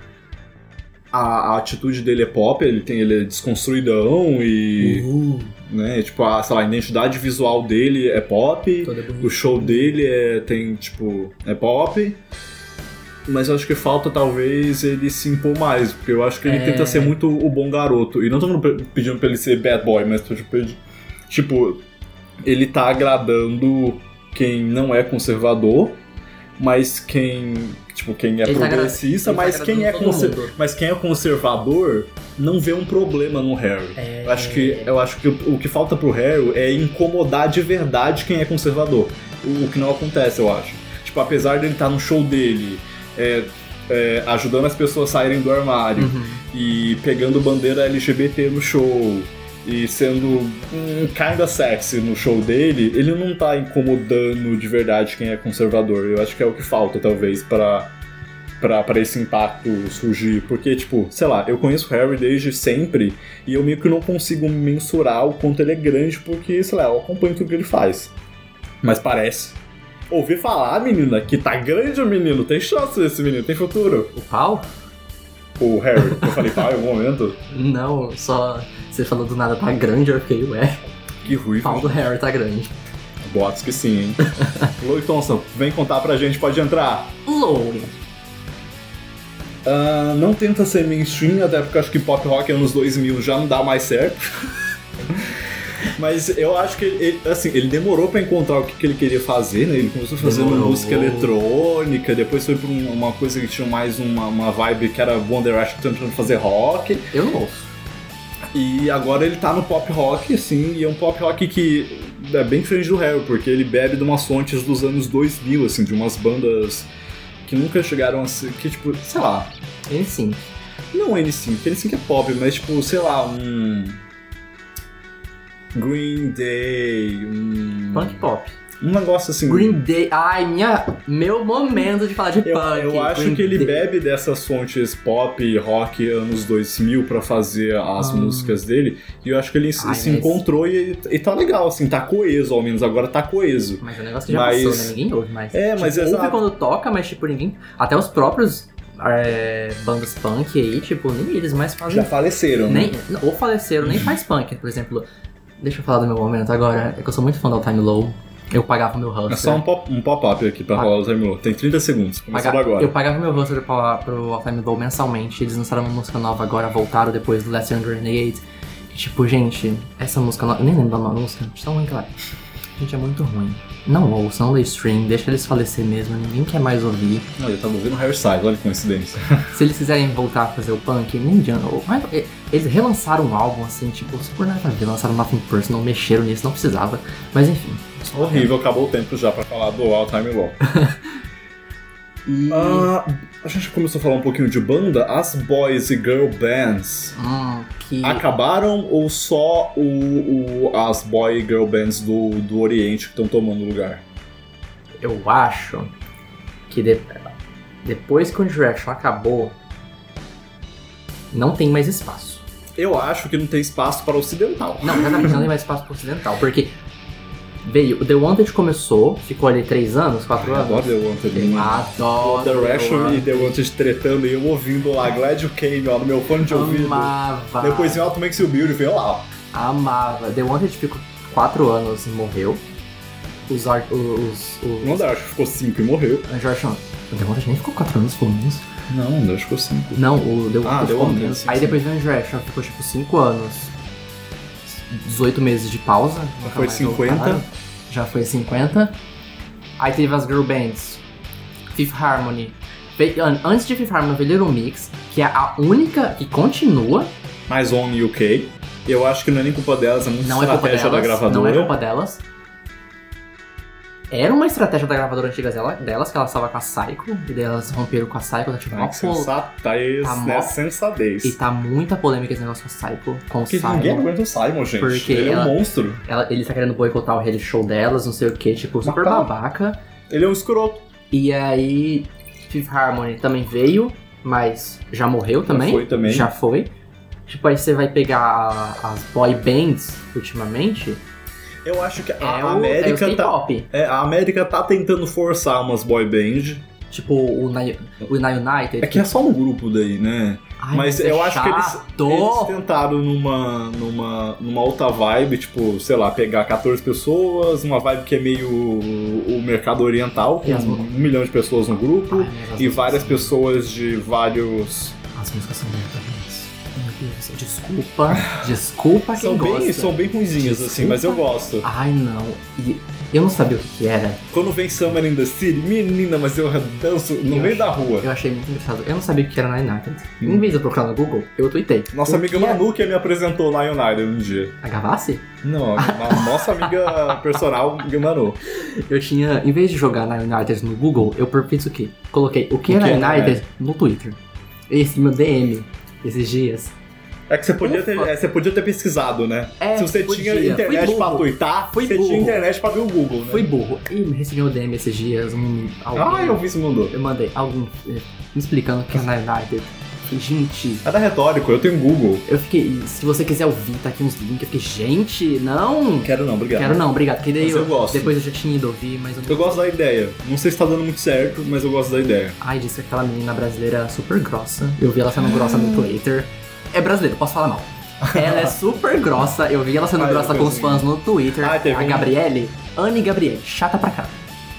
Speaker 1: A, a atitude dele é pop, ele, tem, ele é desconstruidão e... Uh. Né, tipo, a, sei lá, a identidade visual dele é pop, o show dele é, tem, tipo, é pop... Mas eu acho que falta, talvez, ele se impor mais, porque eu acho que ele é... tenta ser muito o bom garoto. E não tô pedindo pra ele ser bad boy, mas tô tipo, tipo, ele tá agradando quem não é conservador, mas quem, tipo, quem é ele progressista, tá mas, quem é conser... mas quem é conservador não vê um problema no Harry. É... Eu acho que, eu acho que o, o que falta pro Harry é incomodar de verdade quem é conservador. O, o que não acontece, eu acho. Tipo, apesar dele estar no show dele... É, é, ajudando as pessoas a saírem do armário uhum. e pegando bandeira L G B T no show e sendo um kinda sexy no show dele, ele não tá incomodando de verdade quem é conservador. Eu acho que é o que falta, talvez, pra, pra, pra esse impacto surgir. Porque, tipo, sei lá, eu conheço o Harry desde sempre e eu meio que não consigo mensurar o quanto ele é grande porque, sei lá, eu acompanho tudo que ele faz. Mas parece... Ouvi falar, menina, que tá grande o menino. Tem chance esse menino, tem futuro.
Speaker 2: O pau?
Speaker 1: O Harry. Eu falei pau em algum momento?
Speaker 2: Não, só... Você falou do nada, tá grande, eu fiquei, ué.
Speaker 1: Que ruim.
Speaker 2: O pau do Harry tá grande.
Speaker 1: Boatos que sim, hein. Louie Thompson, vem contar pra gente, pode entrar.
Speaker 2: Louie.
Speaker 1: Uh, não tenta ser mainstream, até porque acho que pop rock anos dois mil já não dá mais certo. Mas eu acho que ele, assim, ele demorou pra encontrar o que, que ele queria fazer, né? Ele começou fazendo demorou. música eletrônica, depois foi pra uma coisa que tinha mais uma, uma vibe que era One Direction tentando fazer rock.
Speaker 2: Eu não ouço.
Speaker 1: E agora ele tá no pop rock, assim, e é um pop rock que é bem diferente do Harry, porque ele bebe de umas fontes dos anos dois mil, assim, de umas bandas que nunca chegaram a ser, que tipo, sei lá...
Speaker 2: N cinco.
Speaker 1: Não N cinco, N cinco é pop, mas tipo, sei lá, um... Green Day, um...
Speaker 2: Punk pop.
Speaker 1: Um negócio assim...
Speaker 2: Green Day, ai, minha, meu momento de falar de
Speaker 1: eu,
Speaker 2: punk.
Speaker 1: Eu acho
Speaker 2: Green
Speaker 1: que ele
Speaker 2: Day.
Speaker 1: bebe dessas fontes pop, rock, anos dois mil pra fazer as ah. músicas dele, e eu acho que ele ai, se mas... encontrou e, e tá legal, assim, tá coeso, ao menos, agora tá coeso.
Speaker 2: Mas o negócio já
Speaker 1: mas...
Speaker 2: passou, né? Ninguém ouve mais.
Speaker 1: É,
Speaker 2: tipo,
Speaker 1: mas
Speaker 2: ouve
Speaker 1: exato.
Speaker 2: quando toca, mas tipo, ninguém... Até os próprios... É, bandas punk aí, tipo, nem eles mais fazem.
Speaker 1: Já faleceram,
Speaker 2: nem,
Speaker 1: né?
Speaker 2: Ou faleceram, nem faz punk. Por exemplo, deixa eu falar do meu momento agora. É que eu sou muito fã do All Time Low. Eu pagava meu Hustler.
Speaker 1: É só um pop-up um pop aqui pra rolar o Time Low. Tem trinta segundos, começando
Speaker 2: Paga,
Speaker 1: agora.
Speaker 2: Eu pagava meu Hustler pra, pro All Time Low mensalmente. Eles lançaram uma música nova agora, voltaram depois do Last Young Grenade. E tipo, gente, essa música nova. Eu nem lembro da música, de tão ruim que ela é. Gente, é muito ruim. Não ouçam, não lê stream, deixa eles falecer mesmo, ninguém quer mais ouvir.
Speaker 1: Não, eu tava ouvindo Harry Styles, olha que coincidência.
Speaker 2: Se eles quiserem voltar a fazer o punk, nem adianta. Mas eles relançaram um álbum assim, tipo, super nada a ver, lançaram Nothing Personal, mexeram nisso, não precisava. Mas enfim.
Speaker 1: Horrível, acabou o tempo já pra falar do All Time Low. E... Uh, a gente começou a falar um pouquinho de banda. As boys e girl bands
Speaker 2: hum, que...
Speaker 1: acabaram ou só o, o, as boy e girl bands do, do Oriente que estão tomando lugar?
Speaker 2: Eu acho que de... depois que o One Direction acabou, não tem mais espaço.
Speaker 1: Eu acho que não tem espaço para o ocidental.
Speaker 2: Não, exatamente, não tem mais espaço para o ocidental, porque... Veio, o The Wanted começou, ficou ali três anos, quatro
Speaker 1: eu
Speaker 2: anos.
Speaker 1: Adoro The Wanted.
Speaker 2: Eu adoro
Speaker 1: The Direction e The Wanted tretando e eu ouvindo lá, Glad You Came, ó, no meu fone de ouvido.
Speaker 2: Amava.
Speaker 1: Depois em Auto Makes You Beautiful, eu lá.
Speaker 2: Amava. The Wanted ficou quatro anos e morreu. Os... Art, os, os
Speaker 1: não, The Direction ficou cinco e morreu.
Speaker 2: A Direction... O The Wanted nem ficou quatro anos, ficou menos.
Speaker 1: Não, The Direction ficou cinco.
Speaker 2: Não, o The Wanted
Speaker 1: ah,
Speaker 2: ficou
Speaker 1: Wanted,
Speaker 2: menos.
Speaker 1: sim,
Speaker 2: Aí
Speaker 1: sim.
Speaker 2: depois veio o Direction, ficou tipo cinco anos. dezoito meses de pausa.
Speaker 1: Já foi cinquenta.
Speaker 2: Já foi cinquenta. Aí teve as girl bands. Fifth Harmony. Antes de Fifth Harmony veio Little Mix, que é a única que continua.
Speaker 1: Mais on U K. Eu acho que não é nem culpa delas, é muito não estratégia é culpa delas, da gravadora.
Speaker 2: Não é culpa delas. Era uma estratégia da gravadora antiga delas, que ela estava com a Psycho, e daí elas romperam com a Psycho, tá tipo,
Speaker 1: ah, que sensatez, tá né? Mó... Sensadez.
Speaker 2: E tá muita polêmica esse negócio com a Psycho, com
Speaker 1: porque
Speaker 2: o Simon.
Speaker 1: Ninguém aguenta o Simon, gente.
Speaker 2: Porque
Speaker 1: ele
Speaker 2: ela,
Speaker 1: é um monstro.
Speaker 2: Ela, ele tá querendo boicotar o reality show delas, não sei o que, tipo, super Mas, babaca.
Speaker 1: Ele é um escroto.
Speaker 2: E aí, Fifth Harmony também veio, mas já morreu também.
Speaker 1: Já foi também.
Speaker 2: Já foi. Tipo, aí você vai pegar as boy bands, ultimamente...
Speaker 1: Eu acho que a
Speaker 2: é
Speaker 1: América
Speaker 2: o, é
Speaker 1: tá. É, a América tá tentando forçar umas boy band.
Speaker 2: Tipo o Na, o Na United.
Speaker 1: É que é só um grupo daí, né?
Speaker 2: Ai,
Speaker 1: mas eu
Speaker 2: é
Speaker 1: acho que eles, eles tentaram numa, numa, numa outra vibe, tipo, sei lá, pegar quatorze pessoas, uma vibe que é meio o, o mercado oriental, com um milhão de pessoas no grupo, Ai, e várias pessoas de vários.
Speaker 2: As músicas são muito ruins. Desculpa, desculpa quem
Speaker 1: são bem,
Speaker 2: gosta.
Speaker 1: São bem ruinzinhas, desculpa. Assim, mas eu gosto.
Speaker 2: Ai, não. E eu não sabia o que, que era.
Speaker 1: Quando vem Summer in the City, menina, mas eu danço no eu meio
Speaker 2: achei,
Speaker 1: da rua.
Speaker 2: Eu achei muito engraçado. Eu não sabia o que era na United. Hum. Em vez de eu procurar no Google, eu tuitei.
Speaker 1: Nossa amiga Manu que me apresentou na United um dia.
Speaker 2: A Gavassi?
Speaker 1: Não, a nossa amiga personal, Manu.
Speaker 2: Eu tinha, em vez de jogar na United no Google, eu fiz o quê? Coloquei o que é na United é? no Twitter. Esse meu D M, esses dias.
Speaker 1: É que você podia, ter, é, você podia ter pesquisado, né?
Speaker 2: É,
Speaker 1: se você
Speaker 2: podia.
Speaker 1: tinha internet pra tuitar,
Speaker 2: Fui
Speaker 1: você
Speaker 2: burro.
Speaker 1: tinha internet pra ver o Google, né?
Speaker 2: Fui burro. E recebi um D M esses dias, um...
Speaker 1: Alguém, ah, eu vi isso, mandou.
Speaker 2: Eu mandei alguém me explicando que é na United. Gente...
Speaker 1: Era retórico, eu tenho Google.
Speaker 2: Eu fiquei, se você quiser ouvir, tá aqui uns links. Eu fiquei, gente, não...
Speaker 1: Quero não, obrigado.
Speaker 2: Quero não, obrigado. Porque daí
Speaker 1: mas eu, eu gosto.
Speaker 2: Depois eu já tinha ido ouvir, mas... Eu,
Speaker 1: eu gosto da ideia. Não sei se tá dando muito certo, mas eu gosto da ideia.
Speaker 2: Ai, disse aquela menina brasileira super grossa. Eu vi ela sendo grossa no Twitter. É brasileiro, posso falar mal. Ela é super grossa, eu vi ela sendo ah, grossa com os fãs no Twitter. Ah, a um... Gabriele, Anne Gabriele, chata pra cá.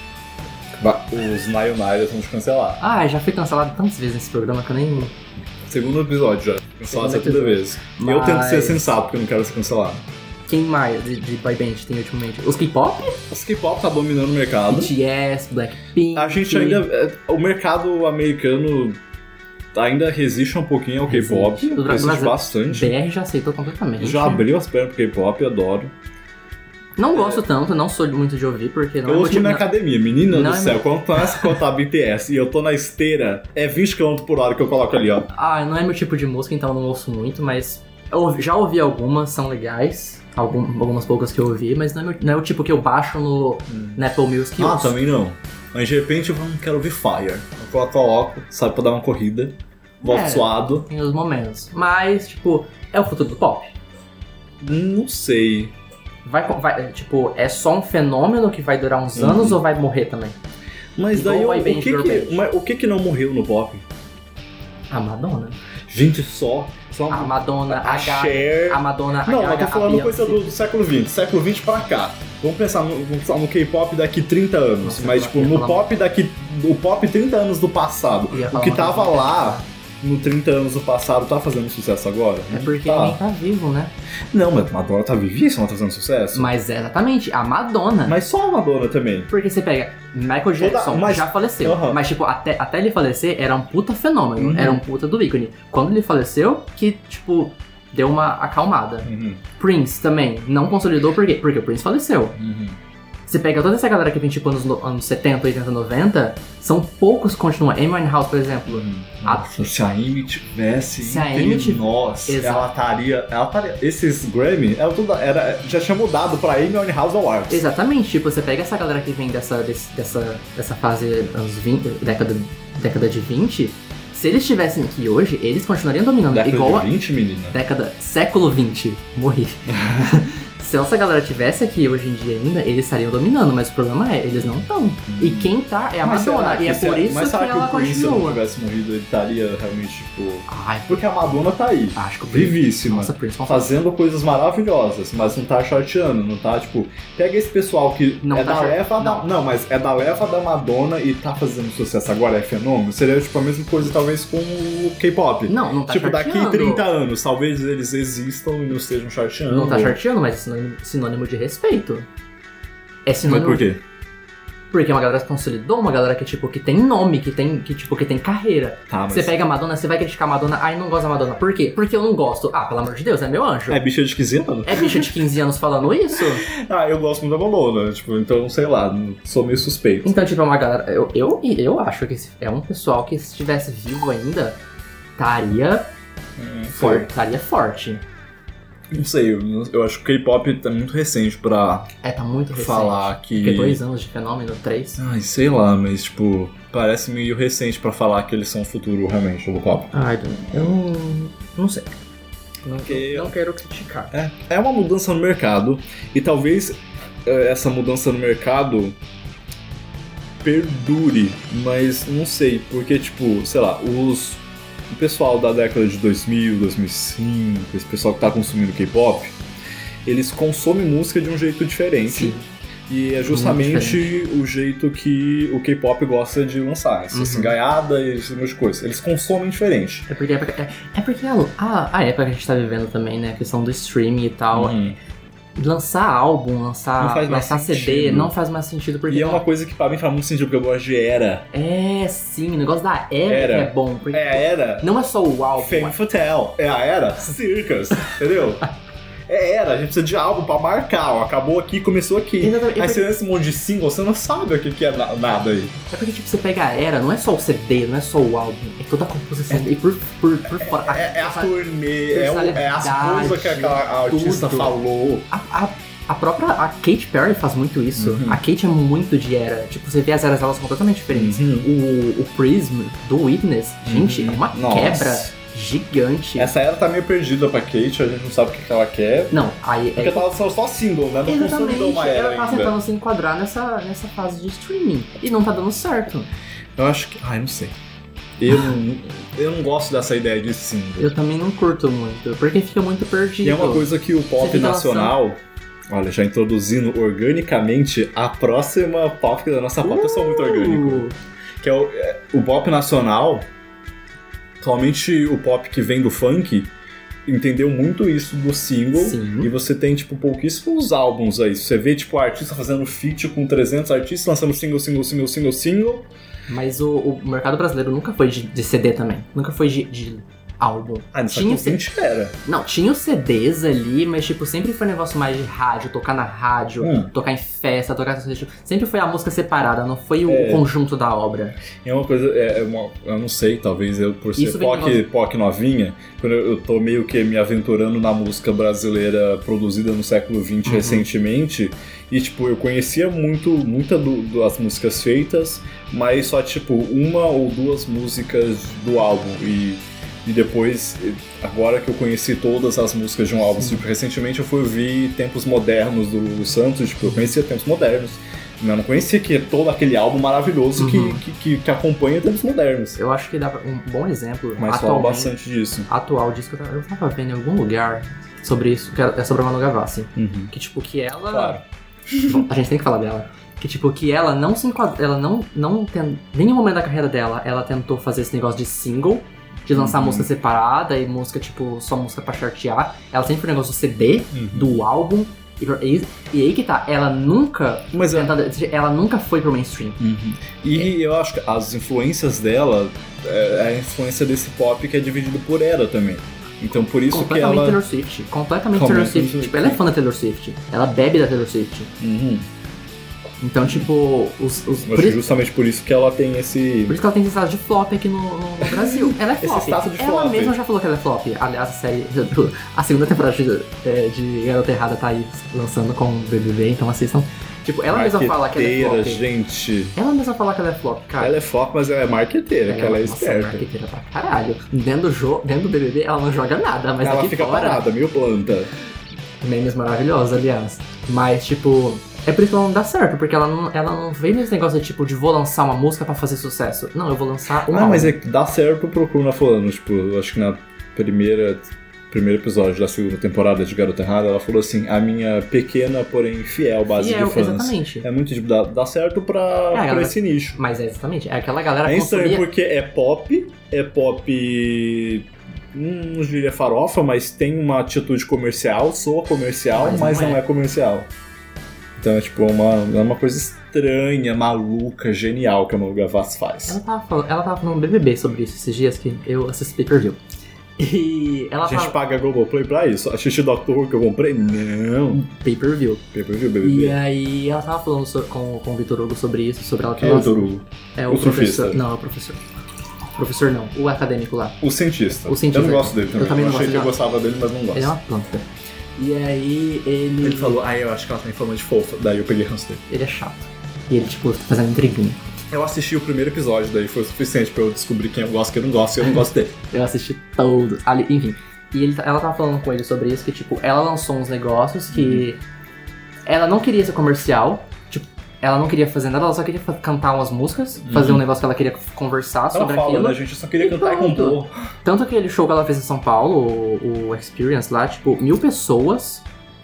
Speaker 1: Os Nayonairas vão te cancelar.
Speaker 2: Ah, já fui cancelado tantas vezes nesse programa que eu nem...
Speaker 1: Segundo episódio já, cancelado essa toda vez. Mas... E eu tento ser sensato porque eu não quero ser cancelado.
Speaker 2: Quem mais de, de boy band tem ultimamente? Os K-pop?
Speaker 1: Os K-pop tá dominando o mercado.
Speaker 2: B T S, Blackpink.
Speaker 1: A gente ainda... O mercado americano ainda resiste um pouquinho ao K-pop.
Speaker 2: Resiste,
Speaker 1: resiste bastante.
Speaker 2: B R já aceitou completamente.
Speaker 1: Já abriu as pernas pro K-pop, eu adoro.
Speaker 2: Não gosto tanto, não sou muito de ouvir, porque não
Speaker 1: eu
Speaker 2: é
Speaker 1: ouço na
Speaker 2: não...
Speaker 1: academia, menina
Speaker 2: não
Speaker 1: do
Speaker 2: é
Speaker 1: céu,
Speaker 2: meu...
Speaker 1: quando começa a contar B T S e eu tô na esteira, é vinte quilômetros por hora que eu coloco ali, ó.
Speaker 2: Ah, não é meu tipo de música, então eu não ouço muito, mas eu já ouvi algumas, são legais, algum, algumas poucas que eu ouvi, mas não é, meu, não é o tipo que eu baixo no, hum. no Apple Music.
Speaker 1: Ah, ouço. Também não. Mas de repente eu não quero ouvir Fire. Eu coloco, sabe, pra dar uma corrida, volto é, suado.
Speaker 2: Tem os momentos, mas, tipo, é o futuro do pop?
Speaker 1: Não sei.
Speaker 2: Vai, vai, tipo, é só um fenômeno que vai durar uns anos uhum. ou vai morrer também?
Speaker 1: Mas daí eu, o, que que, mas, o que que não morreu no pop?
Speaker 2: A Madonna.
Speaker 1: Gente, só... só
Speaker 2: a Madonna,
Speaker 1: a,
Speaker 2: a
Speaker 1: Cher...
Speaker 2: A Madonna, a
Speaker 1: Não,
Speaker 2: Gaga,
Speaker 1: eu tô falando coisa do, do século vinte. Século vinte pra cá. Vamos pensar no, vamos pensar no K-pop daqui trinta anos. Nossa, mas, tipo, no pop daqui... O pop trinta anos do passado. O que tava lá... no trinta anos do passado, tá fazendo sucesso agora?
Speaker 2: É porque
Speaker 1: tá.
Speaker 2: ninguém tá vivo, né?
Speaker 1: Não, mas a Madonna tá vivíssima, tá fazendo sucesso.
Speaker 2: Mas é exatamente, a Madonna.
Speaker 1: Mas só a Madonna também.
Speaker 2: Porque você pega, Michael Jackson Toda, mas, já faleceu. Uh-huh. Mas, tipo, até, até ele falecer, era um puta fenômeno. Uhum. Era um puta do ícone. Quando ele faleceu, que, tipo, deu uma acalmada. Uhum. Prince também, não consolidou, por quê? Porque o Prince faleceu. Uhum. Você pega toda essa galera que vem tipo anos, anos setenta, oitenta, noventa, são poucos que continuam. Amy Winehouse, por exemplo. Hum,
Speaker 1: a... Se a Amy tivesse
Speaker 2: se a Amy tivesse...
Speaker 1: nós, ela estaria, ela estaria... Esses Grammy, ela tudo, era, já tinha mudado pra Amy Winehouse Awards.
Speaker 2: Exatamente, tipo, você pega essa galera que vem dessa, desse, dessa, dessa fase, anos vinte, década, década de vinte... Se eles estivessem aqui hoje, eles continuariam dominando.
Speaker 1: Década
Speaker 2: igual
Speaker 1: de vinte, menina?
Speaker 2: Década... Século vinte. Morri. Se essa galera tivesse aqui hoje em dia ainda, eles estariam dominando, mas o problema é, eles não estão. Hum. E quem tá é a mas Madonna, e é por isso
Speaker 1: mas
Speaker 2: que ela continua. Mas será que o Prince
Speaker 1: não tivesse morrido, ele estaria realmente, tipo...
Speaker 2: Ai,
Speaker 1: porque a Madonna tá aí,
Speaker 2: acho que o Prince,
Speaker 1: vivíssima,
Speaker 2: nossa, Prince,
Speaker 1: fazendo coisas maravilhosas, mas não tá charteando, não tá, tipo... Pega esse pessoal que não é tá da leva da... Não. não, mas é da leva da Madonna e tá fazendo sucesso agora, é fenômeno. Seria, tipo, a mesma coisa, talvez, com o K-pop.
Speaker 2: Não, não tá
Speaker 1: tipo,
Speaker 2: charteando.
Speaker 1: Tipo, daqui trinta anos, talvez eles existam e não estejam charteando.
Speaker 2: Não tá charteando, mas é sinônimo, sinônimo de respeito. É sinônimo.
Speaker 1: Mas por quê?
Speaker 2: Porque é uma galera que consolidou, uma galera que, tipo, que tem nome, que tem, que, tipo, que tem carreira. Tá, mas... Você pega a Madonna, você vai criticar a Madonna, ai, não gosto da Madonna. Por quê? Porque eu não gosto. Ah, pelo amor de Deus, é meu anjo.
Speaker 1: É bicha de quinze anos?
Speaker 2: É bicha de quinze anos falando isso?
Speaker 1: Ah, eu gosto muito da Madonna, tipo, então, sei lá, sou meio suspeito.
Speaker 2: Então, tipo, é uma galera... Eu, eu, eu acho que é um pessoal que, se estivesse vivo ainda, estaria hum, forte. Estaria forte.
Speaker 1: Não sei, eu, eu acho que o K-pop tá muito recente pra
Speaker 2: é, tá muito recente.
Speaker 1: falar que...
Speaker 2: Porque dois anos de fenômeno, três?
Speaker 1: Ai, sei lá, mas tipo, parece meio recente pra falar que eles são o futuro realmente do pop.
Speaker 2: Ai, eu não, não sei. Não, Porque... não quero criticar.
Speaker 1: É, é uma mudança no mercado e talvez essa mudança no mercado perdure, mas não sei, porque tipo, sei lá, os... O pessoal da década de dois mil, dois mil e cinco, esse pessoal que tá consumindo K-pop, eles consomem música de um jeito diferente. Sim. E é justamente o jeito que o K-pop gosta de lançar. Essa uhum. cingaiada e esse tipo de coisa. Eles consomem diferente.
Speaker 2: É porque, é, é porque a, a época que a gente tá vivendo também, né? A questão do streaming e tal. Uhum. Lançar álbum, lançar, lançar C D não faz mais sentido porque...
Speaker 1: E é uma coisa que pra mim faz muito sentido, porque eu gosto de era.
Speaker 2: É, sim, o negócio da era, era. Que é bom. Porque
Speaker 1: é a era.
Speaker 2: Não é só o álbum.
Speaker 1: Femme Fatale. É a era Circus, entendeu? É era, a gente precisa de álbum pra marcar, ó. Acabou aqui, começou aqui.
Speaker 2: Exatamente.
Speaker 1: Aí você vê esse monte de single, você não sabe o que, que é na, nada aí.
Speaker 2: É porque, tipo, você pega a era, não é só o C D, não é só o álbum, é toda a composição. É, e por, por, por fora.
Speaker 1: É, é, é a turnê, é, o, é as coisas que aquela artista tudo. falou.
Speaker 2: A, a, a própria a Katy Perry faz muito isso. Uhum. A Katy é muito de era. Tipo, você vê as eras delas completamente diferentes. Uhum. O, o Prism do Witness, gente, uhum. é uma Nossa. quebra gigante.
Speaker 1: Essa era tá meio perdida pra Katy, a gente não sabe o que ela quer.
Speaker 2: Não, aí...
Speaker 1: Porque é... ela só, só single, né? Não consolidou uma era
Speaker 2: ela tá
Speaker 1: ainda.
Speaker 2: tentando se enquadrar nessa, nessa fase de streaming. E não tá dando certo.
Speaker 1: Eu acho que... Ai, não sei. Eu não, eu não gosto dessa ideia de single.
Speaker 2: Eu também não curto muito, porque fica muito perdido.
Speaker 1: E é uma coisa que o pop nacional... Lançando... Olha, já introduzindo organicamente a próxima pop da nossa pauta, uh! eu sou muito orgânico. Que é o, é, o pop nacional, somente o pop que vem do funk, entendeu muito isso do single.
Speaker 2: Sim.
Speaker 1: E você tem, tipo, pouquíssimos álbuns aí. Você vê, tipo, artista fazendo feat com trezentos artistas, lançando single, single, single, single, single.
Speaker 2: Mas o, o mercado brasileiro nunca foi de, de C D também. Nunca foi de, de álbum.
Speaker 1: Ah, no
Speaker 2: tinha
Speaker 1: século vinte era.
Speaker 2: Não, tinha os C Ds ali, mas tipo, sempre foi um negócio mais de rádio, tocar na rádio,
Speaker 1: hum.
Speaker 2: tocar em festa, tocar... Sempre foi a música separada, não foi o
Speaker 1: é.
Speaker 2: conjunto da obra.
Speaker 1: É uma coisa, é uma, eu não sei, talvez eu, por ser
Speaker 2: Isso
Speaker 1: P O C,
Speaker 2: negócio...
Speaker 1: P O C novinha, quando eu, eu tô meio que me aventurando na música brasileira produzida no século vinte uhum. recentemente, e tipo, eu conhecia muito, muita do, das músicas feitas, mas só tipo, uma ou duas músicas do álbum, e... E depois, agora que eu conheci todas as músicas de um álbum, tipo, recentemente eu fui ouvir Tempos Modernos do Lulu Santos, tipo, eu conhecia Tempos Modernos, mas eu não conhecia que é todo aquele álbum maravilhoso uhum. que, que, que acompanha Tempos Modernos.
Speaker 2: Eu acho que dá um bom exemplo.
Speaker 1: Mas fala bastante disso.
Speaker 2: Atual disso que eu tava vendo em algum lugar sobre isso, que é sobre a Manu Gavassi.
Speaker 1: Uhum.
Speaker 2: Que tipo, que ela...
Speaker 1: Claro.
Speaker 2: Bom, a gente tem que falar dela. Que tipo, que ela não se enquadra... Ela não, não tem... Nenhum momento da carreira dela, ela tentou fazer esse negócio de single, de lançar uhum. música separada e música, tipo, só música pra chartear. Ela sempre foi um negócio do C D, uhum. do álbum. E, e, e aí que tá, ela nunca Mas tenta, é... ela nunca foi pro mainstream.
Speaker 1: Uhum. E é. eu acho que as influências dela é a influência desse pop que é dividido por ela também. Então por isso que ela...
Speaker 2: Completamente Taylor Swift. Completamente Taylor Swift. Swift. Tipo, ela é fã da Taylor Swift. Ela bebe da Taylor Swift.
Speaker 1: Uhum.
Speaker 2: Então, tipo, os... os
Speaker 1: Acho por justamente por isso que ela tem esse...
Speaker 2: Por isso que ela tem esse status de flop aqui no, no, no Brasil. Ela é flop.
Speaker 1: Esse status de
Speaker 2: ela
Speaker 1: flop.
Speaker 2: mesma já falou que ela é flop. Aliás, a série... A segunda temporada de, de Garota Errada tá aí lançando com o B B B, então assistam. Tipo, ela mesma fala que ela é flop.
Speaker 1: gente.
Speaker 2: Ela mesma fala que ela é flop, cara.
Speaker 1: Ela é flop, mas ela é marqueteira, ela que ela é, é esperta.
Speaker 2: Nossa, marqueteira pra caralho. Dentro do, jogo, dentro do B B B, ela não joga nada, mas
Speaker 1: ela
Speaker 2: aqui
Speaker 1: fica
Speaker 2: fora...
Speaker 1: parada, meio planta.
Speaker 2: Memes maravilhosos, aliás. Mas, tipo... É por isso que ela não dá certo, porque ela não, ela não veio nesse negócio de tipo, de vou lançar uma música pra fazer sucesso. Não, eu vou lançar uma.
Speaker 1: Não, mas é que dá certo pro Bruna falando, tipo, eu acho que na primeira primeiro episódio da segunda temporada de Garota Errada, ela falou assim, a minha pequena, porém fiel base fiel, de fãs.
Speaker 2: Exatamente.
Speaker 1: É muito tipo, dá, dá certo pra,
Speaker 2: é,
Speaker 1: pra
Speaker 2: galera,
Speaker 1: esse nicho.
Speaker 2: Mas é exatamente, é aquela galera
Speaker 1: é
Speaker 2: consumia...
Speaker 1: estranho porque é pop, é pop... Não diria farofa, mas tem uma atitude comercial, soa comercial, mas, mas não, não é. é comercial. Então é tipo uma, é uma coisa estranha, maluca, genial que a Manu Gavassi faz.
Speaker 2: Ela tava, falando, ela tava falando no B B B sobre isso esses dias que eu assisti pay-per-view. E ela
Speaker 1: a gente
Speaker 2: tava...
Speaker 1: paga a Globoplay pra isso? Assistir Doctor Who que eu comprei? Não.
Speaker 2: Pay-per-view.
Speaker 1: Pay-per-view, B B B.
Speaker 2: E aí ela tava falando so, com, com o Vitor Hugo sobre isso, sobre ela...
Speaker 1: Quem é o Vitor Hugo?
Speaker 2: É o, o professor. Surfista. Não, é o professor. Professor não, o acadêmico lá.
Speaker 1: O cientista.
Speaker 2: O cientista.
Speaker 1: Eu não gosto dele também.
Speaker 2: Eu também não
Speaker 1: eu achei
Speaker 2: gosto
Speaker 1: que eu gostava dele, mas não gosto.
Speaker 2: Ele é uma planta. E aí ele...
Speaker 1: Ele falou, ah, eu acho que ela tem fama de fofa. Daí eu peguei ranço dele.
Speaker 2: Ele é chato. E ele, tipo, tá fazendo intriguinha.
Speaker 1: Eu assisti o primeiro episódio, daí foi o suficiente pra eu descobrir quem eu gosto e quem eu não gosto, e eu não gosto dele.
Speaker 2: Eu assisti todos. Ali, enfim. E ele, ela tava falando com ele sobre isso, que, tipo, ela lançou uns negócios que... Uhum. Ela não queria ser comercial. Tipo, ela não queria fazer nada, ela só queria cantar umas músicas, uhum. fazer um negócio que ela queria conversar
Speaker 1: ela
Speaker 2: sobre
Speaker 1: fala,
Speaker 2: aquilo.
Speaker 1: Né, gente? Eu só queria e cantar pronto. E compor.
Speaker 2: Tanto aquele show que ela fez em São Paulo, o, o Experience lá, tipo, mil pessoas...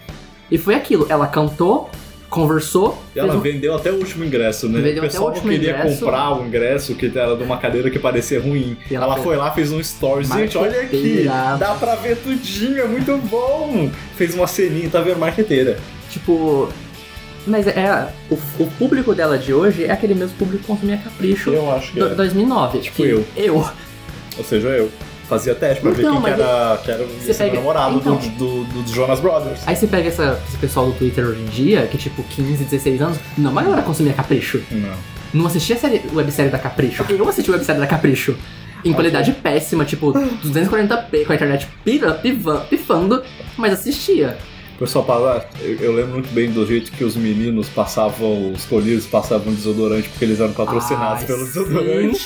Speaker 2: E foi aquilo, ela cantou, conversou...
Speaker 1: E ela
Speaker 2: um...
Speaker 1: vendeu até o último ingresso, né?
Speaker 2: Vendeu
Speaker 1: o pessoal
Speaker 2: até o
Speaker 1: não queria
Speaker 2: ingresso.
Speaker 1: comprar o ingresso, que era de uma cadeira que parecia ruim. E ela, ela foi lá, fez um story. Gente, olha aqui, dá pra ver tudinho, é muito bom. Fez uma ceninha, tá vendo? Marqueteira.
Speaker 2: Tipo... Mas é, o, o público dela de hoje é aquele mesmo público que consumia Capricho.
Speaker 1: Eu acho que
Speaker 2: do,
Speaker 1: é.
Speaker 2: dois mil e nove.
Speaker 1: Tipo eu.
Speaker 2: Eu.
Speaker 1: Ou seja, eu. Fazia teste pra
Speaker 2: então,
Speaker 1: ver quem que era, que era esse
Speaker 2: pega...
Speaker 1: namorado
Speaker 2: então,
Speaker 1: do, do, do, do Jonas Brothers.
Speaker 2: Aí você pega essa, esse pessoal do Twitter hoje em dia, que tipo quinze, dezesseis anos, não, mas agora consumia Capricho.
Speaker 1: Não.
Speaker 2: Não assistia a série, websérie da Capricho. Eu assisti a websérie da Capricho. Em okay. qualidade péssima, tipo duzentos e quarenta p, com a internet pira, piva, pifando, mas assistia.
Speaker 1: O pessoal fala, eu, eu lembro muito bem do jeito que os meninos passavam, os colírios passavam desodorante porque eles eram patrocinados Ai, pelo desodorante.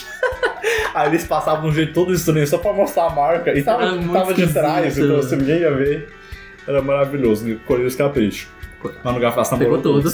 Speaker 1: Aí eles passavam de um jeito todo estranho só pra mostrar a marca. E tava, tava de trás, então se ninguém ia ver. Era maravilhoso. Colírios Capricho. Manu Gavassi namorou
Speaker 2: todos.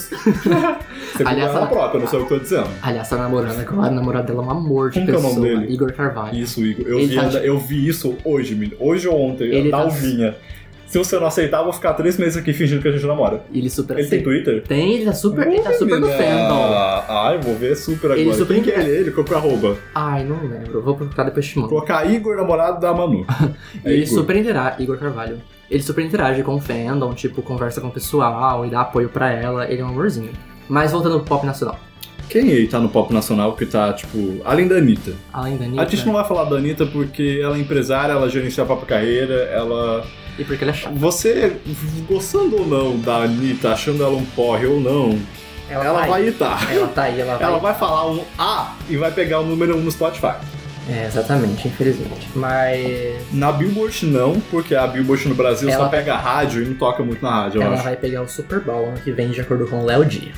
Speaker 1: Você aliás, ela própria, eu não sei o que eu tô dizendo.
Speaker 2: Aliás, tá namorando agora, a namorada dela é um amor de
Speaker 1: Como
Speaker 2: pessoa.
Speaker 1: Que é o nome dele?
Speaker 2: Igor Carvalho.
Speaker 1: Isso, Igor. Eu, vi, tá de... eu vi isso hoje, menino. Hoje ou ontem,
Speaker 2: ele
Speaker 1: da
Speaker 2: tá...
Speaker 1: Alvinha. Se você não aceitar, eu vou ficar três meses aqui fingindo que a gente namora.
Speaker 2: Ele super
Speaker 1: Ele tem Twitter?
Speaker 2: Tem, ele tá super, ele tá super no fandom.
Speaker 1: Ai, vou ver super agora.
Speaker 2: Ele super
Speaker 1: Quem que é ele? Ele colocou arroba.
Speaker 2: Ai, não lembro. Vou procurar depois te mando.
Speaker 1: Colocar Igor, namorado da Manu. É
Speaker 2: ele
Speaker 1: Igor.
Speaker 2: super interage, Igor Carvalho. Ele super interage com o fandom, tipo, conversa com o pessoal e dá apoio pra ela. Ele é um amorzinho. Mas voltando pro pop nacional.
Speaker 1: Quem aí tá no pop nacional que tá, tipo, além da Anitta?
Speaker 2: Além da Anitta.
Speaker 1: A gente não vai falar da Anitta porque ela é empresária, ela gerencia a própria carreira, ela...
Speaker 2: E porque ela é chata.
Speaker 1: Você, gostando ou não da Anitta, achando ela um porre ou não, ela, ela
Speaker 2: tá
Speaker 1: vai estar.
Speaker 2: Ela tá aí, ela vai.
Speaker 1: Ela vai falar um A e vai pegar o número um no Spotify.
Speaker 2: É, exatamente, infelizmente. Mas...
Speaker 1: Na Billboard não, porque a Billboard no Brasil
Speaker 2: ela
Speaker 1: só pega rádio e não toca muito na rádio, eu
Speaker 2: ela
Speaker 1: acho.
Speaker 2: vai pegar o Super Bowl ano que vem, de acordo com o Léo Dias.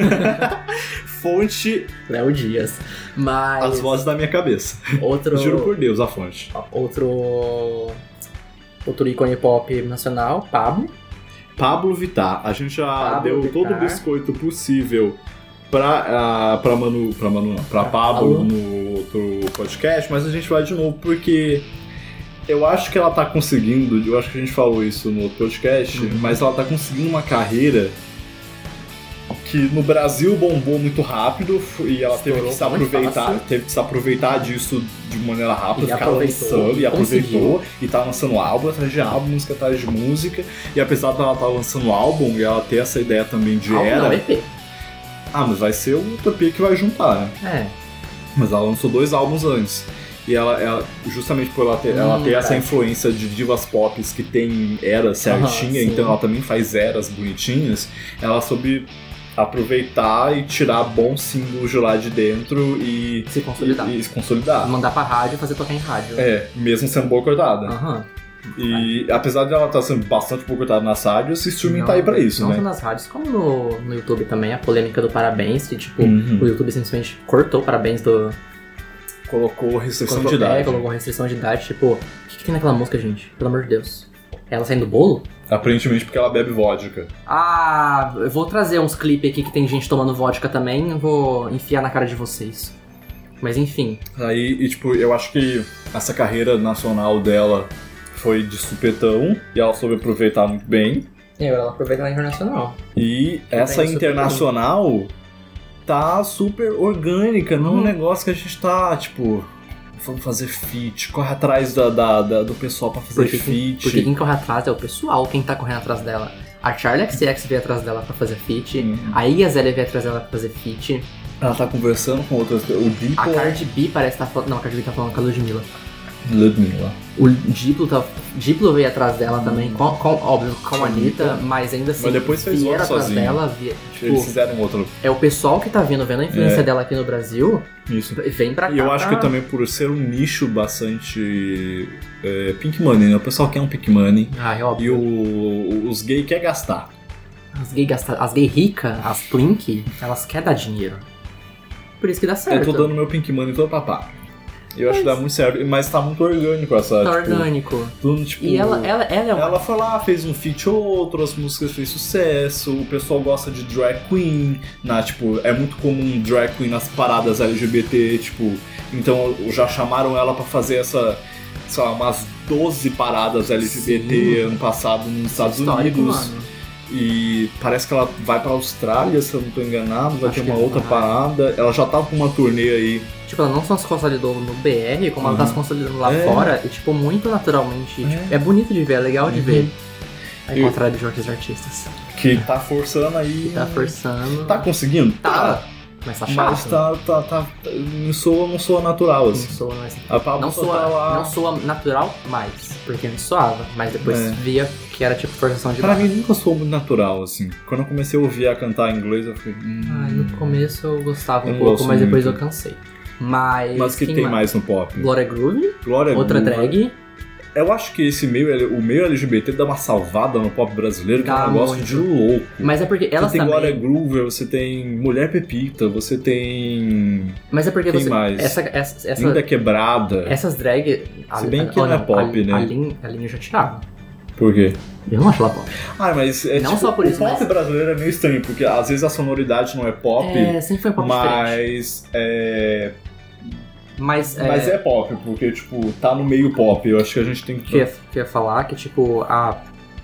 Speaker 1: Fonte,
Speaker 2: Léo Dias. Mas...
Speaker 1: as vozes da minha cabeça.
Speaker 2: Outro...
Speaker 1: Juro por Deus, a fonte.
Speaker 2: Outro... Outro ícone pop nacional, Pablo.
Speaker 1: Pablo Vittar. A gente já
Speaker 2: Pablo
Speaker 1: deu
Speaker 2: Vittar.
Speaker 1: todo o biscoito possível pra, uh, pra Manu, pra Manu não, pra Pablo no outro podcast, mas a gente vai de novo porque eu acho que ela tá conseguindo, eu acho que a gente falou isso no outro podcast,
Speaker 2: Uhum.
Speaker 1: mas ela tá conseguindo uma carreira que no Brasil bombou muito rápido e ela teve que se
Speaker 2: Estourou muito
Speaker 1: aproveitar,
Speaker 2: fácil.
Speaker 1: teve que se aproveitar disso de maneira rápida,
Speaker 2: E
Speaker 1: ficar
Speaker 2: aproveitou,
Speaker 1: lançando e
Speaker 2: conseguiu.
Speaker 1: aproveitou e tá lançando álbum atrás de álbum, música atrás de música. E apesar dela estar lançando álbum e ela ter essa ideia também de
Speaker 2: Álbum
Speaker 1: era.
Speaker 2: não, E P.
Speaker 1: Ah, mas vai ser o E P que vai juntar, né?
Speaker 2: É.
Speaker 1: Mas ela lançou dois álbuns antes. E ela, ela justamente por ela ter,
Speaker 2: Hum,
Speaker 1: ela ter essa
Speaker 2: tá.
Speaker 1: influência de divas pop que tem era certinha,
Speaker 2: sim.
Speaker 1: então ela também faz eras bonitinhas, ela soube aproveitar e tirar bons símbolos de lá de dentro e
Speaker 2: Se consolidar.
Speaker 1: E, e se consolidar.
Speaker 2: Mandar pra rádio e fazer tocar em rádio.
Speaker 1: É, mesmo sendo boa cortada.
Speaker 2: Aham.
Speaker 1: E apesar de ela estar sendo bastante boa cortada nas rádios, esse streaming tá aí pra isso,
Speaker 2: não
Speaker 1: né?
Speaker 2: só nas rádios, como no, no YouTube também, a polêmica do parabéns, que tipo,
Speaker 1: Uhum.
Speaker 2: o YouTube simplesmente cortou o parabéns do...
Speaker 1: Colocou restrição
Speaker 2: colocou,
Speaker 1: de idade.
Speaker 2: É, colocou restrição de idade, tipo, o que, que tem naquela música, gente? Pelo amor de Deus. Ela saindo do bolo?
Speaker 1: Aparentemente porque ela bebe vodka.
Speaker 2: Ah, eu vou trazer uns clipes aqui que tem gente tomando vodka também, eu vou enfiar na cara de vocês. Mas enfim.
Speaker 1: Aí, e tipo, eu acho que essa carreira nacional dela foi de supetão e ela soube aproveitar muito bem.
Speaker 2: E agora ela aproveita na internacional.
Speaker 1: E essa
Speaker 2: bem, super
Speaker 1: internacional tá super orgânica, não é um
Speaker 2: Hum.
Speaker 1: negócio que a gente tá, tipo, vamos fazer feat, corre atrás da, da- da- do pessoal pra fazer
Speaker 2: Porque,
Speaker 1: feat.
Speaker 2: porque quem corre atrás é o pessoal, quem tá correndo atrás dela. A Charli X C X veio atrás dela pra fazer feat,
Speaker 1: Uhum.
Speaker 2: a Iggy Azalea veio atrás dela pra fazer feat,
Speaker 1: Ela tá conversando com outras pessoas. O Diplo...
Speaker 2: a Cardi B parece que tá falando... Não, a Cardi B tá falando com a Ludmilla.
Speaker 1: Ludmilla.
Speaker 2: O Diplo, tá... Diplo veio atrás dela também, com, com, óbvio, com a Anitta, mas ainda assim...
Speaker 1: Mas depois fez
Speaker 2: vieram
Speaker 1: outro
Speaker 2: atrás
Speaker 1: sozinho.
Speaker 2: dela, via, tipo,
Speaker 1: Eles fizeram outro.
Speaker 2: é o pessoal que tá vindo, vendo a influência
Speaker 1: É.
Speaker 2: dela aqui no Brasil,
Speaker 1: Isso.
Speaker 2: vem pra cá.
Speaker 1: E eu acho que
Speaker 2: pra-
Speaker 1: também por ser um nicho bastante é, pink money, né? O pessoal quer um pink money.
Speaker 2: Ah, é
Speaker 1: E
Speaker 2: óbvio.
Speaker 1: o, os gays querem gastar.
Speaker 2: As gay, gasta... as gay ricas, as twink, elas querem dar dinheiro. Por isso que dá certo.
Speaker 1: Eu tô dando meu pink money todo pra pá. Eu acho que dá muito certo, mas tá muito orgânico essa,
Speaker 2: Tá
Speaker 1: tipo...
Speaker 2: orgânico.
Speaker 1: Tudo, tipo,
Speaker 2: E ela, ela, ela é uma...
Speaker 1: ela foi lá, fez um feat ou outro, as músicas fez sucesso, o pessoal gosta de drag queen, na, tipo, é muito comum drag queen nas paradas L G B T, tipo, então já chamaram ela pra fazer essa, sei lá, umas doze paradas L G B T
Speaker 2: Sim.
Speaker 1: ano passado nos Estados
Speaker 2: histórico,
Speaker 1: Unidos.
Speaker 2: mano.
Speaker 1: E parece que ela vai pra Austrália, se eu não tô enganado, vai
Speaker 2: Acho
Speaker 1: ter uma
Speaker 2: que
Speaker 1: outra
Speaker 2: vai.
Speaker 1: parada. Ela já tá com uma turnê aí.
Speaker 2: Tipo, ela não só se consolidou no B R, como ela tá
Speaker 1: Uhum.
Speaker 2: se consolidando lá
Speaker 1: É.
Speaker 2: fora, e tipo, muito naturalmente.
Speaker 1: É.
Speaker 2: Tipo, é bonito de ver, é legal de
Speaker 1: Uhum.
Speaker 2: ver. Ao
Speaker 1: E-
Speaker 2: contrário de outros artistas.
Speaker 1: Que tá forçando aí.
Speaker 2: Que tá forçando.
Speaker 1: Tá conseguindo?
Speaker 2: Tá. Mas tá chato.
Speaker 1: Mas tá, tá, tá. Não soa, não soa natural,
Speaker 2: Não
Speaker 1: assim.
Speaker 2: soa, mas...
Speaker 1: A Pablo
Speaker 2: Não
Speaker 1: só
Speaker 2: soa,
Speaker 1: tá lá.
Speaker 2: não soa natural mais, porque antes soava, mas depois
Speaker 1: É.
Speaker 2: via que era tipo forçação de
Speaker 1: Pra
Speaker 2: barra.
Speaker 1: mim nunca soou muito natural, assim. Quando eu comecei a ouvir a cantar em inglês, eu fiquei. Hum,
Speaker 2: Ai, no começo eu gostava
Speaker 1: Eu
Speaker 2: um
Speaker 1: não
Speaker 2: pouco,
Speaker 1: gosto
Speaker 2: mas depois
Speaker 1: muito.
Speaker 2: eu cansei. Mas.
Speaker 1: Mas que
Speaker 2: quem
Speaker 1: tem mais no pop?
Speaker 2: Glória Groove,
Speaker 1: Glória
Speaker 2: outra
Speaker 1: Groove.
Speaker 2: drag.
Speaker 1: Eu acho que esse meio, o meio L G B T dá uma salvada no pop brasileiro, que é
Speaker 2: Dá
Speaker 1: um negócio
Speaker 2: muito.
Speaker 1: de louco.
Speaker 2: Mas é porque elas
Speaker 1: você tem
Speaker 2: também.
Speaker 1: Glória Groover, você tem Mulher Pepita, você tem
Speaker 2: Mas é porque
Speaker 1: Quem
Speaker 2: você.
Speaker 1: mais?
Speaker 2: Essa, essa, essa,
Speaker 1: Linda Quebrada.
Speaker 2: essas drag.
Speaker 1: Se bem que não é pop, né?
Speaker 2: A linha, a linha eu já tirava.
Speaker 1: Por quê?
Speaker 2: Eu não acho ela pop.
Speaker 1: Ah, mas é
Speaker 2: Não
Speaker 1: tipo,
Speaker 2: só por isso,
Speaker 1: o pop
Speaker 2: mas-
Speaker 1: brasileiro é meio estranho, porque às vezes a sonoridade não é pop,
Speaker 2: É, sempre foi um pop diferente.
Speaker 1: mas é,
Speaker 2: Mas. É,
Speaker 1: mas é pop, porque tipo, tá no meio pop. Eu acho que a gente tem
Speaker 2: que eu
Speaker 1: que
Speaker 2: ia, que eu ia falar que, tipo, a.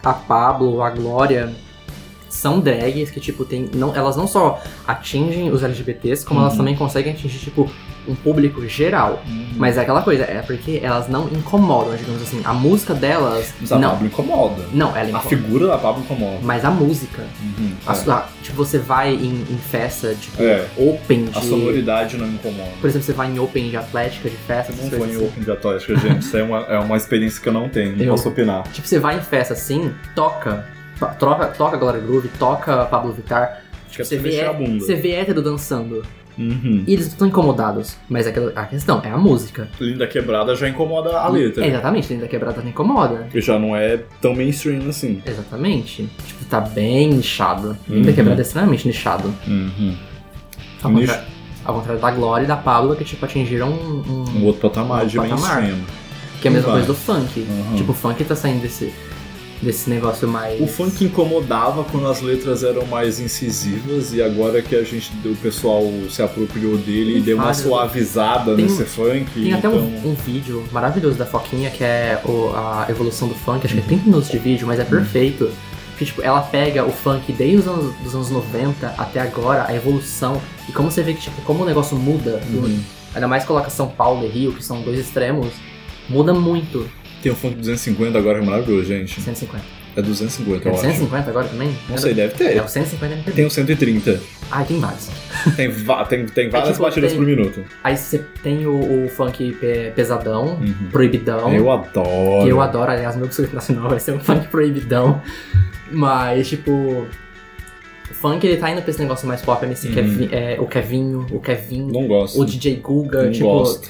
Speaker 2: a Pablo, a Glória, são drags que, tipo, tem, não, elas não só atingem os L G B Ts, como
Speaker 1: Uhum.
Speaker 2: elas também conseguem atingir, tipo, um público geral.
Speaker 1: Uhum.
Speaker 2: Mas é aquela coisa, é porque elas não incomodam, digamos assim. A música delas...
Speaker 1: Mas a
Speaker 2: não,
Speaker 1: Pablo incomoda.
Speaker 2: não, ela
Speaker 1: A
Speaker 2: incomoda.
Speaker 1: figura da Pablo incomoda.
Speaker 2: Mas a música...
Speaker 1: Uhum.
Speaker 2: A
Speaker 1: É.
Speaker 2: sua- tipo, você vai em, em festa, tipo,
Speaker 1: É.
Speaker 2: open de...
Speaker 1: A sonoridade não incomoda.
Speaker 2: Por exemplo, você vai em open de atlética, de festa,
Speaker 1: Eu
Speaker 2: essas
Speaker 1: não vou
Speaker 2: coisas
Speaker 1: em
Speaker 2: assim.
Speaker 1: Open de Atlética, gente. Isso é uma, é uma experiência que eu não tenho, não
Speaker 2: Eu-
Speaker 1: posso opinar.
Speaker 2: Tipo, você vai em festa assim, toca, to- troca, toca Glória Groove, toca Pablo Vittar.
Speaker 1: Acho que é
Speaker 2: Você
Speaker 1: pra
Speaker 2: vê,
Speaker 1: mexer
Speaker 2: é-
Speaker 1: a bunda.
Speaker 2: você vê hétero dançando.
Speaker 1: Uhum.
Speaker 2: E eles estão incomodados. Mas aquela, a questão é a música.
Speaker 1: Linda Quebrada já incomoda a letra.
Speaker 2: É, exatamente, Linda Quebrada não incomoda.
Speaker 1: Porque já não é tão mainstream assim.
Speaker 2: Exatamente. Tipo, tá bem nichado.
Speaker 1: Uhum.
Speaker 2: Linda Quebrada é extremamente nichado.
Speaker 1: Uhum.
Speaker 2: Ao
Speaker 1: Nicho.
Speaker 2: contrário, ao contrário da Glória e da Pablo, que tipo, atingiram um,
Speaker 1: Um outro patamar
Speaker 2: Um
Speaker 1: de
Speaker 2: patamar.
Speaker 1: mainstream.
Speaker 2: que é a mesma
Speaker 1: Vai.
Speaker 2: coisa do funk.
Speaker 1: Uhum.
Speaker 2: Tipo, o funk tá saindo desse, desse negócio mais...
Speaker 1: O funk incomodava quando as letras eram mais incisivas e agora que a gente, o pessoal se apropriou dele
Speaker 2: Tem
Speaker 1: e deu uma
Speaker 2: vários.
Speaker 1: suavizada
Speaker 2: Tem-
Speaker 1: nesse funk.
Speaker 2: Tem até
Speaker 1: então...
Speaker 2: um, um vídeo maravilhoso da Foquinha, que é o- a evolução do funk, acho que é trinta minutos de vídeo, mas é perfeito. Porque, tipo, ela pega o funk desde os anos, dos anos noventa até agora, a evolução, e como você vê que, tipo, como o negócio muda,
Speaker 1: Uhum.
Speaker 2: ainda mais coloca São Paulo e Rio, que são dois extremos, muda muito.
Speaker 1: Tem o funk duzentos e cinquenta agora, é maravilhoso, gente.
Speaker 2: cento e cinquenta.
Speaker 1: É duzentos e cinquenta,
Speaker 2: É
Speaker 1: eu
Speaker 2: cento e
Speaker 1: acho.
Speaker 2: cinquenta agora também?
Speaker 1: Não sei, deve ter.
Speaker 2: É o cento e cinquenta M P B.
Speaker 1: Tem o cento e trinta.
Speaker 2: Ah, tem vários.
Speaker 1: Tem, va- tem, tem várias
Speaker 2: tipo,
Speaker 1: batidas
Speaker 2: tem-
Speaker 1: por minuto.
Speaker 2: Aí você tem o, o funk pe- pesadão,
Speaker 1: Uhum.
Speaker 2: proibidão.
Speaker 1: Eu adoro.
Speaker 2: Que eu adoro, aliás, meu conceito nacional vai ser um funk proibidão. Mas, tipo, o funk ele tá indo pra esse negócio mais pop, M C
Speaker 1: Uhum.
Speaker 2: Kevi- é, o Kevinho, o Kevin,
Speaker 1: Não gosto.
Speaker 2: o D J Guga,
Speaker 1: Não
Speaker 2: tipo.
Speaker 1: gosto.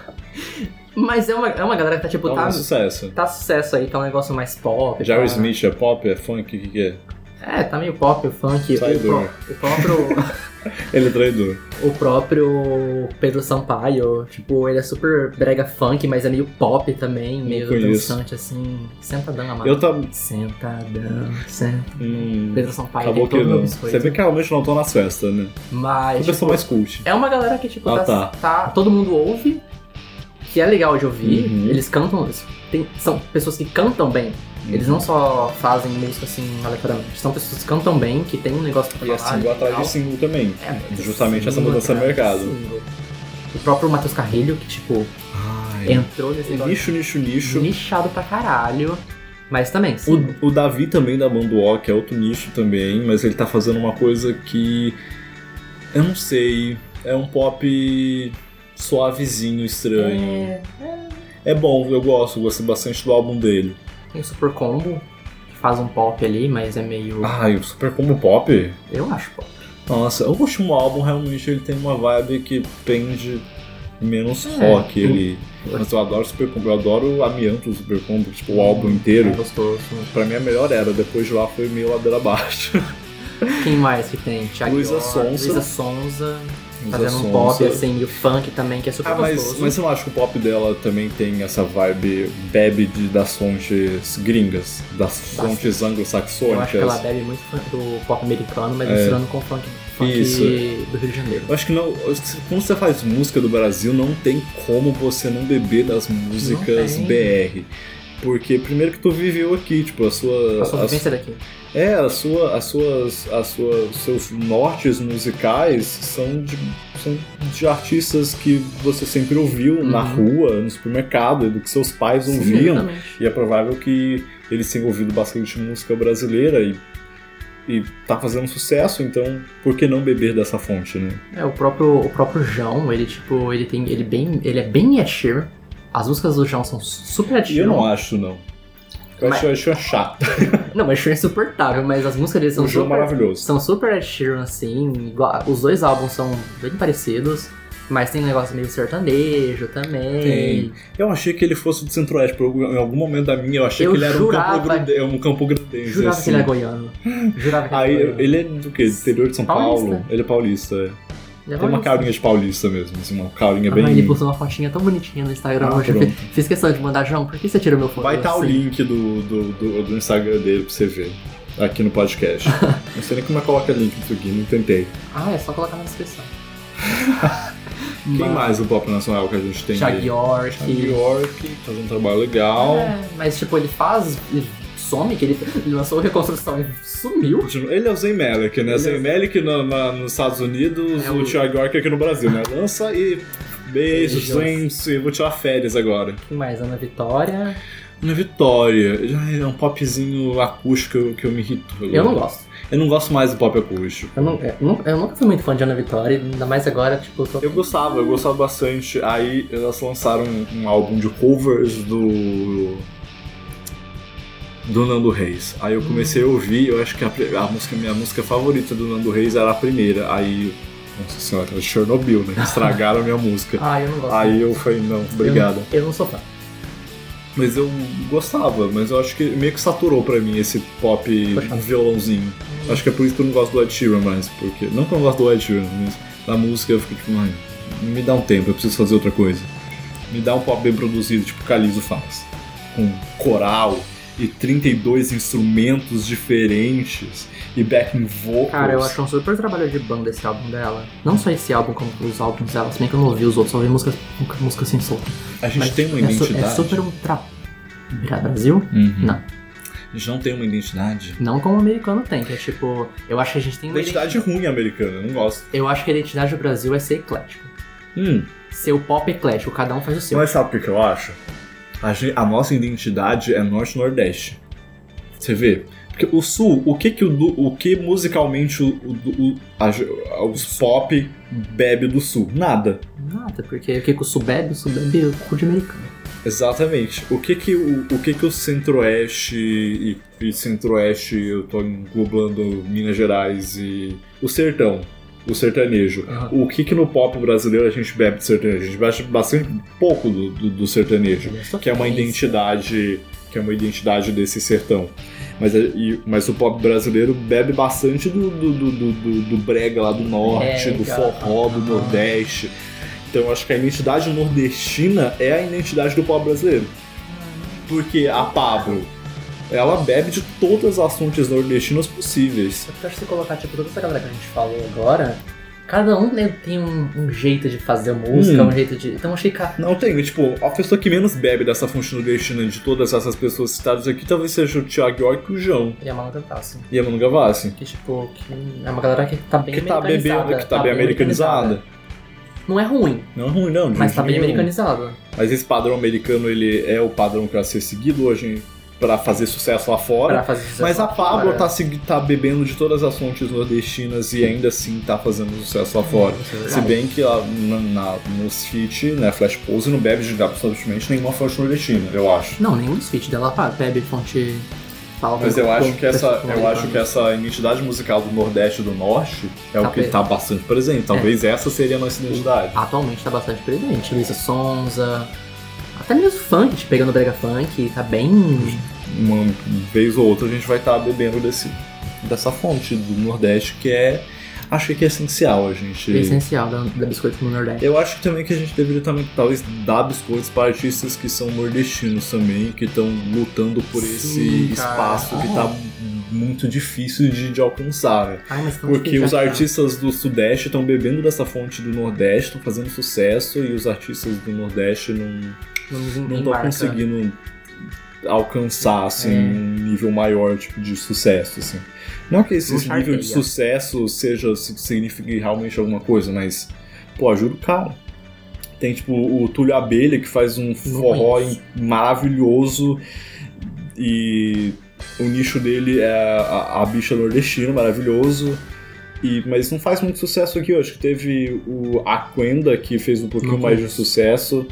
Speaker 2: Mas é uma, é uma galera que tá, tipo,
Speaker 1: É um
Speaker 2: tá,
Speaker 1: sucesso.
Speaker 2: tá sucesso aí, tá um negócio mais pop.
Speaker 1: Jerry
Speaker 2: tá...
Speaker 1: Smith é pop, é funk, o que, que é?
Speaker 2: É, tá meio pop o funk. O,
Speaker 1: Traidor.
Speaker 2: pro- o próprio.
Speaker 1: Ele é traidor.
Speaker 2: o próprio Pedro Sampaio, tipo, ele é super brega funk, mas é meio pop também, meio
Speaker 1: conheço.
Speaker 2: dançante assim. Sentadão, amado.
Speaker 1: Eu tá.
Speaker 2: Sentadão, senta.
Speaker 1: Hum,
Speaker 2: Pedro Sampaio
Speaker 1: acabou
Speaker 2: tem
Speaker 1: que
Speaker 2: todo o meu
Speaker 1: não.
Speaker 2: biscoito.
Speaker 1: Você vê que realmente não tô nas festas, né?
Speaker 2: Mas,
Speaker 1: Eu sou
Speaker 2: tipo,
Speaker 1: mais cult.
Speaker 2: é uma galera que, tipo,
Speaker 1: Ah,
Speaker 2: tá,
Speaker 1: tá.
Speaker 2: tá- todo mundo ouve, que é legal de ouvir,
Speaker 1: Uhum.
Speaker 2: eles cantam, tem- são pessoas que cantam bem. Eles não só fazem música assim aleatoriamente, são pessoas que cantam bem, que tem um negócio pra
Speaker 1: E é
Speaker 2: falar.
Speaker 1: single atrás
Speaker 2: legal.
Speaker 1: de single também.
Speaker 2: É,
Speaker 1: Justamente essa
Speaker 2: single
Speaker 1: mudança no
Speaker 2: atrás de
Speaker 1: mercado.
Speaker 2: single. O próprio Matheus Carrilho, que tipo,
Speaker 1: Ai.
Speaker 2: entrou nesse negócio
Speaker 1: Nicho, nicho, nicho.
Speaker 2: nichado pra caralho, mas também, sim.
Speaker 1: O, o Davi também da banda O, que é outro nicho também, mas ele tá fazendo uma coisa que. Eu não sei. É um pop suavezinho, estranho.
Speaker 2: É,
Speaker 1: É bom, eu gosto, gosto bastante do álbum dele.
Speaker 2: tem o Super Combo, que faz um pop ali, mas é meio.
Speaker 1: Ai, o Super Combo Pop?
Speaker 2: Eu acho pop.
Speaker 1: Nossa, o último álbum realmente ele tem uma vibe que pende menos
Speaker 2: É,
Speaker 1: rock.
Speaker 2: eu-
Speaker 1: Ele... Mas eu adoro o Super Combo, eu adoro o Amianto do Super Combo, tipo, o álbum inteiro.
Speaker 2: É gostoso.
Speaker 1: Pra mim a melhor era, depois de lá foi meio ladeira abaixo.
Speaker 2: Quem mais que tem? Thiago
Speaker 1: Luísa
Speaker 2: York,
Speaker 1: Sonza.
Speaker 2: Luísa Sonza.
Speaker 1: Luísa
Speaker 2: Fazendo um
Speaker 1: Sonza.
Speaker 2: pop assim, meio funk também, que é super
Speaker 1: Ah, mas,
Speaker 2: gostoso.
Speaker 1: mas eu não acho que o pop dela também tem essa vibe bebe de, das fontes gringas, das fontes
Speaker 2: Eu
Speaker 1: anglo-saxônicas.
Speaker 2: acho que ela bebe muito funk do pop americano, mas
Speaker 1: É.
Speaker 2: misturando com funk, funk
Speaker 1: Isso.
Speaker 2: do Rio de Janeiro.
Speaker 1: Eu acho que não. Quando você faz música do Brasil, não tem como você não beber das músicas
Speaker 2: Não tem.
Speaker 1: B R. Porque primeiro que tu viveu aqui, tipo, a sua.
Speaker 2: A sua
Speaker 1: a
Speaker 2: vivência daqui.
Speaker 1: É, a sua, as suas, as suas, seus nortes musicais são de, são de artistas que você sempre ouviu na
Speaker 2: Uhum.
Speaker 1: rua, no supermercado, do que seus pais
Speaker 2: Sim,
Speaker 1: ouviam.
Speaker 2: exatamente.
Speaker 1: E é provável que eles tenham ouvido bastante música brasileira e, e tá fazendo sucesso, então por que não beber dessa fonte, né?
Speaker 2: É, o próprio, o próprio João, ele tipo, ele tem. Ele, bem, ele é bem Ed Sheeran. As músicas do João são super Ed
Speaker 1: E eu
Speaker 2: Sheeran.
Speaker 1: não acho, não. Eu
Speaker 2: Mas-
Speaker 1: acho, eu acho chato.
Speaker 2: Não, mas Sheeran é insuportável, mas as músicas dele são
Speaker 1: O jogo é
Speaker 2: super.
Speaker 1: maravilhoso.
Speaker 2: São super Ed Sheeran, assim. Igual, os dois álbuns são bem parecidos. Mas tem um negócio meio sertanejo também.
Speaker 1: Tem. Eu achei que ele fosse do Centro-Oeste. por algum- Em algum momento da minha, eu achei
Speaker 2: Eu
Speaker 1: que ele era um
Speaker 2: jurava-
Speaker 1: campo, grande, um campo grandense.
Speaker 2: Jurava
Speaker 1: assim.
Speaker 2: que ele é goiano. Jurava que ele
Speaker 1: Aí,
Speaker 2: é goiano.
Speaker 1: ele é do quê? Do interior de São
Speaker 2: Paulista.
Speaker 1: Paulo? Ele é paulista, é.
Speaker 2: Ele é
Speaker 1: Tem uma
Speaker 2: paulista.
Speaker 1: carinha de paulista mesmo, assim, uma carinha
Speaker 2: Ah,
Speaker 1: bem...
Speaker 2: ele postou uma fotinha tão bonitinha no Instagram
Speaker 1: Ah,
Speaker 2: hoje. Eu
Speaker 1: pronto.
Speaker 2: fiz- Fiz questão de mandar, João, por que você tirou meu foto?
Speaker 1: Vai estar o
Speaker 2: assim?
Speaker 1: link do, do, do, do Instagram dele pra você ver, aqui no podcast. Não sei nem como é que coloca link nisso aqui, não tentei.
Speaker 2: Ah, é só colocar na descrição.
Speaker 1: Quem mais do pop nacional que a gente tem
Speaker 2: Thiago
Speaker 1: aí?
Speaker 2: York.
Speaker 1: Thiago York, faz um trabalho legal.
Speaker 2: É, mas tipo, ele faz. Ele some, que ele, ele lançou Reconstrução e sumiu.
Speaker 1: Ele é o Zayn Malik, né? Zayn Malik no, na, nos Estados Unidos, é o, o Thiago York aqui no Brasil, né? Lança e beijo, Zayn, vou tirar férias agora.
Speaker 2: Quem mais? Ana Vitória.
Speaker 1: Ana Vitória, é um popzinho acústico que eu me irrito. Agora.
Speaker 2: Eu não gosto.
Speaker 1: Eu não gosto mais do pop acústico.
Speaker 2: Eu, não, eu, eu nunca fui muito fã de Ana Vitória, ainda mais agora, tipo... Eu, tô...
Speaker 1: eu gostava, eu gostava bastante. Aí elas lançaram um, um álbum de covers do... do Nando Reis. Aí eu comecei hum. a ouvir, eu acho que a, a música, minha música favorita do Nando Reis era a primeira. Aí... Nossa senhora, era Chernobyl, né? Estragaram a minha música.
Speaker 2: Ah, eu não gosto.
Speaker 1: Aí eu falei, não, obrigado.
Speaker 2: Eu, eu não sou fã.
Speaker 1: Mas eu gostava, mas eu acho que meio que saturou pra mim esse pop violãozinho. Hum. Acho que é por isso que eu não gosto do Ed Sheeran mais, porque... Não que eu não gosto do Ed Sheeran, mas na música eu fico tipo, mãe, me dá um tempo, eu preciso fazer outra coisa. Me dá um pop bem produzido, tipo o Calizo faz. Com coral e trinta e dois instrumentos diferentes e backing vocals.
Speaker 2: Cara, eu acho um super trabalho de banda esse álbum dela. Não só esse álbum, como os álbuns dela, se bem que eu não ouvi os outros, só ouvi música, música assim solta.
Speaker 1: A gente
Speaker 2: Mas
Speaker 1: tem uma
Speaker 2: é
Speaker 1: identidade.
Speaker 2: Su, é super um tra... Brasil?
Speaker 1: Uhum.
Speaker 2: Não.
Speaker 1: A gente não tem uma identidade.
Speaker 2: Não como o americano tem, que é tipo... Eu acho que a gente tem uma
Speaker 1: identidade... Identidade ruim americana, eu não gosto.
Speaker 2: Eu acho que a identidade do Brasil é ser eclético.
Speaker 1: Hum.
Speaker 2: Ser o pop eclético, cada um faz o seu.
Speaker 1: Mas sabe o que eu acho? A, gente, a nossa identidade é norte-nordeste. Você vê? Porque o sul, o que que, o, o que musicalmente o, o, a, os pop bebe do sul? Nada.
Speaker 2: Nada, porque o que que o sul bebe? O sul bebe o cu de americano.
Speaker 1: Exatamente. O que que o, o, que que o centro-oeste e, e centro-oeste, eu tô englobando Minas Gerais e o sertão, o sertanejo. Uhum. O que que no pop brasileiro a gente bebe de sertanejo? A gente bebe bastante pouco do, do, do sertanejo, que é uma identidade, que é uma identidade desse sertão. Mas, e, mas o pop brasileiro bebe bastante do, do, do, do, do brega lá do norte, é, do forró, do nordeste. Então eu acho que a identidade nordestina é a identidade do pop brasileiro. Porque a Pablo, ela bebe de todas as fontes nordestinas possíveis.
Speaker 2: Eu acho que se colocar tipo, toda essa galera que a gente falou agora, cada um né, tem um, um jeito de fazer música, hum. um jeito de... Então eu achei que...
Speaker 1: Não, tem. Tipo, a pessoa que menos bebe dessa fonte nordestina de todas essas pessoas citadas aqui talvez seja o Thiago York e o João.
Speaker 2: E a Manu Gavassi.
Speaker 1: E a Manu Gavassi.
Speaker 2: Que tipo, que é uma galera que tá bem
Speaker 1: que tá
Speaker 2: americanizada.
Speaker 1: Bebendo, que tá, tá bem americanizada. americanizada.
Speaker 2: Não é ruim.
Speaker 1: Não é ruim, não.
Speaker 2: Mas tá bem nenhum. americanizado.
Speaker 1: Mas esse padrão americano, ele é o padrão pra ser seguido hoje pra fazer sucesso lá fora.
Speaker 2: Pra fazer sucesso
Speaker 1: Mas
Speaker 2: lá
Speaker 1: a Pablo
Speaker 2: fora.
Speaker 1: tá, tá bebendo de todas as fontes nordestinas e ainda assim tá fazendo sucesso lá fora.
Speaker 2: É
Speaker 1: Se bem que lá na, na, nos feat, né, Flash Pose não bebe de absolutamente nenhuma fonte nordestina, eu acho.
Speaker 2: Não, nenhum dos feat dela bebe fonte...
Speaker 1: Mas eu acho que essa, eu acho que essa identidade musical do Nordeste e do Norte é tá o que está bastante presente. Talvez é. essa seria a nossa identidade.
Speaker 2: Atualmente está bastante presente. Luísa Sonza, até mesmo funk, tipo, pegando brega funk, tá bem...
Speaker 1: Uma vez ou outra a gente vai estar tá bebendo desse, dessa fonte do Nordeste que é... Acho que é essencial a gente...
Speaker 2: É essencial dar, dar biscoitos no Nordeste.
Speaker 1: Eu acho que também que a gente deveria também, talvez, dar biscoitos para artistas que são nordestinos também, que estão lutando por Sim, esse cara. espaço que tá muito difícil de, de alcançar, né?
Speaker 2: Ai, mas
Speaker 1: Porque os artistas do Sudeste estão bebendo dessa fonte do Nordeste, estão fazendo sucesso, e os artistas do Nordeste não estão conseguindo alcançar assim, é. um nível maior tipo, de sucesso. Assim. Não que esse, esse nível de sucesso seja, signifique realmente alguma coisa, mas pô, ajuda o cara. Tem tipo o Túlio Abelha que faz um forró maravilhoso e o nicho dele é a, a bicha nordestina, maravilhoso. E, mas não faz muito sucesso aqui, eu acho que teve o Aquenda que fez um pouquinho não mais de sucesso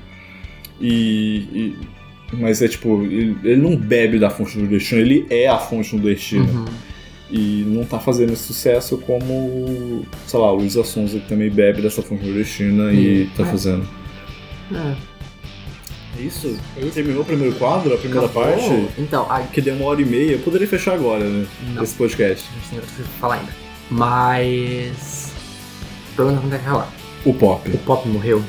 Speaker 1: e, e mas é tipo, ele, ele não bebe da fonte nordestina, ele é a fonte nordestina. Uhum. E não tá fazendo esse sucesso como, sei lá, o Luísa Sonza, que também bebe dessa fonte nordestina uhum. e tá é. fazendo. É. É isso? É isso? Terminou o primeiro quadro, a primeira Acabou. parte?
Speaker 2: Então, a...
Speaker 1: Que deu uma hora e meia. Eu poderia fechar agora, né? Não. Esse podcast.
Speaker 2: A gente tem outras coisas pra falar ainda. Mas... O problema não vai rolar.
Speaker 1: O Pop.
Speaker 2: O Pop morreu.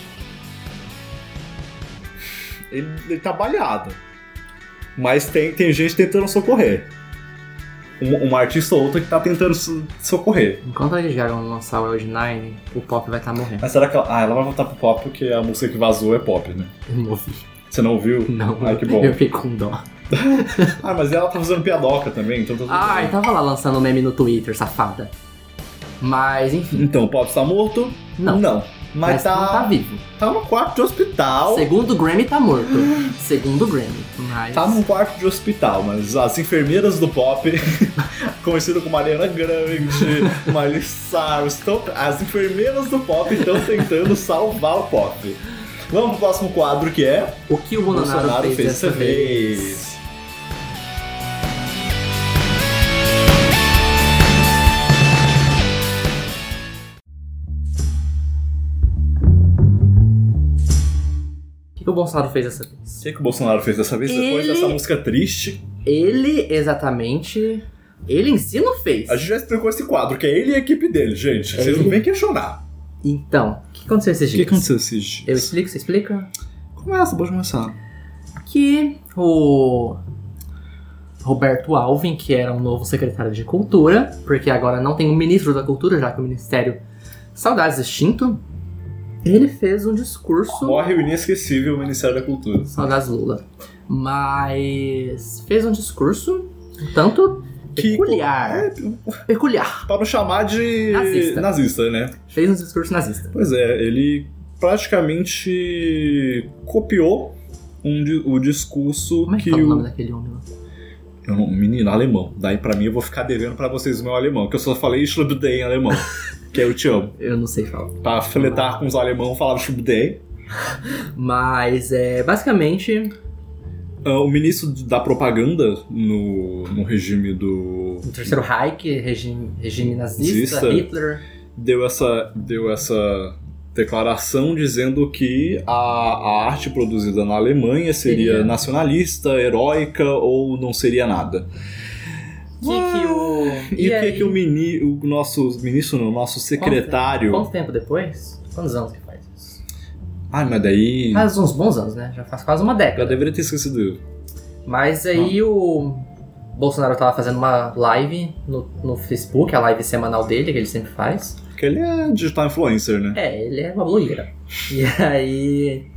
Speaker 1: Ele, ele tá baleado. Mas tem, tem gente tentando socorrer. Uma, uma artista ou outra que tá tentando socorrer.
Speaker 2: Enquanto eles já vão lançar o L G nove, o Pop vai estar tá morrendo.
Speaker 1: Mas será que ela... Ah, ela vai voltar pro Pop porque a música que vazou é Pop, né?
Speaker 2: Eu não ouvi.
Speaker 1: Você não ouviu?
Speaker 2: Não,
Speaker 1: Ai, que bom.
Speaker 2: eu fiquei com dó.
Speaker 1: Ah, mas ela tá fazendo piadoca também, então tá tudo
Speaker 2: Ah,
Speaker 1: bem.
Speaker 2: e tava lá lançando meme no Twitter, safada. Mas, enfim.
Speaker 1: Então, o Pop tá morto?
Speaker 2: Não.
Speaker 1: Não. Mas,
Speaker 2: Mas
Speaker 1: tá...
Speaker 2: não tá vivo.
Speaker 1: Tá no quarto de hospital.
Speaker 2: Segundo o Grammy, tá morto. Segundo o Grammy. Mas...
Speaker 1: Tá num quarto de hospital, mas as enfermeiras do Pop, conhecido como Ariana Grande, Miley Cyrus, tão... as enfermeiras do Pop estão tentando salvar o Pop. Vamos pro próximo quadro, que é...
Speaker 2: O que o Bolsonaro,
Speaker 1: Bolsonaro
Speaker 2: fez,
Speaker 1: fez
Speaker 2: dessa
Speaker 1: dessa
Speaker 2: vez?
Speaker 1: vez.
Speaker 2: O que o Bolsonaro fez dessa vez?
Speaker 1: O que, que o Bolsonaro fez dessa vez, depois
Speaker 2: Ele-
Speaker 1: dessa música triste?
Speaker 2: Ele, exatamente... Ele em si não fez.
Speaker 1: A gente já explicou esse quadro, que é ele e a equipe dele, gente. Vocês
Speaker 2: Ele-
Speaker 1: não vêm questionar.
Speaker 2: Então, o que aconteceu esses dias?
Speaker 1: esses dias?
Speaker 2: Eu explico, você explica?
Speaker 1: Começa, pode começar.
Speaker 2: Que o Roberto Alvim, que era um novo secretário de Cultura, porque agora não tem um ministro da Cultura, já que o Ministério Saudades extinto, ele fez um discurso...
Speaker 1: Morre o inesquecível Ministério da Cultura.
Speaker 2: Saudades Lula. Mas fez um discurso um tanto
Speaker 1: Que-
Speaker 2: peculiar.
Speaker 1: É,
Speaker 2: Peculiar.
Speaker 1: pra não chamar de
Speaker 2: Nazista.
Speaker 1: nazista, né?
Speaker 2: Fez um discurso nazista.
Speaker 1: Pois é, ele praticamente copiou um, di- o discurso
Speaker 2: Como é que
Speaker 1: que
Speaker 2: fala o
Speaker 1: o...
Speaker 2: nome daquele homem lá?
Speaker 1: Eu não, menino alemão. Daí pra mim eu vou ficar devendo pra vocês o meu alemão, que eu só falei Schlubdei em alemão, que é eu te amo.
Speaker 2: Eu não sei falar.
Speaker 1: Pra fletar com os alemão, eu falava Schlubdei.
Speaker 2: Mas, é, basicamente,
Speaker 1: Ah, o ministro da propaganda no, no regime do...
Speaker 2: o Terceiro Reich, regime, regime nazista,
Speaker 1: Nazista.
Speaker 2: Hitler...
Speaker 1: deu essa, deu essa declaração dizendo que a, a arte produzida na Alemanha seria,
Speaker 2: Seria.
Speaker 1: nacionalista, heróica ou não seria nada.
Speaker 2: Que que o...
Speaker 1: E, o que,
Speaker 2: aí,
Speaker 1: que o, mini, o nosso ministro, não, o nosso secretário...
Speaker 2: Quanto tempo depois? Quantos anos que faz isso?
Speaker 1: Ah, mas daí...
Speaker 2: Faz uns bons anos, né? Já faz quase uma
Speaker 1: Eu
Speaker 2: década.
Speaker 1: deveria ter esquecido.
Speaker 2: Mas aí o Bolsonaro tava fazendo uma live no, no Facebook, a live semanal dele, que ele sempre faz.
Speaker 1: Porque ele é digital influencer, né?
Speaker 2: É, ele é uma blogueira. E aí...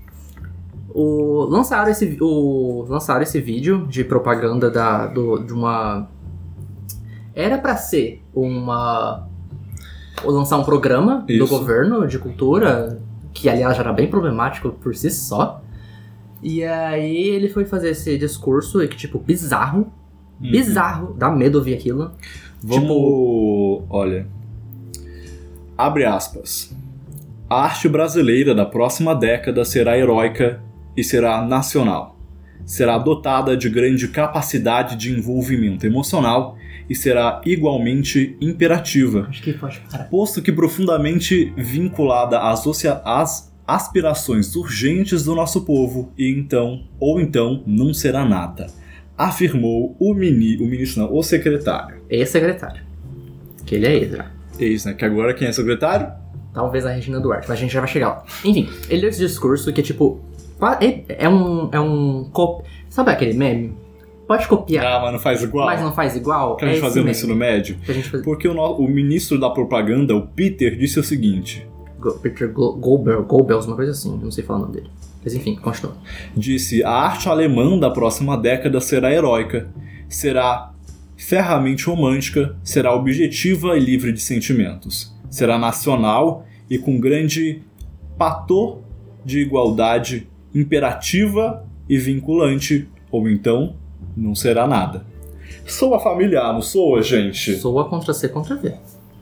Speaker 2: O, lançaram, esse, o, lançaram esse vídeo de propaganda da, do, de uma... Era pra ser uma... ou lançar um programa do
Speaker 1: Isso.
Speaker 2: governo de cultura, que aliás já era bem problemático por si só. E aí ele foi fazer esse discurso, que tipo, bizarro.
Speaker 1: Uhum.
Speaker 2: Bizarro, dá medo ouvir aquilo.
Speaker 1: Vamos...
Speaker 2: Tipo-
Speaker 1: Olha... Abre aspas. A arte brasileira da próxima década será heróica e será nacional. Será dotada de grande capacidade de envolvimento emocional e será igualmente imperativa,
Speaker 2: Acho que pode parar.
Speaker 1: posto que profundamente vinculada às, ocia- às aspirações urgentes do nosso povo e então, ou então, não será nada, afirmou o, mini, o ministro, não, o secretário.
Speaker 2: Ex-secretário. Que ele é ex, já.
Speaker 1: Eis, né? Que agora quem é secretário?
Speaker 2: Talvez a Regina Duarte, mas a gente já vai chegar lá. Enfim, ele deu esse discurso que, tipo, qua- é, é um. É um. Cop... Sabe aquele meme? Pode copiar,
Speaker 1: Ah, mas não faz igual?
Speaker 2: mas não faz igual?
Speaker 1: Que a
Speaker 2: é
Speaker 1: gente
Speaker 2: esse
Speaker 1: fazia no
Speaker 2: meme
Speaker 1: ensino médio?
Speaker 2: que a gente faz...
Speaker 1: Porque o, no- o ministro da propaganda, o Peter, disse o seguinte.
Speaker 2: Go- Peter Go- Goldberg, Goebbels, uma coisa assim, não sei falar o nome dele. Mas enfim, continua.
Speaker 1: Disse, a arte alemã da próxima década será heróica, será ferramente romântica, será objetiva e livre de sentimentos. Será nacional e com grande patô de igualdade imperativa e vinculante, ou então não será nada. Soa familiar, não soa, gente?
Speaker 2: Soa contra C, contra V.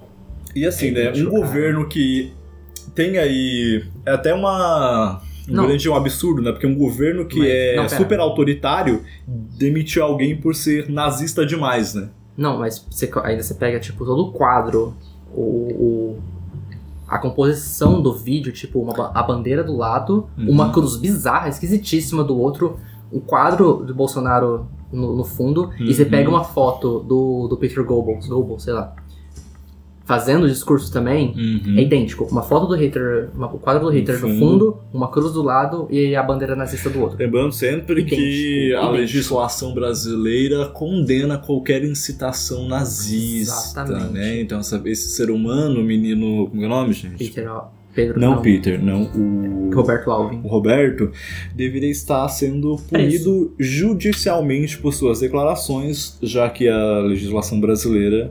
Speaker 1: E assim,
Speaker 2: É,
Speaker 1: né, um
Speaker 2: chocado.
Speaker 1: governo que tem aí... É até uma... Um
Speaker 2: Não.
Speaker 1: grande um absurdo, né? Porque um governo que
Speaker 2: Mas-
Speaker 1: é
Speaker 2: não, pera.
Speaker 1: super autoritário demitiu alguém por ser nazista demais, né?
Speaker 2: Não, mas você, ainda você pega, tipo, todo o quadro, o, o- a composição do vídeo, tipo, uma, ba- a bandeira do lado,
Speaker 1: Uhum.
Speaker 2: uma cruz bizarra, esquisitíssima do outro, o quadro do Bolsonaro no, no fundo, e você
Speaker 1: Uhum.
Speaker 2: pega uma foto do, do Peter Goebbels, Goebbels, sei lá, fazendo o discurso também, é idêntico. Uma foto do Hitler, uma, o quadro do Hitler no
Speaker 1: fundo.
Speaker 2: fundo, uma cruz do lado e a bandeira nazista do outro.
Speaker 1: Lembrando sempre
Speaker 2: Idêntico,
Speaker 1: que a
Speaker 2: idêntico.
Speaker 1: legislação brasileira condena qualquer incitação nazista,
Speaker 2: Exatamente.
Speaker 1: né? Então essa- esse ser humano, menino... Como é o nome, gente?
Speaker 2: Peter, Pedro,
Speaker 1: não,
Speaker 2: não.
Speaker 1: Peter, não o...
Speaker 2: Roberto Alvim.
Speaker 1: O Roberto deveria estar sendo punido Preso. judicialmente por suas declarações, já que a legislação brasileira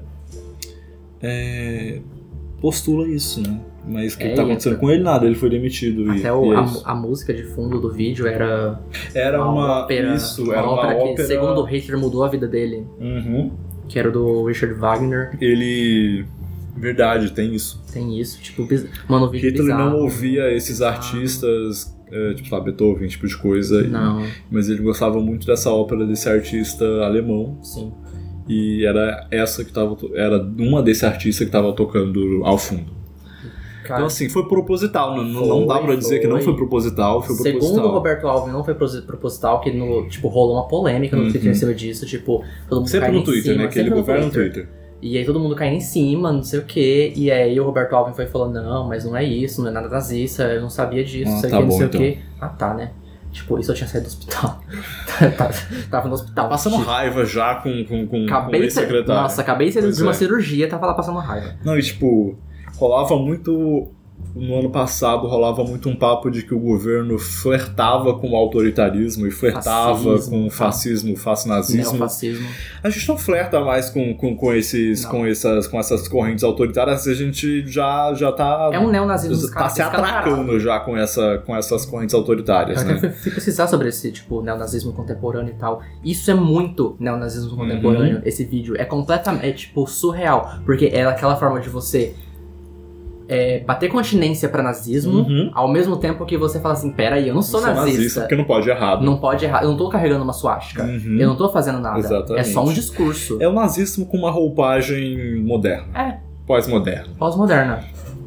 Speaker 1: é, postula isso, né? Mas o que
Speaker 2: É,
Speaker 1: está acontecendo
Speaker 2: até,
Speaker 1: com ele? Nada, ele foi demitido.
Speaker 2: Até
Speaker 1: e,
Speaker 2: o,
Speaker 1: e é
Speaker 2: a, a música de fundo do vídeo era...
Speaker 1: Era uma, uma
Speaker 2: ópera,
Speaker 1: isso,
Speaker 2: uma
Speaker 1: era
Speaker 2: ópera
Speaker 1: uma
Speaker 2: que,
Speaker 1: ópera...
Speaker 2: segundo o Hitler, mudou a vida dele.
Speaker 1: Uhum.
Speaker 2: Que era do Richard Wagner.
Speaker 1: Ele... Verdade, tem isso.
Speaker 2: Tem isso, tipo, biz... mano, o vídeo
Speaker 1: Hitler
Speaker 2: bizarro.
Speaker 1: não ouvia esses artistas, é, tipo, lá, Beethoven, tipo de coisa.
Speaker 2: Não.
Speaker 1: E, mas ele gostava muito dessa ópera desse artista alemão.
Speaker 2: Sim.
Speaker 1: E era essa que tava... Era uma desse artista que tava tocando ao fundo.
Speaker 2: Cara,
Speaker 1: então, assim, foi proposital. Não,
Speaker 2: foi,
Speaker 1: não dá pra dizer
Speaker 2: foi.
Speaker 1: que não foi proposital, foi
Speaker 2: Segundo
Speaker 1: proposital.
Speaker 2: o Roberto Alvim, não foi proposital, que no, tipo, rolou uma polêmica no
Speaker 1: Uhum.
Speaker 2: Twitter em cima disso, tipo, todo mundo
Speaker 1: Sempre
Speaker 2: caindo
Speaker 1: no Twitter,
Speaker 2: em cima,
Speaker 1: né? Que ele
Speaker 2: sempre no
Speaker 1: governa no
Speaker 2: Twitter.
Speaker 1: Twitter.
Speaker 2: E aí todo mundo caindo em cima, não sei o que, e aí o Roberto Alvim foi falando, não, mas não é isso, não é nada nazista, eu não sabia disso,
Speaker 1: Ah,
Speaker 2: não sei o
Speaker 1: tá
Speaker 2: que, não
Speaker 1: bom,
Speaker 2: sei
Speaker 1: então.
Speaker 2: o que. Ah, tá, né? Tipo, isso eu tinha saído do hospital. Tava no hospital.
Speaker 1: Passando
Speaker 2: tipo,
Speaker 1: raiva já com, com, com, com
Speaker 2: acabei
Speaker 1: o
Speaker 2: de sair-
Speaker 1: secretário.
Speaker 2: Nossa, acabei de sair
Speaker 1: Pois
Speaker 2: de uma
Speaker 1: é.
Speaker 2: cirurgia, tava lá passando raiva.
Speaker 1: Não, e tipo, rolava muito... No ano passado rolava muito um papo de que o governo flertava com o autoritarismo e flertava
Speaker 2: Fascismo,
Speaker 1: com o fascismo, fascinazismo.
Speaker 2: Neofascismo.
Speaker 1: A gente não flerta mais com, com, com, esses,
Speaker 2: Não.
Speaker 1: com, essas, com essas correntes autoritárias, a gente já, já tá...
Speaker 2: É um neonazismo
Speaker 1: Tá se atracando já com, essa, com essas correntes autoritárias,
Speaker 2: Eu
Speaker 1: né?
Speaker 2: até fui, fui pesquisar sobre esse, tipo, neonazismo contemporâneo e tal. Isso é muito neonazismo contemporâneo,
Speaker 1: Uhum.
Speaker 2: esse vídeo. É completamente, é, tipo, surreal. Porque é aquela forma de você é, bater continência pra nazismo,
Speaker 1: Uhum.
Speaker 2: ao mesmo tempo que você fala assim, pera aí, eu não sou
Speaker 1: Não
Speaker 2: nazista.
Speaker 1: porque não pode errado.
Speaker 2: Não pode errar, eu não tô carregando uma suástica.
Speaker 1: Uhum.
Speaker 2: Eu não tô fazendo nada.
Speaker 1: Exatamente.
Speaker 2: É só um discurso.
Speaker 1: É o nazismo com uma roupagem moderna.
Speaker 2: É,
Speaker 1: Pós-moderna.
Speaker 2: pós-moderna.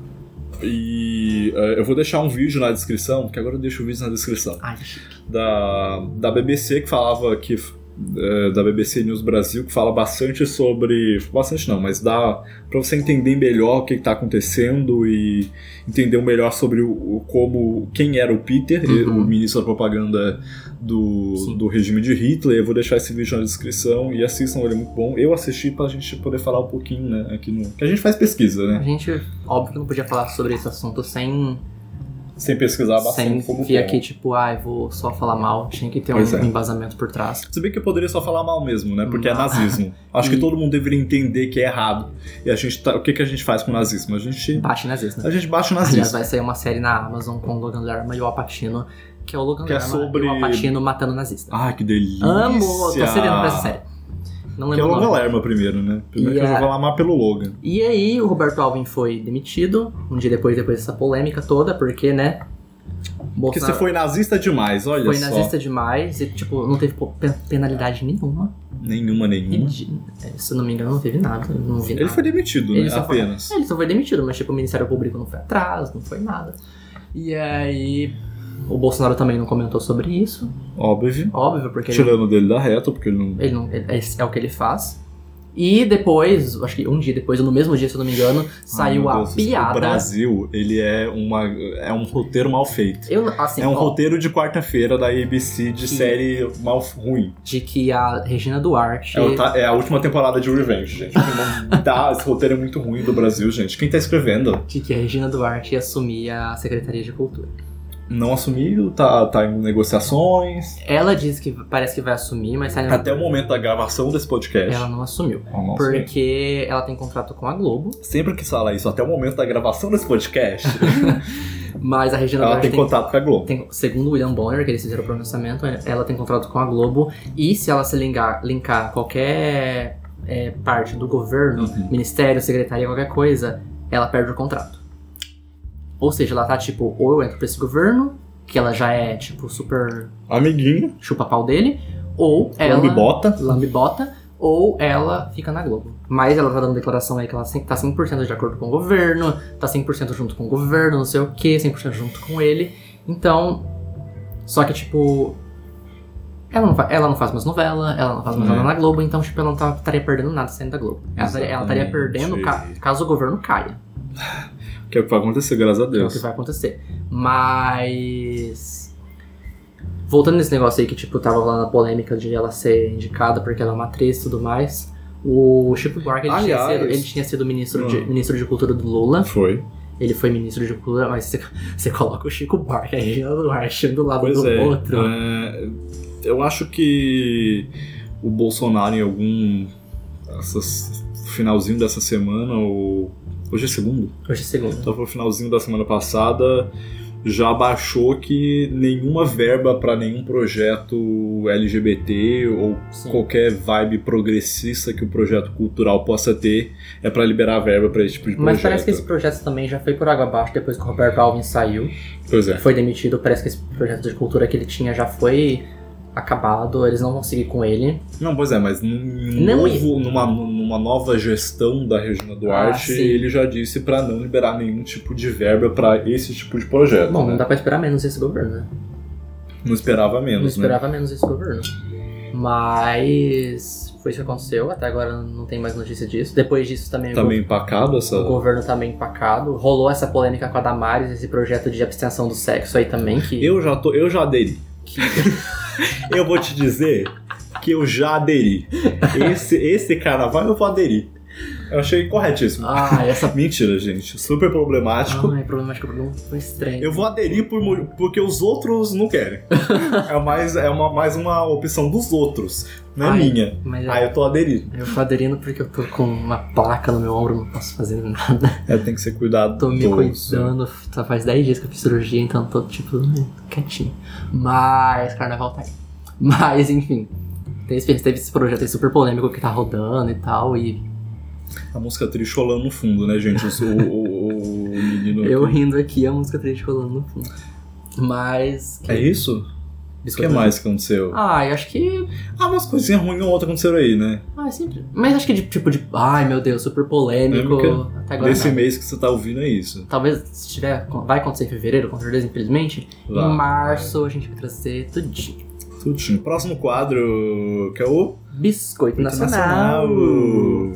Speaker 1: E uh, eu vou deixar um vídeo na descrição, porque agora eu deixo o vídeo na descrição,
Speaker 2: Ai, que chique.
Speaker 1: da, da B B C que falava que uh, da B B C News Brasil, que fala bastante sobre, bastante não, mas dá pra você entender melhor o que, que tá acontecendo e entender melhor sobre o, o como, quem era o Peter,
Speaker 2: Uhum.
Speaker 1: o ministro da propaganda do, do regime de Hitler. Eu vou deixar esse vídeo na descrição e assistam, ele é muito bom. Eu assisti pra gente poder falar um pouquinho, né, aqui no... que a gente faz pesquisa,
Speaker 2: A
Speaker 1: né?
Speaker 2: gente, óbvio que não podia falar sobre esse assunto sem,
Speaker 1: Sem pesquisar
Speaker 2: sem
Speaker 1: bastante como
Speaker 2: vir
Speaker 1: bom.
Speaker 2: aqui, tipo, ai, vou só falar mal. Tinha que ter um,
Speaker 1: Pois é.
Speaker 2: um embasamento por trás.
Speaker 1: Se bem que eu poderia só falar mal mesmo, né? Porque é
Speaker 2: Não.
Speaker 1: nazismo. Acho que
Speaker 2: E-
Speaker 1: todo mundo deveria entender que é errado. E a gente tá... o que, que a gente faz com o nazismo? A gente,
Speaker 2: Bate nazista.
Speaker 1: a gente bate o
Speaker 2: Aliás,
Speaker 1: nazismo.
Speaker 2: vai sair uma série na Amazon com o Logan Lerman e o Al Pacino, que é o Logan
Speaker 1: Que é
Speaker 2: Lerman
Speaker 1: sobre-
Speaker 2: e o Al Pacino matando nazista.
Speaker 1: Ai, que delícia!
Speaker 2: Amo! Tô sereno pra essa série. Não
Speaker 1: Que é
Speaker 2: lembro
Speaker 1: o
Speaker 2: o
Speaker 1: Logan
Speaker 2: nome.
Speaker 1: Lerman primeiro, né? Primeiro
Speaker 2: E
Speaker 1: que eu já
Speaker 2: a-
Speaker 1: vou amar pelo Logan.
Speaker 2: E aí, o Roberto Alvim foi demitido, um dia depois, depois dessa polêmica toda, porque, né?
Speaker 1: Porque você foi nazista demais, olha
Speaker 2: foi
Speaker 1: só.
Speaker 2: nazista demais e, tipo, não teve po- pe- penalidade nenhuma.
Speaker 1: Nenhuma, nenhuma.
Speaker 2: E, de- se eu não me engano, não teve nada. eu Não vi
Speaker 1: Ele
Speaker 2: nada.
Speaker 1: foi demitido,
Speaker 2: Ele
Speaker 1: né?
Speaker 2: só foi-
Speaker 1: Apenas.
Speaker 2: Ele só foi demitido, mas tipo, o Ministério Público não foi atrás, não foi nada. E aí, o Bolsonaro também não comentou sobre isso,
Speaker 1: Óbvio.
Speaker 2: óbvio, porque ele,
Speaker 1: Tirando dele da reta, porque ele não...
Speaker 2: ele não, ele- é, é o que ele faz. E depois, acho que um dia depois, ou no mesmo dia, se eu não me engano, saiu
Speaker 1: Ai,
Speaker 2: a
Speaker 1: meu Deus,
Speaker 2: piada.
Speaker 1: O Brasil, ele é, uma, é um roteiro mal feito.
Speaker 2: Eu, assim,
Speaker 1: É um
Speaker 2: ó,
Speaker 1: roteiro de quarta-feira da A B C de
Speaker 2: Que-
Speaker 1: série mal ruim.
Speaker 2: de que a Regina Duarte.
Speaker 1: É, o ta- é a última temporada de Revenge, gente. Não dá, esse roteiro é muito ruim do Brasil, gente. Quem tá escrevendo?
Speaker 2: De que a Regina Duarte ia assumir a Secretaria de Cultura.
Speaker 1: Não assumiu, tá, tá em negociações.
Speaker 2: Ela disse que parece que vai assumir, mas tá
Speaker 1: Até o momento da gravação desse podcast.
Speaker 2: ela não assumiu.
Speaker 1: Ela não assumiu.
Speaker 2: Porque ela tem contrato com a Globo,
Speaker 1: Sempre que fala isso, até o momento da gravação desse podcast,
Speaker 2: mas a Regina
Speaker 1: ela
Speaker 2: Duarte
Speaker 1: tem contato com a Globo.
Speaker 2: tem, segundo o William Bonner, que eles fizeram o pronunciamento, ela tem contrato com a Globo, e se ela se linkar, linkar qualquer é, parte do governo,
Speaker 1: Uhum.
Speaker 2: ministério, secretaria, qualquer coisa, ela perde o contrato. Ou seja, ela tá tipo, ou eu entro pra esse governo, que ela já é tipo super
Speaker 1: Amiguinho,
Speaker 2: chupa-pau dele, ou ela...
Speaker 1: lambibota.
Speaker 2: lambibota, ou ela fica na Globo. Mas ela tá dando declaração aí que ela tá cem por cento de acordo com o governo, tá cem por cento junto com o governo, não sei o que, cem por cento junto com ele. Então, só que tipo, ela não, fa- ela não faz mais novela, ela não faz mais
Speaker 1: É.
Speaker 2: nada na Globo, então tipo, ela não tá- estaria perdendo nada saindo da Globo. Ela estaria, ela estaria
Speaker 1: Exatamente.
Speaker 2: perdendo ca- caso o governo caia.
Speaker 1: Que é o que vai acontecer, graças a
Speaker 2: Que é o
Speaker 1: Deus.
Speaker 2: que vai acontecer. Mas... Voltando nesse negócio aí que, tipo, tava lá na polêmica de ela ser indicada porque ela é uma atriz e tudo mais, o Chico Buarque, ele, tinha
Speaker 1: Aliás-
Speaker 2: sido, ele tinha sido ministro, de,
Speaker 1: Hum.
Speaker 2: ministro de Cultura do Lula,
Speaker 1: Foi.
Speaker 2: ele foi ministro de cultura, mas você, você coloca o Chico Buarque e a Regina Duarte um do lado
Speaker 1: pois
Speaker 2: do
Speaker 1: é,
Speaker 2: outro.
Speaker 1: É, eu acho que o Bolsonaro em algum essas, finalzinho dessa semana, ou hoje é segundo?
Speaker 2: Hoje é segundo.
Speaker 1: Então foi o finalzinho da semana passada, já baixou que nenhuma verba para nenhum projeto L G B T ou Sim. qualquer vibe progressista que o projeto cultural possa ter é para liberar verba para esse tipo de projeto.
Speaker 2: Mas parece que esse projeto também já foi por água abaixo depois que o Roberto Alvim saiu.
Speaker 1: Pois é.
Speaker 2: Foi demitido, parece que esse projeto de cultura que ele tinha já foi acabado, eles não vão seguir com ele.
Speaker 1: Não, pois é, mas num novo, numa, numa nova gestão da Regina Duarte, ah, ele já disse pra não liberar nenhum tipo de verba pra esse tipo de projeto.
Speaker 2: Bom,
Speaker 1: né?
Speaker 2: Não dá pra esperar menos esse governo, né?
Speaker 1: Não esperava menos,
Speaker 2: Não esperava
Speaker 1: né?
Speaker 2: menos esse governo. Mas foi isso que aconteceu, até agora não tem mais notícia disso. Depois disso também...
Speaker 1: Tá meio empacado essa...
Speaker 2: O governo tá meio empacado. Rolou essa polêmica com a Damares, esse projeto de abstenção do sexo aí também, que...
Speaker 1: Eu já, tô, eu já aderi. Que... eu vou te dizer que eu já aderi. Esse, esse carnaval eu vou aderir. Eu achei corretíssimo.
Speaker 2: Ah, essa...
Speaker 1: Mentira, gente. Super problemático.
Speaker 2: Ah, é problemático, problema foi estranho.
Speaker 1: Eu vou aderir por, porque os outros não querem. é mais, é uma, mais uma opção dos outros, não é
Speaker 2: Ai,
Speaker 1: minha.
Speaker 2: Eu,
Speaker 1: Aí eu tô aderindo.
Speaker 2: Eu tô aderindo porque eu tô com uma placa no meu ombro, não posso fazer nada.
Speaker 1: É, tem que ser cuidado.
Speaker 2: Tô me cuidando, só faz dez dias que eu fiz cirurgia, então tô tipo quietinho. Mas carnaval tá aí. Mas enfim, teve, teve esse projeto aí super polêmico que tá rodando e tal, e...
Speaker 1: A música triste rolando no fundo, né, gente? O, o, o menino...
Speaker 2: Eu rindo aqui, a música triste rolando no fundo. Mas...
Speaker 1: Que... É isso? O que mais que aconteceu?
Speaker 2: Ah, eu acho que...
Speaker 1: Ah, umas coisinhas ruins ou outra aconteceram aí, né?
Speaker 2: Ah, é sempre... Mas acho que de tipo de... Ai, meu Deus, super polêmico. Até agora
Speaker 1: desse
Speaker 2: nada.
Speaker 1: mês que você tá ouvindo é isso.
Speaker 2: Talvez se tiver... Vai acontecer em fevereiro, com certeza, infelizmente. Lá. Em março a gente vai trazer tudinho.
Speaker 1: Tudinho. Próximo quadro, que é o...
Speaker 2: Biscoito Nacional. Nacional.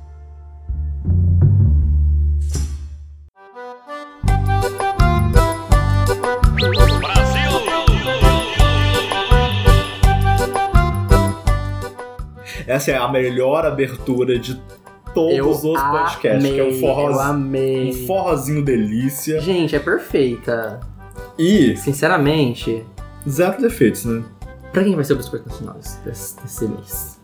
Speaker 1: Essa é a melhor abertura de todos
Speaker 2: eu
Speaker 1: os outros podcasts, que é um forrozinho,
Speaker 2: eu amei.
Speaker 1: um forrozinho delícia.
Speaker 2: Gente, é perfeita.
Speaker 1: E...
Speaker 2: Sinceramente...
Speaker 1: Zero defeitos, né?
Speaker 2: Pra quem vai ser o Biscoito Nacional desse, desse mês?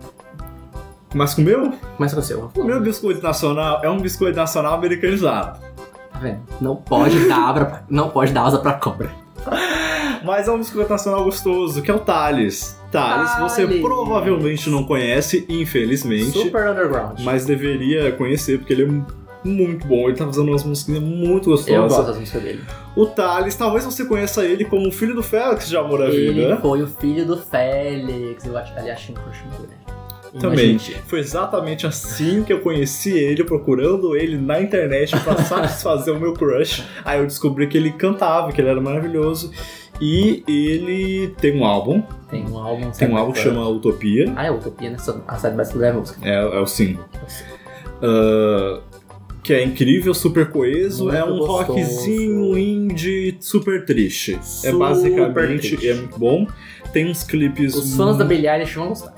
Speaker 1: Mas com o meu?
Speaker 2: Começa com o seu.
Speaker 1: O meu Biscoito Nacional é um Biscoito Nacional americanizado.
Speaker 2: Tá vendo? Não pode dar asa pra, não pode dar asa pra cobra.
Speaker 1: Mas é um biscoito nacional gostoso, que é o Thales. Thales,
Speaker 2: Thales.
Speaker 1: Você provavelmente não conhece, infelizmente.
Speaker 2: Super underground.
Speaker 1: Mas deveria conhecer, porque ele é muito bom. Ele tá fazendo umas músicas muito gostosas.
Speaker 2: Eu gosto das músicas dele.
Speaker 1: O Thales, talvez você conheça ele como o filho do Félix de Amor à
Speaker 2: Vida.
Speaker 1: Ele
Speaker 2: foi o filho do Félix. Eu acho, aliás, achei um crush muito grande.
Speaker 1: Também. Foi exatamente assim que eu conheci ele, procurando ele na internet pra satisfazer o meu crush. Aí eu descobri que ele cantava, que ele era maravilhoso. E ele tem um álbum.
Speaker 2: Tem um álbum.
Speaker 1: Tem um álbum que chama Utopia.
Speaker 2: Ah, é Utopia, né? A série brasileira é a música.
Speaker 1: É, é o single. Uh, que é incrível, super coeso. Muito é um gostoso. Rockzinho indie super triste. Super é basicamente, triste. É muito bom. Tem uns clipes...
Speaker 2: Os fãs muito... da Billie Eilish vão gostar.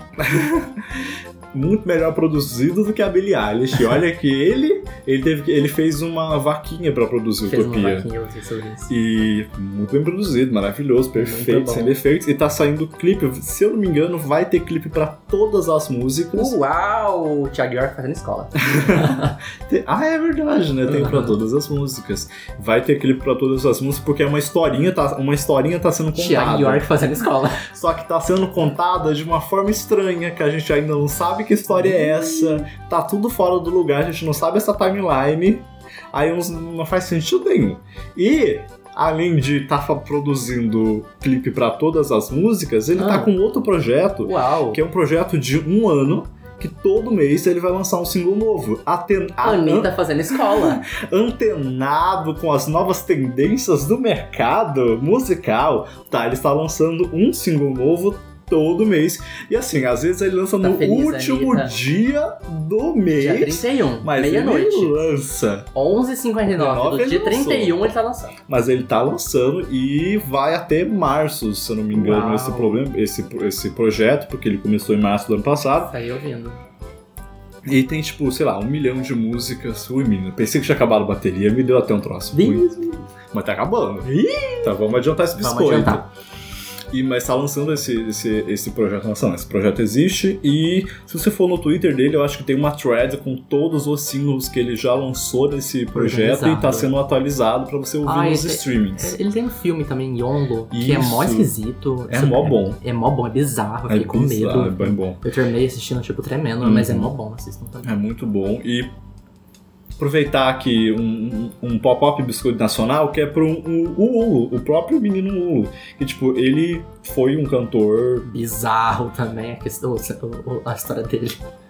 Speaker 1: Muito melhor produzido do que a Billie Eilish. Olha que ele, ele, teve, ele fez uma vaquinha pra produzir
Speaker 2: fez
Speaker 1: Utopia.
Speaker 2: Uma vaquinha, eu sei sobre isso.
Speaker 1: E muito bem produzido, maravilhoso, perfeito, sem defeitos. E tá saindo clipe, se eu não me engano, vai ter clipe pra todas as músicas.
Speaker 2: Uau! O Thiago York fazendo escola.
Speaker 1: Ah, é verdade, né? Tem uhum. pra todas as músicas. Vai ter clipe pra todas as músicas, porque uma historinha tá, uma historinha tá sendo contada.
Speaker 2: Thiago York fazendo escola.
Speaker 1: Só que tá sendo contada de uma forma estranha, que a gente ainda não sabe que história é essa, tá tudo fora do lugar, a gente não sabe essa timeline, aí não faz sentido nenhum. E, além de estar tá produzindo clipe pra todas as músicas, ele ah. tá com outro projeto,
Speaker 2: Uau.
Speaker 1: que é um projeto de um ano, que todo mês ele vai lançar um single novo. Aten...
Speaker 2: A Anitta an... fazendo escola.
Speaker 1: Antenado com as novas tendências do mercado musical, tá, ele está lançando um single novo todo mês. E assim, às vezes ele lança tá no feliz, último Anitta. dia do mês.
Speaker 2: Dia trinta e um,
Speaker 1: mas
Speaker 2: meia-noite.
Speaker 1: Ele lança.
Speaker 2: onze e cinquenta e nove do dia trinta e um ele tá lançando.
Speaker 1: Mas ele tá lançando e vai até março, se eu não me engano,
Speaker 2: Uau.
Speaker 1: esse, problema, esse, esse projeto, porque ele começou em março do ano passado.
Speaker 2: Tá aí ouvindo.
Speaker 1: E tem, tipo, sei lá, um milhão de músicas. Ui, menino, pensei que tinha acabado a bateria, me deu até um troço. Ui. Mas tá acabando. Então vamos adiantar esse biscoito.
Speaker 2: Vamos adiantar.
Speaker 1: E, mas tá lançando esse, esse, esse projeto, não, esse projeto existe, e se você for no Twitter dele, eu acho que tem uma thread com todos os singles que ele já lançou nesse projeto e tá sendo atualizado pra você ouvir ah, nos ele, streamings.
Speaker 2: Ele tem um filme também, Yongo, que é mó esquisito.
Speaker 1: É mó bom.
Speaker 2: É, é mó bom, é bizarro, eu fiquei
Speaker 1: é
Speaker 2: com
Speaker 1: bizarro,
Speaker 2: medo.
Speaker 1: É bem bom.
Speaker 2: Eu terminei assistindo, tipo, tremendo, uhum. mas é mó bom, assistam também.
Speaker 1: É muito bom, e aproveitar aqui um, um, um pop-up biscoito nacional que é pro um, o Ulu, o próprio menino Ulu. Que, tipo, ele foi um cantor...
Speaker 2: Bizarro também a, questão, a história dele.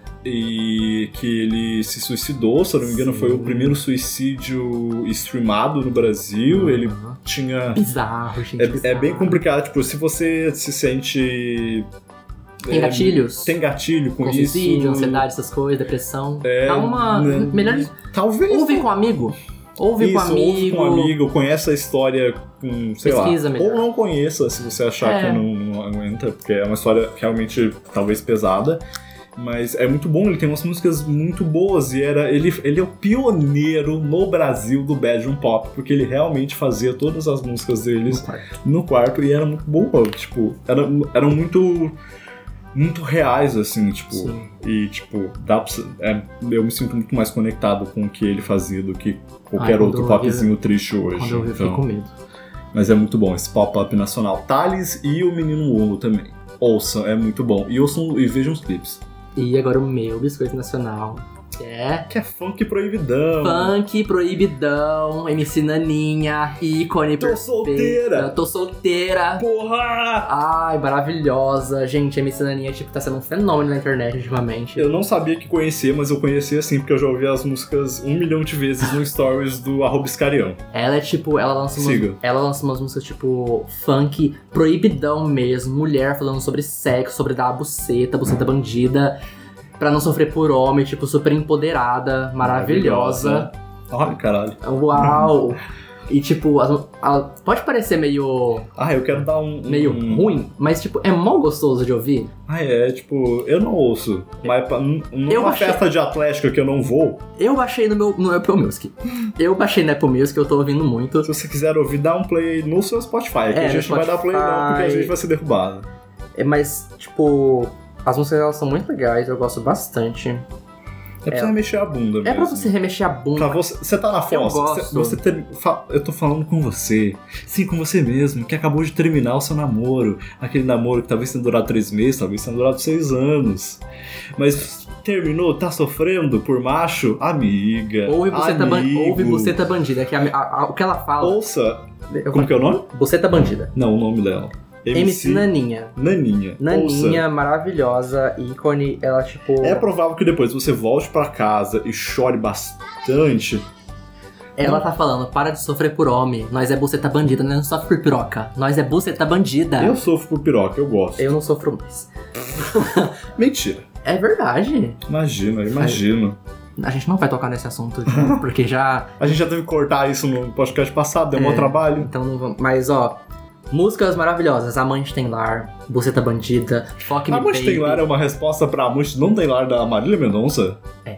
Speaker 1: E que ele se suicidou, se eu não me engano, Sim. foi o primeiro suicídio streamado no Brasil. Uhum. Ele tinha...
Speaker 2: Bizarro, gente,
Speaker 1: é,
Speaker 2: bizarro.
Speaker 1: É bem complicado, tipo, se você se sente...
Speaker 2: Tem gatilhos?
Speaker 1: É, tem gatilho com, com isso.
Speaker 2: Suicídio, ansiedade, essas coisas, depressão.
Speaker 1: É,
Speaker 2: Dá uma...
Speaker 1: Né,
Speaker 2: melhor...
Speaker 1: Talvez.
Speaker 2: Ouve com um amigo. Ouve
Speaker 1: isso,
Speaker 2: com um amigo.
Speaker 1: Ouve com um amigo, conheça a história com, sei
Speaker 2: Pesquisa
Speaker 1: lá.
Speaker 2: Melhor.
Speaker 1: Ou não conheça, se você achar é. que não, não aguenta, porque é uma história realmente, talvez, pesada. Mas é muito bom, ele tem umas músicas muito boas. E era, ele, ele é o pioneiro no Brasil do Bedroom Pop, porque ele realmente fazia todas as músicas deles no quarto, no quarto e era muito boa. Tipo, era, eram muito... muito reais, assim, tipo, Sim. e, tipo, dá pra, é, eu me sinto muito mais conectado com o que ele fazia do que qualquer Ai, outro popzinho triste hoje.
Speaker 2: Quando eu vi,
Speaker 1: então,
Speaker 2: eu fiquei com medo.
Speaker 1: Mas é muito bom, esse pop-up nacional. Thales e o Menino Ulu também. Ouçam, é muito bom. E ouçam e vejam os clipes.
Speaker 2: E agora o meu biscoito nacional, que é...
Speaker 1: Que é funk proibidão.
Speaker 2: Funk proibidão, M C Naninha, ícone
Speaker 1: Tô
Speaker 2: perfeita.
Speaker 1: solteira.
Speaker 2: Tô solteira.
Speaker 1: Porra!
Speaker 2: Ai, maravilhosa. Gente, M C Naninha, tipo, tá sendo um fenômeno na internet ultimamente.
Speaker 1: Eu não sabia que conhecia, mas eu conhecia assim, porque eu já ouvi as músicas um milhão de vezes no stories do arroba Iscarião.
Speaker 2: Ela é tipo, ela lança umas, ela lança umas músicas tipo funk proibidão mesmo, mulher falando sobre sexo, sobre dar a buceta, buceta bandida. Pra não sofrer por homem, tipo, super empoderada, maravilhosa.
Speaker 1: Ai, caralho.
Speaker 2: Uau! E, tipo, as, a, pode parecer meio...
Speaker 1: Ah, eu quero dar um...
Speaker 2: Meio
Speaker 1: um...
Speaker 2: ruim, mas, tipo, é mó gostoso de ouvir.
Speaker 1: Ah, é, tipo, eu não ouço. Mas numa eu baixei... festa de atlética que eu não vou...
Speaker 2: Eu baixei no meu no Apple Music. Eu baixei no Apple Music, eu tô ouvindo muito.
Speaker 1: Se você quiser ouvir, dá um play no seu Spotify, que
Speaker 2: é,
Speaker 1: a gente
Speaker 2: Spotify...
Speaker 1: não vai dar play não, porque a gente vai ser derrubado.
Speaker 2: É, mas, tipo... As músicas, elas são muito legais, eu gosto bastante.
Speaker 1: É pra é, você remexer a bunda mesmo.
Speaker 2: É pra você remexer a bunda.
Speaker 1: Pra você, você tá na fossa,
Speaker 2: eu
Speaker 1: você, você ter, eu tô falando com você. Sim, com você mesmo, que acabou de terminar o seu namoro. Aquele namoro que talvez tenha durado três meses, talvez tenha durado seis anos. Mas terminou, tá sofrendo por macho? Amiga,
Speaker 2: Ouve Buceta,
Speaker 1: ban-
Speaker 2: ouve Buceta Bandida, que a, a, a, o que ela fala...
Speaker 1: Ouça. Eu Como que é o nome?
Speaker 2: Buceta Bandida.
Speaker 1: Não, o nome dela.
Speaker 2: M C Naninha.
Speaker 1: Naninha.
Speaker 2: Naninha,
Speaker 1: Ouça.
Speaker 2: Maravilhosa, ícone, ela tipo...
Speaker 1: É provável que depois você volte pra casa e chore bastante.
Speaker 2: Ela tá falando, para de sofrer por homem, nós é buceta bandida, nós não sofre por piroca, nós é buceta bandida.
Speaker 1: Eu sofro por piroca, eu gosto.
Speaker 2: Eu não sofro mais.
Speaker 1: Mentira.
Speaker 2: É verdade.
Speaker 1: Imagina, imagino.
Speaker 2: A gente não vai tocar nesse assunto, porque já...
Speaker 1: A gente já teve que cortar isso no podcast passado, deu é, um trabalho.
Speaker 2: Então não vamos... Mas, ó... Músicas maravilhosas, Amante Tem Lar, Buceta Bandida, Fuck Me Baby.
Speaker 1: Amante Tem Lar é uma resposta pra Amante Não Tem Lar da Marília Mendonça?
Speaker 2: É.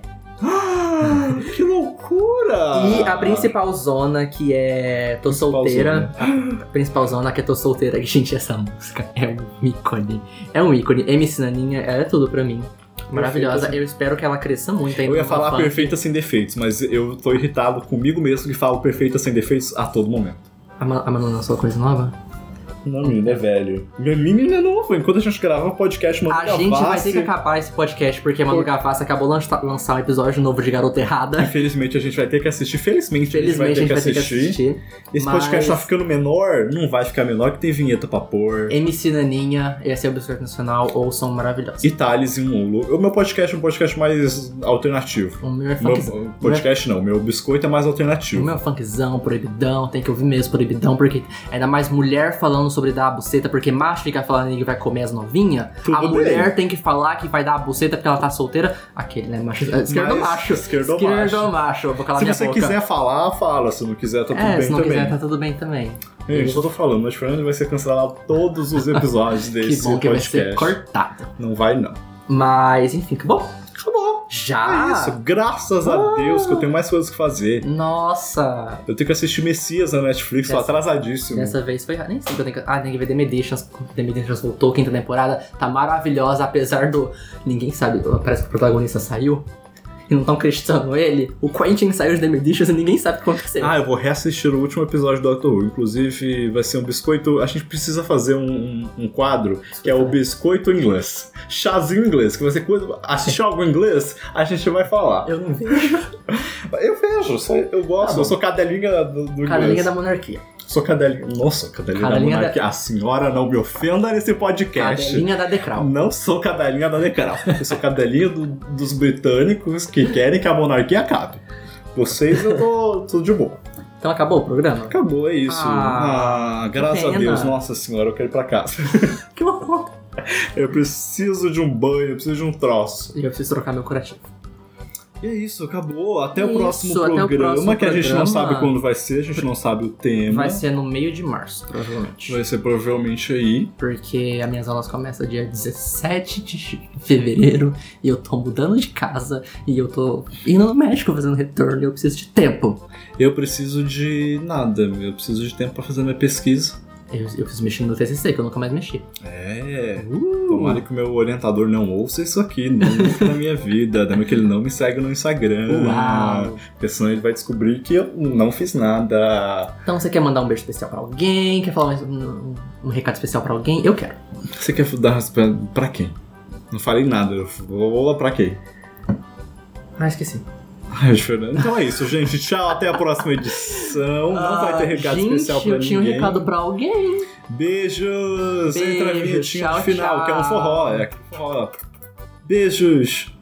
Speaker 1: Ah, que loucura!
Speaker 2: E a principal zona, que é Tô principal Solteira. Zona. A principal zona, que é Tô Solteira. Gente, essa música é um ícone. É um ícone. M C Naninha, ela é tudo pra mim. Maravilhosa. Perfeita. Eu espero que ela cresça muito ainda.
Speaker 1: Eu ia falar perfeita sem defeitos, mas eu tô irritado comigo mesmo que falo perfeita sem defeitos a todo momento.
Speaker 2: A, Ma- a Manu lançou coisa nova?
Speaker 1: Não, menino, é velho. Meu menino é novo. Enquanto a gente grava o podcast, Manu
Speaker 2: A
Speaker 1: Gavassi...
Speaker 2: gente vai ter que acabar esse podcast, porque a Manu Por... Gavassi acabou de lançar um episódio novo de Garota Errada.
Speaker 1: Infelizmente, a gente vai ter que assistir. Felizmente,
Speaker 2: Felizmente
Speaker 1: a gente vai ter,
Speaker 2: a gente
Speaker 1: que,
Speaker 2: vai ter
Speaker 1: assistir.
Speaker 2: que assistir.
Speaker 1: Esse
Speaker 2: mas...
Speaker 1: podcast tá ficando menor? Não vai ficar menor, que tem vinheta pra pôr.
Speaker 2: M C Naninha, esse é o Biscoito Nacional, ouçam maravilhosos.
Speaker 1: E Thales e um Ulu. O meu podcast é um podcast mais alternativo.
Speaker 2: O meu é funkzão.
Speaker 1: Meu podcast meu... não, meu biscoito é mais alternativo.
Speaker 2: O meu é funkzão, proibidão, tem que ouvir mesmo proibidão, porque ainda mais mulher falando sobre dar a buceta, porque macho fica falando que vai comer as novinhas, a
Speaker 1: bem.
Speaker 2: mulher tem que falar que vai dar a buceta porque ela tá solteira. Aquele, né? Macho, esquerdo macho.
Speaker 1: Esquerdo,
Speaker 2: esquerdo
Speaker 1: macho.
Speaker 2: macho. Eu vou calar
Speaker 1: se
Speaker 2: minha
Speaker 1: você
Speaker 2: boca.
Speaker 1: quiser falar, fala. Se não quiser, tá tudo
Speaker 2: é,
Speaker 1: bem
Speaker 2: se não
Speaker 1: também.
Speaker 2: quiser, tá tudo bem também.
Speaker 1: Gente, eu tô falando, mas Fernando vai ser cancelado todos os episódios desse
Speaker 2: que bom que
Speaker 1: podcast.
Speaker 2: vai ser cortado.
Speaker 1: Não vai, não.
Speaker 2: Mas, enfim, que bom.
Speaker 1: Acabou.
Speaker 2: Já?
Speaker 1: É isso, graças
Speaker 2: Ah.
Speaker 1: a Deus que eu tenho mais coisas que fazer.
Speaker 2: Nossa!
Speaker 1: Eu tenho que assistir Messias na Netflix, tô
Speaker 2: Dessa-
Speaker 1: atrasadíssimo.
Speaker 2: Dessa vez foi. Nem sei que eu tenho que. Ah, tem que ver The Meditions. The Meditions voltou, quinta temporada. Tá maravilhosa, apesar do. Ninguém sabe. Parece que o protagonista saiu. E não estão acreditando ele. O Quentin saiu de The Meditions e ninguém sabe o que aconteceu.
Speaker 1: Ah, eu vou reassistir o último episódio do Doctor Who. Inclusive, vai ser um biscoito. A gente precisa fazer um, um, um quadro que é o biscoito inglês. Chazinho inglês. Que você coisa. Assistir algo em inglês, a gente vai falar.
Speaker 2: Eu não vejo.
Speaker 1: Eu vejo, só- eu gosto.
Speaker 2: Tá bom.
Speaker 1: eu sou cadelinha do, do inglês.
Speaker 2: Cadelinha da monarquia.
Speaker 1: Sou cadelinha. Nossa, cadelinha,
Speaker 2: Cadelinha
Speaker 1: da monarquia.
Speaker 2: da-
Speaker 1: A senhora não me ofenda nesse podcast.
Speaker 2: Cadelinha da Decral.
Speaker 1: Não sou cadelinha da Decral. Eu sou cadelinha do- dos britânicos que querem que a monarquia acabe. Vocês eu tô tudo de boa.
Speaker 2: Então acabou o programa?
Speaker 1: Acabou, é isso.
Speaker 2: Ah,
Speaker 1: Ah, graças a
Speaker 2: pena.
Speaker 1: Deus. Nossa senhora, eu quero ir pra casa.
Speaker 2: Que horror.
Speaker 1: Eu preciso de um banho, eu preciso de um troço.
Speaker 2: E eu preciso trocar meu curativo.
Speaker 1: E é isso, acabou. Até o
Speaker 2: Isso,
Speaker 1: próximo
Speaker 2: até o
Speaker 1: programa,
Speaker 2: próximo
Speaker 1: que a gente não
Speaker 2: programa.
Speaker 1: sabe quando vai ser, a gente não sabe o tema.
Speaker 2: Vai ser no meio de março, provavelmente.
Speaker 1: Vai ser provavelmente aí.
Speaker 2: Porque as minhas aulas começam dia dezessete de fevereiro e eu tô mudando de casa e eu tô indo no médico fazendo retorno e eu preciso de tempo.
Speaker 1: Eu preciso de nada, eu preciso de tempo pra fazer minha pesquisa.
Speaker 2: Eu, eu preciso mexer no meu T C C, que eu nunca mais mexi.
Speaker 1: É.
Speaker 2: Uh!
Speaker 1: Tomara que o meu orientador não ouça isso aqui nunca na minha vida. Também que ele não me segue no Instagram.
Speaker 2: Uau!
Speaker 1: Porque senão ele vai descobrir que eu não fiz nada.
Speaker 2: Então você quer mandar um beijo especial pra alguém? Quer falar um, um, um recado especial pra alguém? Eu quero.
Speaker 1: Você quer dar pra, pra quem? Não falei nada. Eu vou lá pra quem?
Speaker 2: Ah, esqueci.
Speaker 1: Ai, Fernando. Então é isso, gente. Tchau, até a próxima edição. Não vai ter recado
Speaker 2: Ah, gente,
Speaker 1: especial pra
Speaker 2: eu tinha um
Speaker 1: ninguém.
Speaker 2: recado pra alguém.
Speaker 1: Beijos!
Speaker 2: Beijo,
Speaker 1: Entra a vinhetinha
Speaker 2: tchau,
Speaker 1: de final,
Speaker 2: tchau.
Speaker 1: que é um forró. É aquele forró. Beijos!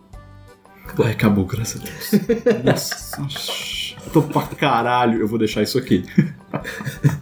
Speaker 1: Ai, acabou, graças a Deus. Nossa, tô pra caralho. Eu vou deixar isso aqui.